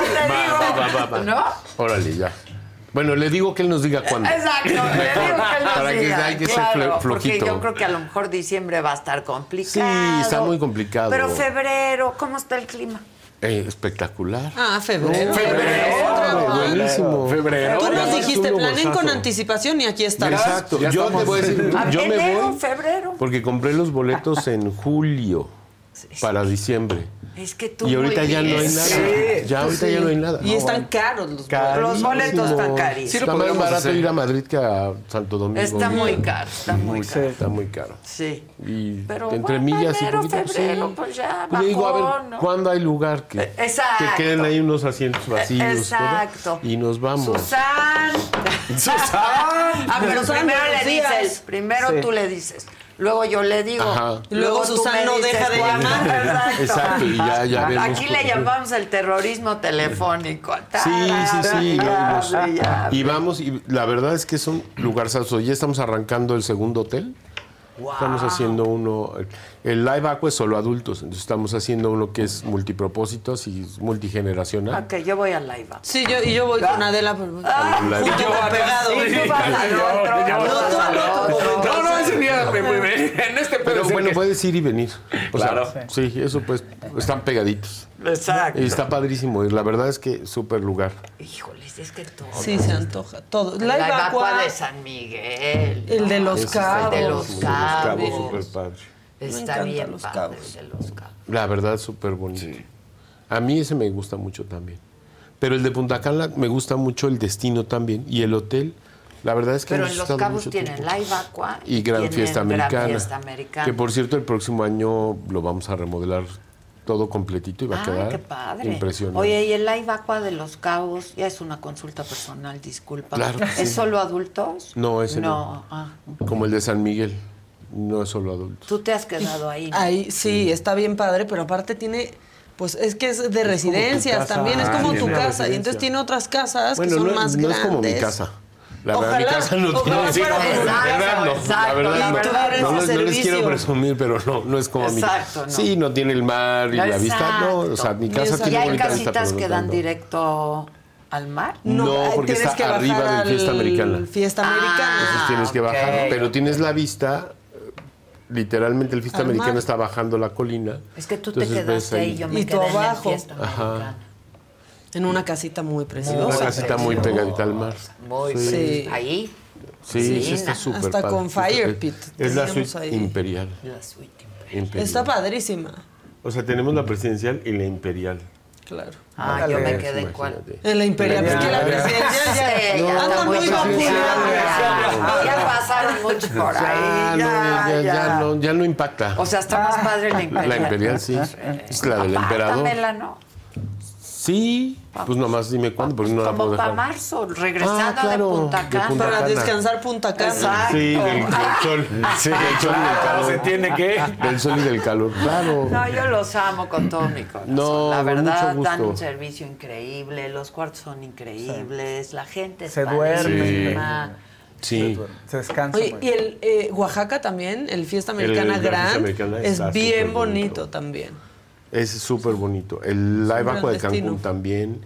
Va. ¿No? Órale, ya. Bueno, le digo que él nos diga cuándo. Exacto, le digo que él nos Para que diga, hay que ser claro, flojito. porque yo creo que a lo mejor diciembre va a estar complicado. Sí, está muy complicado. Pero febrero, ¿cómo está el clima? Espectacular. Ah, febrero. Buenísimo. Febrero. Tú nos dijiste, Estuvo planeen con gozazo. anticipación y aquí estamos. Exacto. Yo te voy a decir, yo me enero, voy febrero. porque compré los boletos en julio para diciembre. Es que tú Y ahorita muy ya no hay bien. nada. Sí, Ya ahorita ya no hay nada. Y están caros los boletos. Los boletos están carísimos. Está más barato ir a Madrid que a Santo Domingo. Está muy caro, está muy caro. Está muy caro. Sí. Y Pero entre bueno, millas y enero, poquito, febrero, sí. pues ya Pues le digo, a bajó, ver, ¿no? ¿cuándo hay lugar que Exacto. queden ahí unos asientos vacíos? Exacto. todo? Y nos vamos. Susan. Pero Susan, primero buenos le días. dices, primero Sí. tú le dices. Luego yo le digo. Ajá. Y luego tú Susan me no dices deja de cuándo. llamar. Exacto, y ya vemos. Aquí le llamamos el terrorismo telefónico. Sí. Ya. Y vamos, y la verdad es que es un lugarzazos. Ya estamos arrancando el segundo hotel. Wow. Estamos haciendo uno. El Live Aqua es solo adultos. Entonces estamos haciendo uno que es multipropósitos y multigeneracional. Ok, yo voy al live. Sí, yo voy con Adela. Pero... Live Junto Aqua. o pegado. Sí, tú vas al otro. No, ese día en este Pero bueno, puedes ir y venir. O Claro. sea, sí, eso pues, están pegaditos. Exacto. Y está padrísimo. Y la verdad es que súper lugar. Híjoles, es que todo. Sí, se antoja. Todo. La Live evacua Aqua, de San Miguel. el de Los Ese está Cabos. El de Los padrísimo, Cabos. súper padre. Me Está encantan bien Los padre Cabos. el de Los Cabos. La verdad, súper bonito. A mí ese me gusta mucho también. Pero el de Punta Cana me gusta mucho el destino también. Y el hotel, la verdad es que Pero hemos en Los estado Cabos mucho tienen tiempo. Live Aqua Y Gran tienen Fiesta Gran Americana. Fiesta Americana. Que por cierto, el próximo año lo vamos a remodelar todo completito y va a quedar qué padre. impresionante. Oye, y el Live Aqua de Los Cabos, ya es una consulta personal, disculpa. Claro que sí. ¿Es solo adultos? No, ese no. Ah, Como el de San Miguel. No es solo adultos. tú te has quedado ahí. ¿no? Ahí sí, está bien padre, pero aparte tiene, pues es que es de residencias casa. también, es como Sí, tu es una casa. Y residencia. entonces tiene otras casas Bueno, que son no, más no grandes. es como mi casa. La verdad, mi Ojalá, casa no ojalá tiene. fuera como la verdad no. exacto, La verdad la no. verdad no. No les Servicio. quiero presumir, pero no es como mi casa. Exacto, no. Sí, no tiene el mar y la vista. No, o sea, mi casa ¿Y tiene hay bonita vista, casitas pero que no dan tanto. directo al mar? No, porque tienes está que bajar arriba del Fiesta al Americana. Fiesta Americana. Entonces tienes que bajar, pero tienes la vista. Literalmente el Fiesta Al Americana mar. está bajando la colina. Es que tú te Entonces quedaste ves ahí, yo me Y tú quedé abajo. en el Fiesta Americana. Ajá. En una casita muy Una preciosa. casita muy pegadita al mar. Muy Sí. sí. Ahí. Sí, sí, está súper Hasta padre. con Fire Pit Es la teníamos suite ahí. imperial. La suite. Imperial. Está padrísima. O sea, tenemos la presidencial y la imperial. Claro. Ah, yo me quedé en cuál. Imagínate. En la imperial, pues que la presidencial Sí, ya, ya anda está muy muy confundida. Ya pasaron mucho por ahí. Ya no impacta. O sea, está más padre la imperial. La imperial, sí. Es la del emperador. Apártamela, ¿no? Sí, pues nomás dime cuándo, porque no la puedo Como para dejar. marzo, regresando claro, de Punta de Cana. Punta Para Cana. descansar Punta Cana. Exacto. Sí, del sol. Sí, del sol y del calor. Se tiene que. Del sol y del calor, claro. No, yo los amo con todo mi corazón. No, la con verdad, mucho dan gusto. un servicio increíble, los cuartos son increíbles, la gente es Se duerme. padrísima. Sí. Se descansa. Oye, muy y el Oaxaca también, el Fiesta Americana la Fiesta Grand, Americana es está bien súper bonito bonito. también. Es súper bonito. El un Live gran Aqua de destino. Cancún también.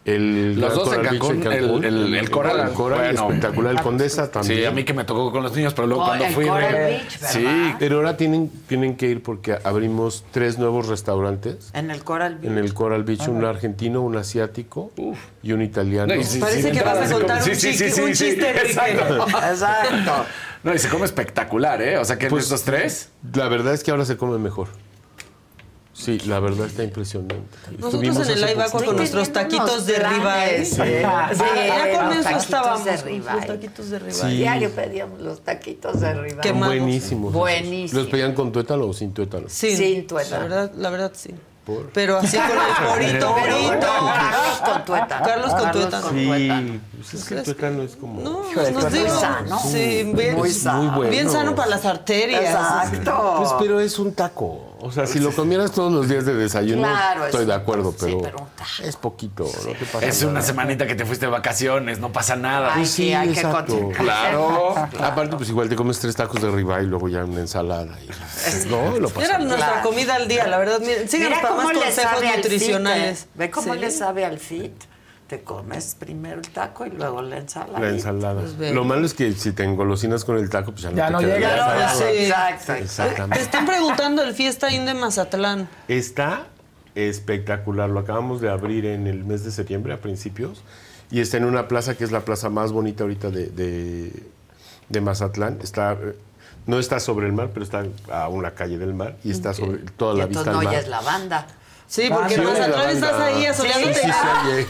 Los dos en Cancún, el Coral, bueno, espectacular, el Condesa también. Sí, a mí que me tocó con los niños, pero luego cuando el fui... Coral Beach, ¿verdad? Sí, pero ahora tienen que ir porque abrimos 3 nuevos restaurantes. En el Coral Beach. En el Coral Beach, un argentino, un asiático y un italiano. No, y Parece que vas a contar un chiste, exacto. Exacto. No, y se come espectacular, ¿eh? O sea, que estos 3... La verdad es que ahora se come mejor. Sí, la verdad está impresionante. Nosotros en el Live Aqua con nuestros taquitos de ribeye. Sí, ya con eso taquitos estábamos. de ribeye. Los taquitos de ribeye. Sí. Diario pedíamos los taquitos de ribeye. Quemados. Buenísimos. Buenísimos. ¿Los pedían con tuétano o sin tuétano? Sí, sin tuétano. La verdad sí. ¿Por? Pero así con el porito. Carlos con tuétano. Carlos con tuétano. Sí, pues es que el tuétano es como... No, nos digo. Muy sano. Sí, bien, muy bueno. Bien sano para las arterias. Exacto. Pues, pero es un taco. O sea, si lo comieras todos los días de desayuno, Claro, estoy es de un acuerdo, taco, pero, sí, pero un taco. es poquito. No te pasa Es nada. una semanita que te fuiste de vacaciones, no pasa nada. Ay, Sí, sí, hay que exacto. continuar. Claro. Aparte, pues igual te comes 3 tacos de ribeye y luego ya una ensalada. No, lo pasas. Era nuestra comida al día, la verdad. Síganos Mira para cómo más le consejos sabe al nutricionales. fit, Ve cómo Sí. le sabe al fit. Te comes primero el taco y luego la ensalada. La ensalada. Pues ve. Lo malo es que si te engolosinas con el taco, pues ya Ya no no te queda llega. nada. Ya no, sí. Exacto. Te Exactamente. están preguntando el Fiesta Inn de Mazatlán. Está espectacular. Lo acabamos de abrir en el mes de septiembre, a principios. Y está en una plaza que es la plaza más bonita ahorita de Mazatlán. No está sobre el mar, pero está a una calle del mar. Y está sobre toda Y la vista entonces al no, mar. ya es la banda. Sí, porque sí, en Mazatlán la estás banda. ahí asoleándote. Sí, sí, sí,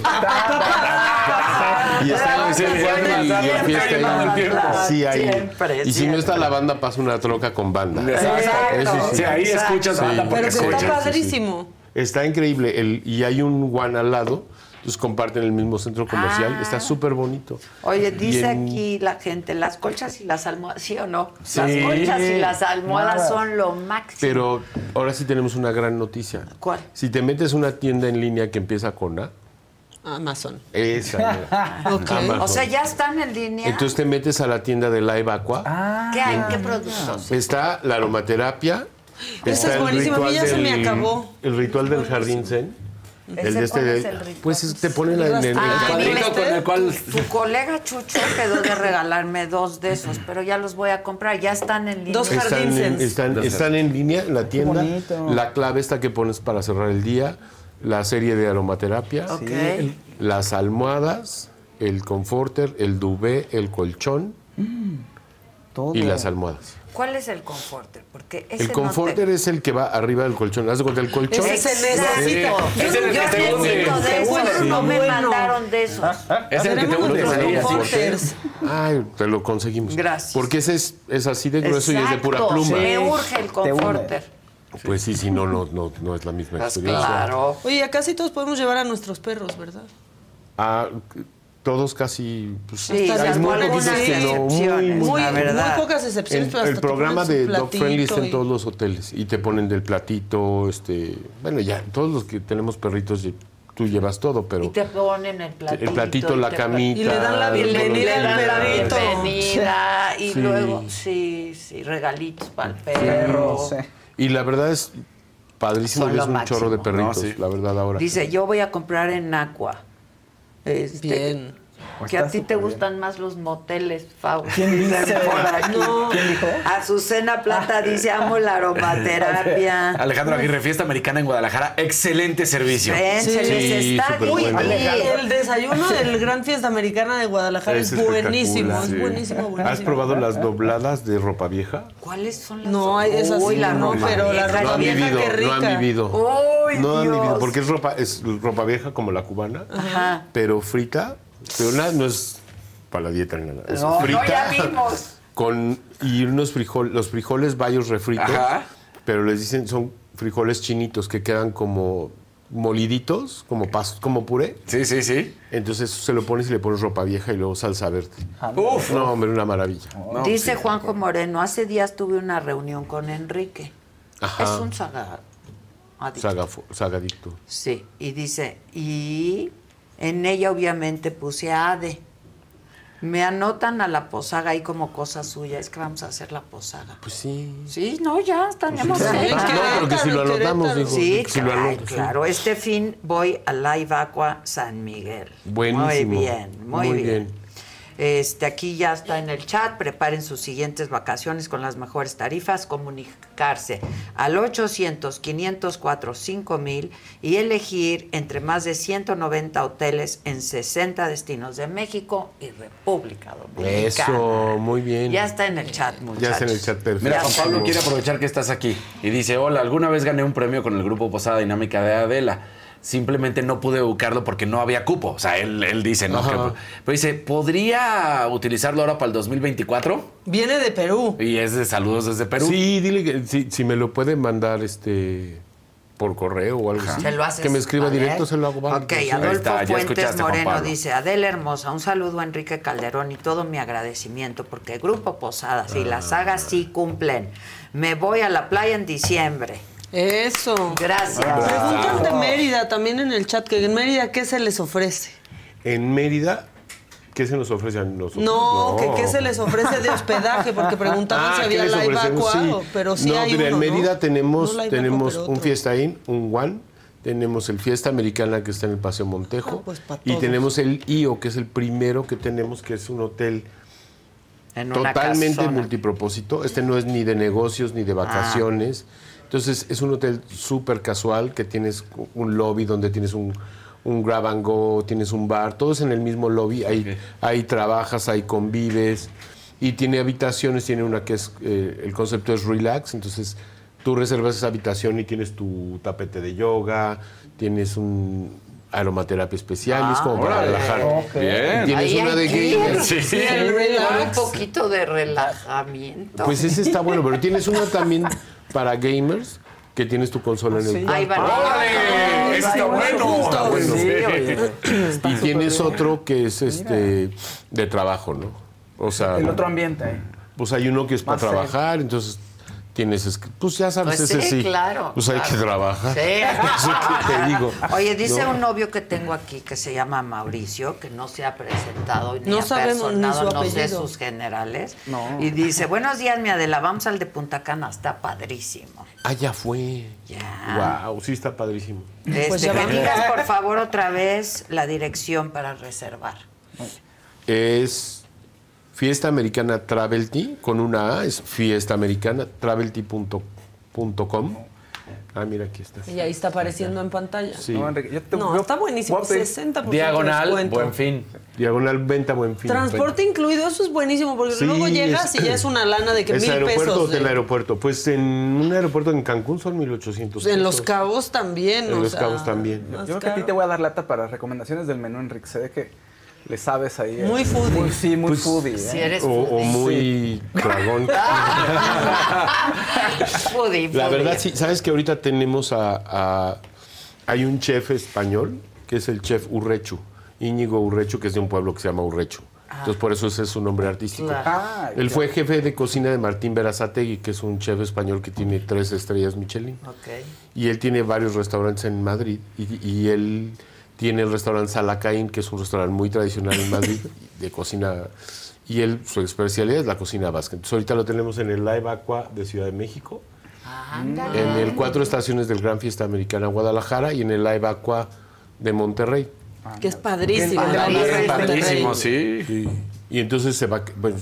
y está ese Juan y la fiesta ahí. Sí, ahí. Siempre, Y si no está la banda, pasa una troca con banda. Exacto. Eso sí. Sí, ahí escuchas banda porque Pero que está escuchas. padrísimo. Está increíble. Y hay un One al lado. Entonces comparten el mismo centro comercial. Está súper bonito. Oye, dice Y en- aquí la gente, las colchas y las almohadas, ¿sí o no? Sí. Las colchas y las almohadas Nada. son lo máximo. Pero ahora sí tenemos una gran noticia. ¿Cuál? Si te metes a una tienda en línea que empieza con A, Amazon. esa. mira. Ok. Amazon. O sea, ya están en línea. Entonces te metes a la tienda de Live Aqua. ¿Qué hay? ¿Qué productos? Está la aromaterapia. Ese está es el buenísimo, a mí ritual ya se me del- acabó. El ritual del jardín zen. ¿Ese cuál es el ritual? Pues te ponen en el Ah, cuadrito con el cual... Tu colega Chucho quedó de regalarme 2 de esos, pero ya los voy a comprar. Ya están en línea. Dos jardines. Están en línea en la tienda. bonito. La clave esta que pones para cerrar el día, la serie de aromaterapia, Ok. las almohadas, el comforter, el duvet, el colchón Todo. y las almohadas. ¿Cuál es el Conforter? Porque ese El comforter es el que va arriba del colchón. ¿Haz de cuenta el colchón? Ese se necesita. Es el que te Yo hunde. necesito de esos, Sí. no me Bueno. mandaron de esos. Es el que te hunde. Tenemos ahí, los así. comforters. Ay, te lo conseguimos. Gracias. Porque ese es así de grueso y es de pura Exacto. pluma. Me urge el Conforter. Pues sí, si no es la misma Pues experiencia. claro. Oye, a casi todos podemos llevar a nuestros perros, ¿verdad? Ah, todos casi... Pues, Sí, Hasta hay las muy algunas poquitos que no. excepciones. Muy, Muy, la verdad. muy pocas excepciones, pero el hasta te programa ponen su de Dog platito Friendly está en y- todos los hoteles y te ponen del platito, bueno, ya todos los que tenemos perritos, tú llevas todo, pero Y te ponen el platito. el platito, y la te- camita. Y le dan la bienvenida le al dan la perrito. bienvenida y Sí. luego, sí, regalitos para el perro. Sí. Y la verdad es padrísimo, Son ves lo un máximo. chorro de perritos, No, sí. la verdad ahora. Dice, yo voy a comprar en Aqua. Bien. Que a Está ti te súper gustan más los moteles, Fau. ¿Quién Dicen dice? por aquí. No. ¿Quién dijo? Azucena Plata dice, amo la aromaterapia. Alejandro Aguirre, Fiesta Americana en Guadalajara. Excelente servicio. Ven, se les Sí, está súper bueno. El desayuno del Gran Fiesta Americana de Guadalajara es buenísimo, espectacular. es buenísimo, buenísimo. ¿Has probado las dobladas de ropa vieja? ¿Cuáles son las No, hay esas Uy, sí, la no, ropa pero la vieja. ropa vieja, qué rica. No han vivido. Uy, No han Dios. vivido, porque es ropa vieja como la cubana, Ajá. pero frita, pero no es para la dieta ni nada. Es No, frita no, ya vimos. y unos frijoles, los frijoles bayos refritos, Ajá. pero les dicen son frijoles chinitos que quedan como moliditos, como puré. Sí, sí, sí. Entonces se lo pones y le pones ropa vieja y luego salsa verde. Uf. No, hombre, una maravilla. No, Dice sí. Juanjo Moreno, hace días tuve una reunión con Enrique. Ajá. Es un Sagadicto. Sí, y dice, y en ella obviamente puse a Ade. Me anotan a la posada ahí como cosa suya. Es que vamos a hacer la posada. Pues sí. Sí, no, ya tenemos. No, pero que si lo anotamos, digo. Sí, si lo anoto, claro. Este fin voy a Live Aqua San Miguel. Buenísimo. Muy bien. Aquí ya está en el chat. Preparen sus siguientes vacaciones con las mejores tarifas. Comunicarse al 800-504-5000 y elegir entre más de 190 hoteles en 60 destinos de México y República Dominicana. Eso, muy bien. Ya está en el chat, muchachos. Ya está en el chat, perfecto. Mira, Juan Pablo quiere aprovechar que estás aquí y dice, hola, alguna vez gané un premio con el grupo Posada Dinámica de Adela. Simplemente no pude ubicarlo porque no había cupo. O sea, él dice, ¿no? Pero dice, ¿podría utilizarlo ahora para el 2024? Viene de Perú. Y es de saludos desde Perú. Sí, dile que si me lo puede mandar por correo o algo así. ¿Se lo haces que me escriba valer? directo, se lo hago válido. Ok, Adolfo Fuentes Moreno dice, Adela hermosa, un saludo a Enrique Calderón y todo mi agradecimiento porque el Grupo Posadas y la saga sí cumplen. Me voy a la playa en diciembre. Eso. Gracias. Preguntan de Mérida también en el chat, que en Mérida, ¿qué se les ofrece? En Mérida, ¿qué se nos ofrece a nosotros? No, que ¿qué se les ofrece de hospedaje? Porque preguntaban si había Live Aqua, pero sí hay uno, en Mérida tenemos, no tenemos Aqua, un Fiesta Inn, un One, tenemos el Fiesta Americana que está en el Paseo Montejo, y tenemos el IO, que es el primero que tenemos, que es un hotel totalmente casona. multipropósito. Este no es ni de negocios ni de vacaciones. Entonces, es un hotel súper casual, que tienes un lobby donde tienes un grab and go, tienes un bar, todo es en el mismo lobby, ahí trabajas, ahí convives, y tiene habitaciones, tiene una que es, el concepto es relax, entonces tú reservas esa habitación y tienes tu tapete de yoga, tienes un aromaterapia especial, es como para relajar. Bien. Y tienes una de gamers. Sí, un poquito de relajamiento. Pues ese está bueno, pero tienes una también para gamers, que tienes tu consola en el... Ahí va. ¡Órale! Está bueno. Está bueno. Sí, oye. Y tienes otro que es de trabajo, ¿no? O sea, el otro ambiente. Pues hay uno que es para trabajar, entonces tienes, pues ya sabes, Pues ese sí, sí. claro, pues hay que trabajar. Sí. Eso que te digo. Oye, dice ¿no? un novio que tengo aquí que se llama Mauricio, que no se ha presentado ni No ha sabemos ni personado, su no sé apellido. sus generales. No. Y dice, buenos días, mi Adela, vamos al de Punta Cana, está padrísimo. Ah, ya fue. Ya. Wow, sí está padrísimo. Pues ya me vamos. digas, por favor, otra vez la dirección para reservar. Es Fiesta Americana Travelty, con una A, es fiestaamericanatravely.com. Ah, mira, aquí está. Y ahí está apareciendo en pantalla. Sí. No, Enrique, Está buenísimo, 60% de Diagonal, descuento. Buen Fin. Diagonal Venta Buen Fin. Transporte incluido, eso es buenísimo, porque Sí, luego llegas y ya es una lana de que ¿Es 1,000 aeropuerto pesos. o del aeropuerto? Pues en un aeropuerto en Cancún son 1,800 En pesos. Los Cabos también. En Los Cabos también. más Yo creo que a ti caro. te voy a dar lata para recomendaciones del menú, Enrique. Se ve que le sabes ahí. Muy foodie. Sí, muy Pues, foodie. Si ¿eh? eres O foodie. muy dragón. Foodie, La foodie. verdad, sí, sabes que ahorita tenemos hay un chef español, que es el chef Urrechu, Íñigo Urrechu, que es de un pueblo que se llama Urrechu. Entonces, por eso ese es su nombre artístico. Claro. Ah, Él fue jefe de cocina de Martín Berazategui, que es un chef español que tiene 3 estrellas Michelin. Ok. Y él tiene varios restaurantes en Madrid. Y él tiene el restaurante Salacaín, que es un restaurante muy tradicional en Madrid, de cocina. Y él, su especialidad es la cocina vasca. Entonces, ahorita lo tenemos en el Live Aqua de Ciudad de México, Ándale. en el 4 estaciones del Gran Fiesta Americana Guadalajara y en el Live Aqua de Monterrey. Que es padrísimo. Bien, la bien, verdad, bien, Monterrey. Padrísimo, sí. Sí. Y entonces se va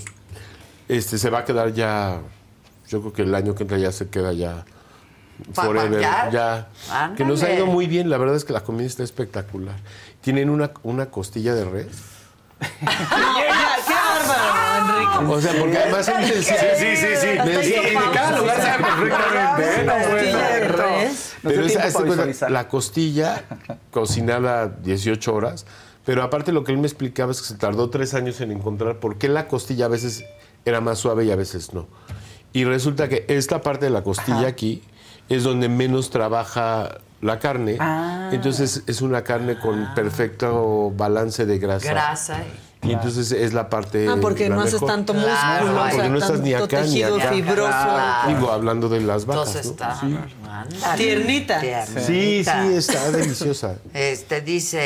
a quedar ya, yo creo que el año que entra ya se queda ya forever. Ya. Ándale. Que nos ha ido muy bien, la verdad es que la comida está espectacular. Tienen una costilla de res. ¡Qué bárbaro, Enrique! O sea, porque además Sí. En cada lugar sabe perfectamente. No, Costilla de bueno. res. No sé Pero tiempo hazte para cuenta, visualizar. la costilla cocinada 18 horas, pero aparte lo que él me explicaba es que se tardó 3 años en encontrar por qué la costilla a veces era más suave y a veces no. Y resulta que esta parte de la costilla aquí es donde menos trabaja la carne. Entonces es una carne con perfecto balance de grasa. Grasa. Y entonces es la parte. Porque la no haces mejor. tanto músculo, Claro, o sea, porque no estás ni tanto acá ni tejido acá. fibroso. Claro. Digo, hablando de las vacas. Entonces ¿no? está. Sí. Ándale. Tiernita. Sí, está deliciosa. Dice,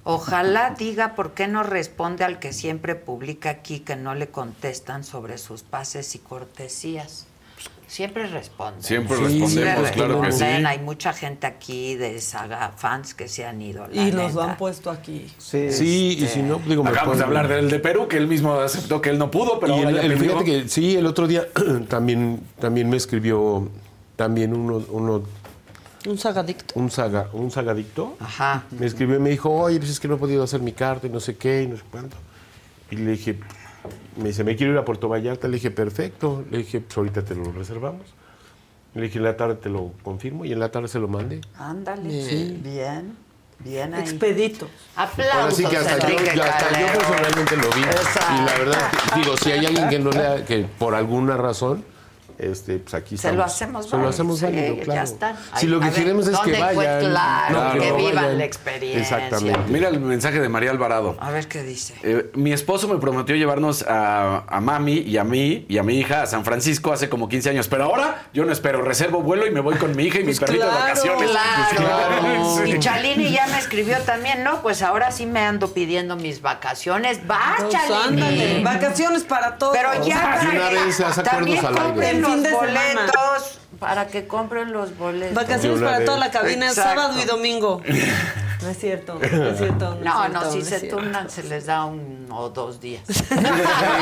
Ojalá diga por qué no responde al que siempre publica aquí que no le contestan sobre sus pases y cortesías. Siempre responden. Siempre respondemos, claro que sí. Hay mucha gente aquí de Saga fans que se han ido. Y nos lo han puesto aquí. Sí, y si no, digo, acabamos de hablar del de Perú, que él mismo aceptó que él no pudo, pero y ahora fíjate que sí, el otro día también me escribió uno un sagadicto. Un sagadicto. Ajá. Me escribió y me dijo, oye, pues es que no he podido hacer mi carta y no sé qué y no sé cuánto. Y le dije, me dice, me quiero ir a Puerto Vallarta. Le dije, perfecto. Le dije, pues ahorita te lo reservamos. Le dije, en la tarde te lo confirmo y en la tarde se lo mandé. Ándale. Sí. Bien ahí. Expedito. Aplausos. Ahora sí que hasta yo personalmente lo vi. Exacto. Y la verdad, digo, si hay alguien que no lea, que por alguna razón, pues aquí se estamos. Se lo hacemos válido, claro. Ya están. Si lo que queremos es que vayan. Claro, que vivan vayan. la experiencia. Exactamente. Mira el mensaje de María Alvarado. A ver qué dice. Mi esposo me prometió llevarnos a mami y a mí y a mi hija a San Francisco hace como 15 años. Pero ahora yo no espero. Reservo vuelo y me voy con mi hija y mi perrito de vacaciones. Claro. Sí. Y Chalini ya me escribió también, ¿no? Pues ahora sí me ando pidiendo mis vacaciones. Va, pues Chalini. Ándale. Vacaciones para todos. Pero ya de una vez se hace acuerdos al aire. Los boletos para que compren los boletos. Vacaciones para toda la cabina, exacto. sábado y domingo. No es cierto, no es cierto. No, si se turnan se les da 1 o 2 días. De viernes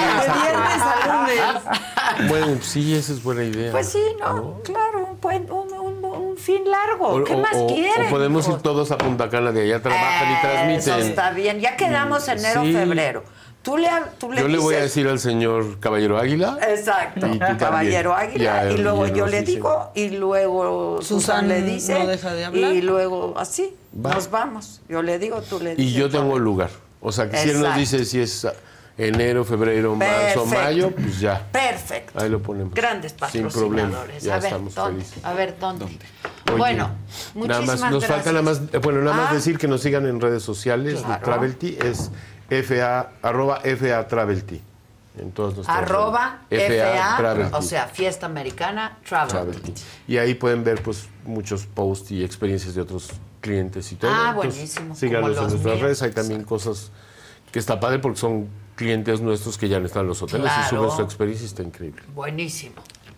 a lunes. Bueno, sí, esa es buena idea. Pues sí, claro, un fin largo. ¿Qué más quieren? O podemos ir todos a Punta Cana, de allá trabajan y transmiten. Eso está bien, ya quedamos enero, febrero. Yo le voy a decir al señor Caballero Águila. Exacto, Caballero Águila. Y luego yo le digo, y luego Susan le dice. No deja de hablar. Y luego así, nos vamos. Yo le digo, tú le dices. Y yo tengo el lugar. O sea, que si él nos dice si es enero, febrero, marzo, mayo, pues ya. Perfecto. Ahí lo ponemos. Grandes patrocinadores. Sin problema. Ya estamos felices. A ver, ¿dónde? Oye, bueno, muchísimas nada más, nos falta nada más decir que nos sigan en redes sociales. Claro. De Travelty es @FA Travelty. En todos nuestros @FA Travelty. o sea, Fiesta Americana Travelty. Y ahí pueden ver pues muchos posts y experiencias de otros clientes y todo. Buenísimo. Síganos en nuestras redes, hay también cosas que está padre porque son clientes nuestros que ya han estado en los hoteles y suben su experiencia y está increíble. Buenísimo.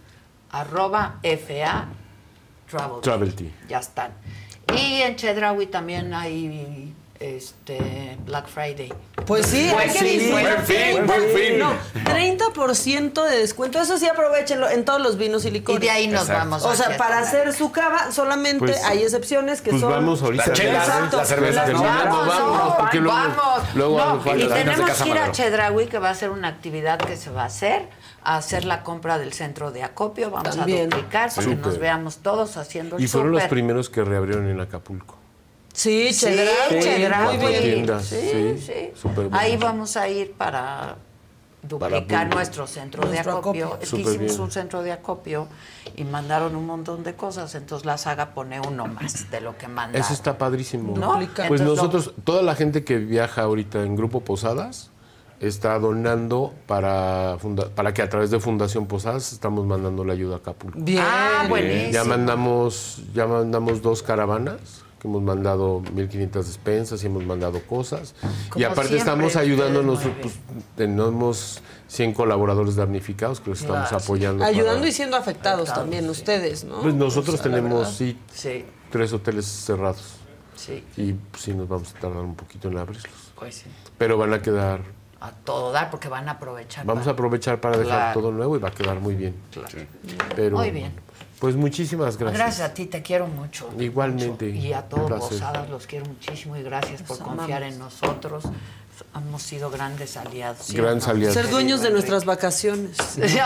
@FA Travelty. Ya están. Y en Chedraui también hay Black Friday. Pues sí, buen fin. No, 30% de descuento. Eso sí, aprovechenlo en todos los vinos y licores. Y de ahí nos vamos. O sea, para hacer su cava, solamente hay excepciones que son. Vamos ahorita. La cerveza. Vamos, porque luego y tenemos que ir a Chedraui, que va a ser una actividad que se va a hacer la compra del centro de acopio. Vamos a duplicar para que nos veamos todos haciendo el Y fueron súper. los primeros que reabrieron en Acapulco. Sí, Chedraui. Muy bien. Sí. Ahí vamos a ir para duplicar nuestro centro de acopio. Es que hicimos un centro de acopio y mandaron un montón de cosas, entonces la Saga pone uno más de lo que mandaron. Eso está padrísimo. ¿No? Pues nosotros, toda la gente que viaja ahorita en Grupo Posadas está donando para que a través de Fundación Posadas estamos mandando la ayuda a Acapulco. Bien. Buenísimo. Ya mandamos 2 caravanas. Hemos mandado 1,500 despensas y hemos mandado cosas. Y aparte estamos ayudándonos, pues, tenemos 100 colaboradores damnificados que los estamos apoyando. Ayudando y siendo afectados también ustedes, ¿no? Pues nosotros tenemos 3 hoteles cerrados. Sí. Y pues, sí nos vamos a tardar un poquito en abrirlos. Pues sí. Pero van a quedar... A todo dar porque van a aprovechar. Vamos a aprovechar para dejar todo nuevo y va a quedar muy bien. Claro. Pero, muy bien. Pues muchísimas gracias. Gracias a ti, te quiero mucho. Igualmente. Mucho. Y a todos Posadas los quiero muchísimo y gracias por confiar en nosotros. Hemos sido grandes aliados. Grandes aliados. Ser dueños de nuestras vacaciones. Hoy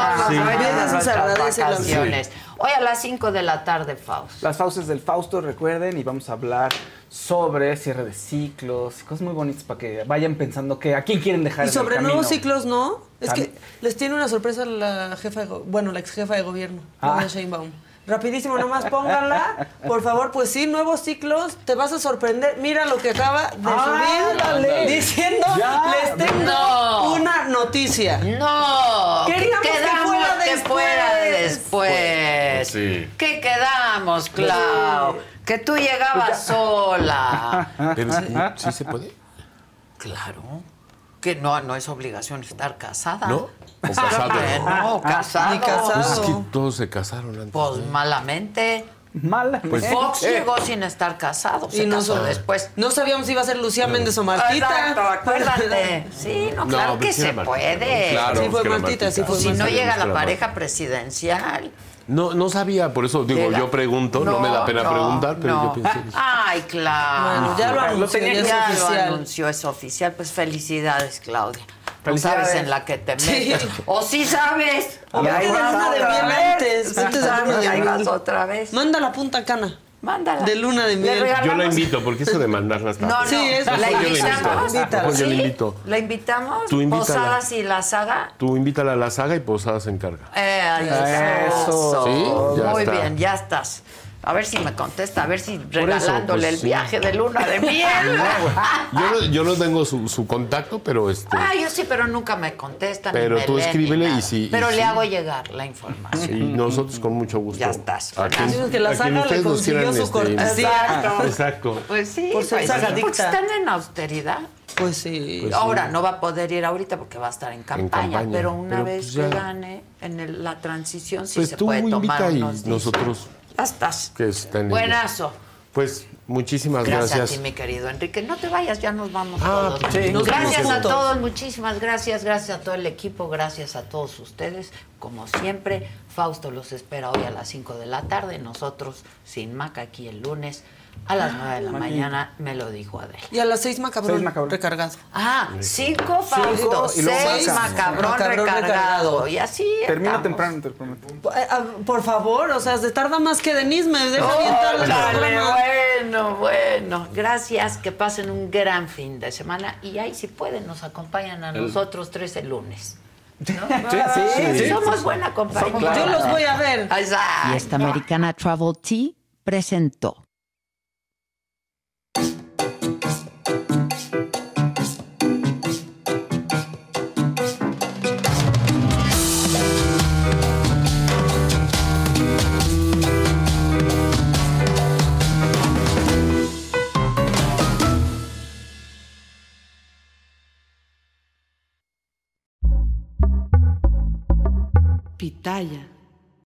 a las 5 de la tarde, Fausto. Las Faustas del Fausto, recuerden, y vamos a hablar sobre cierre de ciclos, cosas muy bonitas para que vayan pensando a quién quieren dejar en el camino. Y sobre nuevos ciclos, ¿no? Es que les tiene una sorpresa la ex jefa de gobierno, Claudia Sheinbaum. Rapidísimo, nomás pónganla, por favor. Pues sí, nuevos ciclos, te vas a sorprender. Mira lo que acaba de subir diciendo, les tengo una noticia. No, queríamos que fuera después. Sí. ¿Qué quedamos, Clau? Que tú llegabas sola. Pero ¿sí se puede? Claro. Que no es obligación estar casada. ¿No? O casado. No, casado. Ni casado. Pues es que todos se casaron antes. Pues malamente. Pues, Fox llegó sin estar casado, se casó después. No sabíamos si iba a ser Lucía Méndez o Martita. Exacto, acuérdate. Sí, no, claro No, que pues sí se era Martita. puede. Claro, Sí fue que era Martita, sí fue Si no Martita. llega la Era pareja presidencial. No sabía, por eso digo, yo pregunto, no me da pena preguntar, pero yo pensé. Ay, claro. Bueno, ya lo anunció, ya es oficial. Lo anunció, es oficial. Pues felicidades, Claudia. No Felicidades. sabes en la que te metes. Sí. O sí sabes. O vete de luna de miel antes. Vete de luna de Ahí vas miel. otra vez. Manda la punta cana. Mándala. De luna de miel. Yo la invito, porque eso de mandarla está. No, Sí, eso la yo la invito. invitamos. Mejor yo la ¿Sí? invito. La invitamos. Tú invítala. Posadas y la saga. Tú invítala a la saga y Posada se encarga. Eso. Sí, ya Muy está. bien, ya estás. A ver si me contesta, a ver si regalándole pues, el sí. viaje de luna de miel. Yo no tengo su contacto, pero Yo sí, pero nunca me contestan. Pero ni me tú leen, escríbele ni nada. y sí, Pero y le sí. hago llegar la información. y nosotros con mucho gusto. Ya estás. A quien, Decimos que la a quien saga le ustedes nos consiguió quieran, su cortesía. Exacto. Exacto. Pues sí, Por ser pues, sagadicta. porque están en austeridad. Pues sí. Pues Ahora sí. no va a poder ir ahorita porque va a estar en campaña, campaña, pero una pero vez pues que ya. gane en la transición sí Pues se tú puede tomar invita y unos días. nosotros Ya estás. que estén. Buenazo. Pues muchísimas Gracias gracias. a ti, mi querido Enrique. No te vayas, ya nos vamos Ah, todos. sí. Nos Gracias vamos a juntos. todos, muchísimas gracias. Gracias a todo el equipo, gracias a todos ustedes. Como siempre, Fausto los espera hoy a las 5 de la tarde. Nosotros, sin Maca, aquí el lunes a las 9 de la mañana, me lo dijo Adel. Y a las 6 macabrón, recargado. 5 Fausto, y luego 6 macabrón recargado. Y así Termina estamos. temprano, te prometo. Por favor, o sea, se tarda más que Denise, me deja avientar el programa. Bueno. Gracias, que pasen un gran fin de semana. Y ahí, si pueden, nos acompañan a nosotros 3 el lunes. ¿No? Sí. Somos buena compañía. Yo los voy a ver. Exacto. Y esta Americana Travel Tea presentó. Pitaya.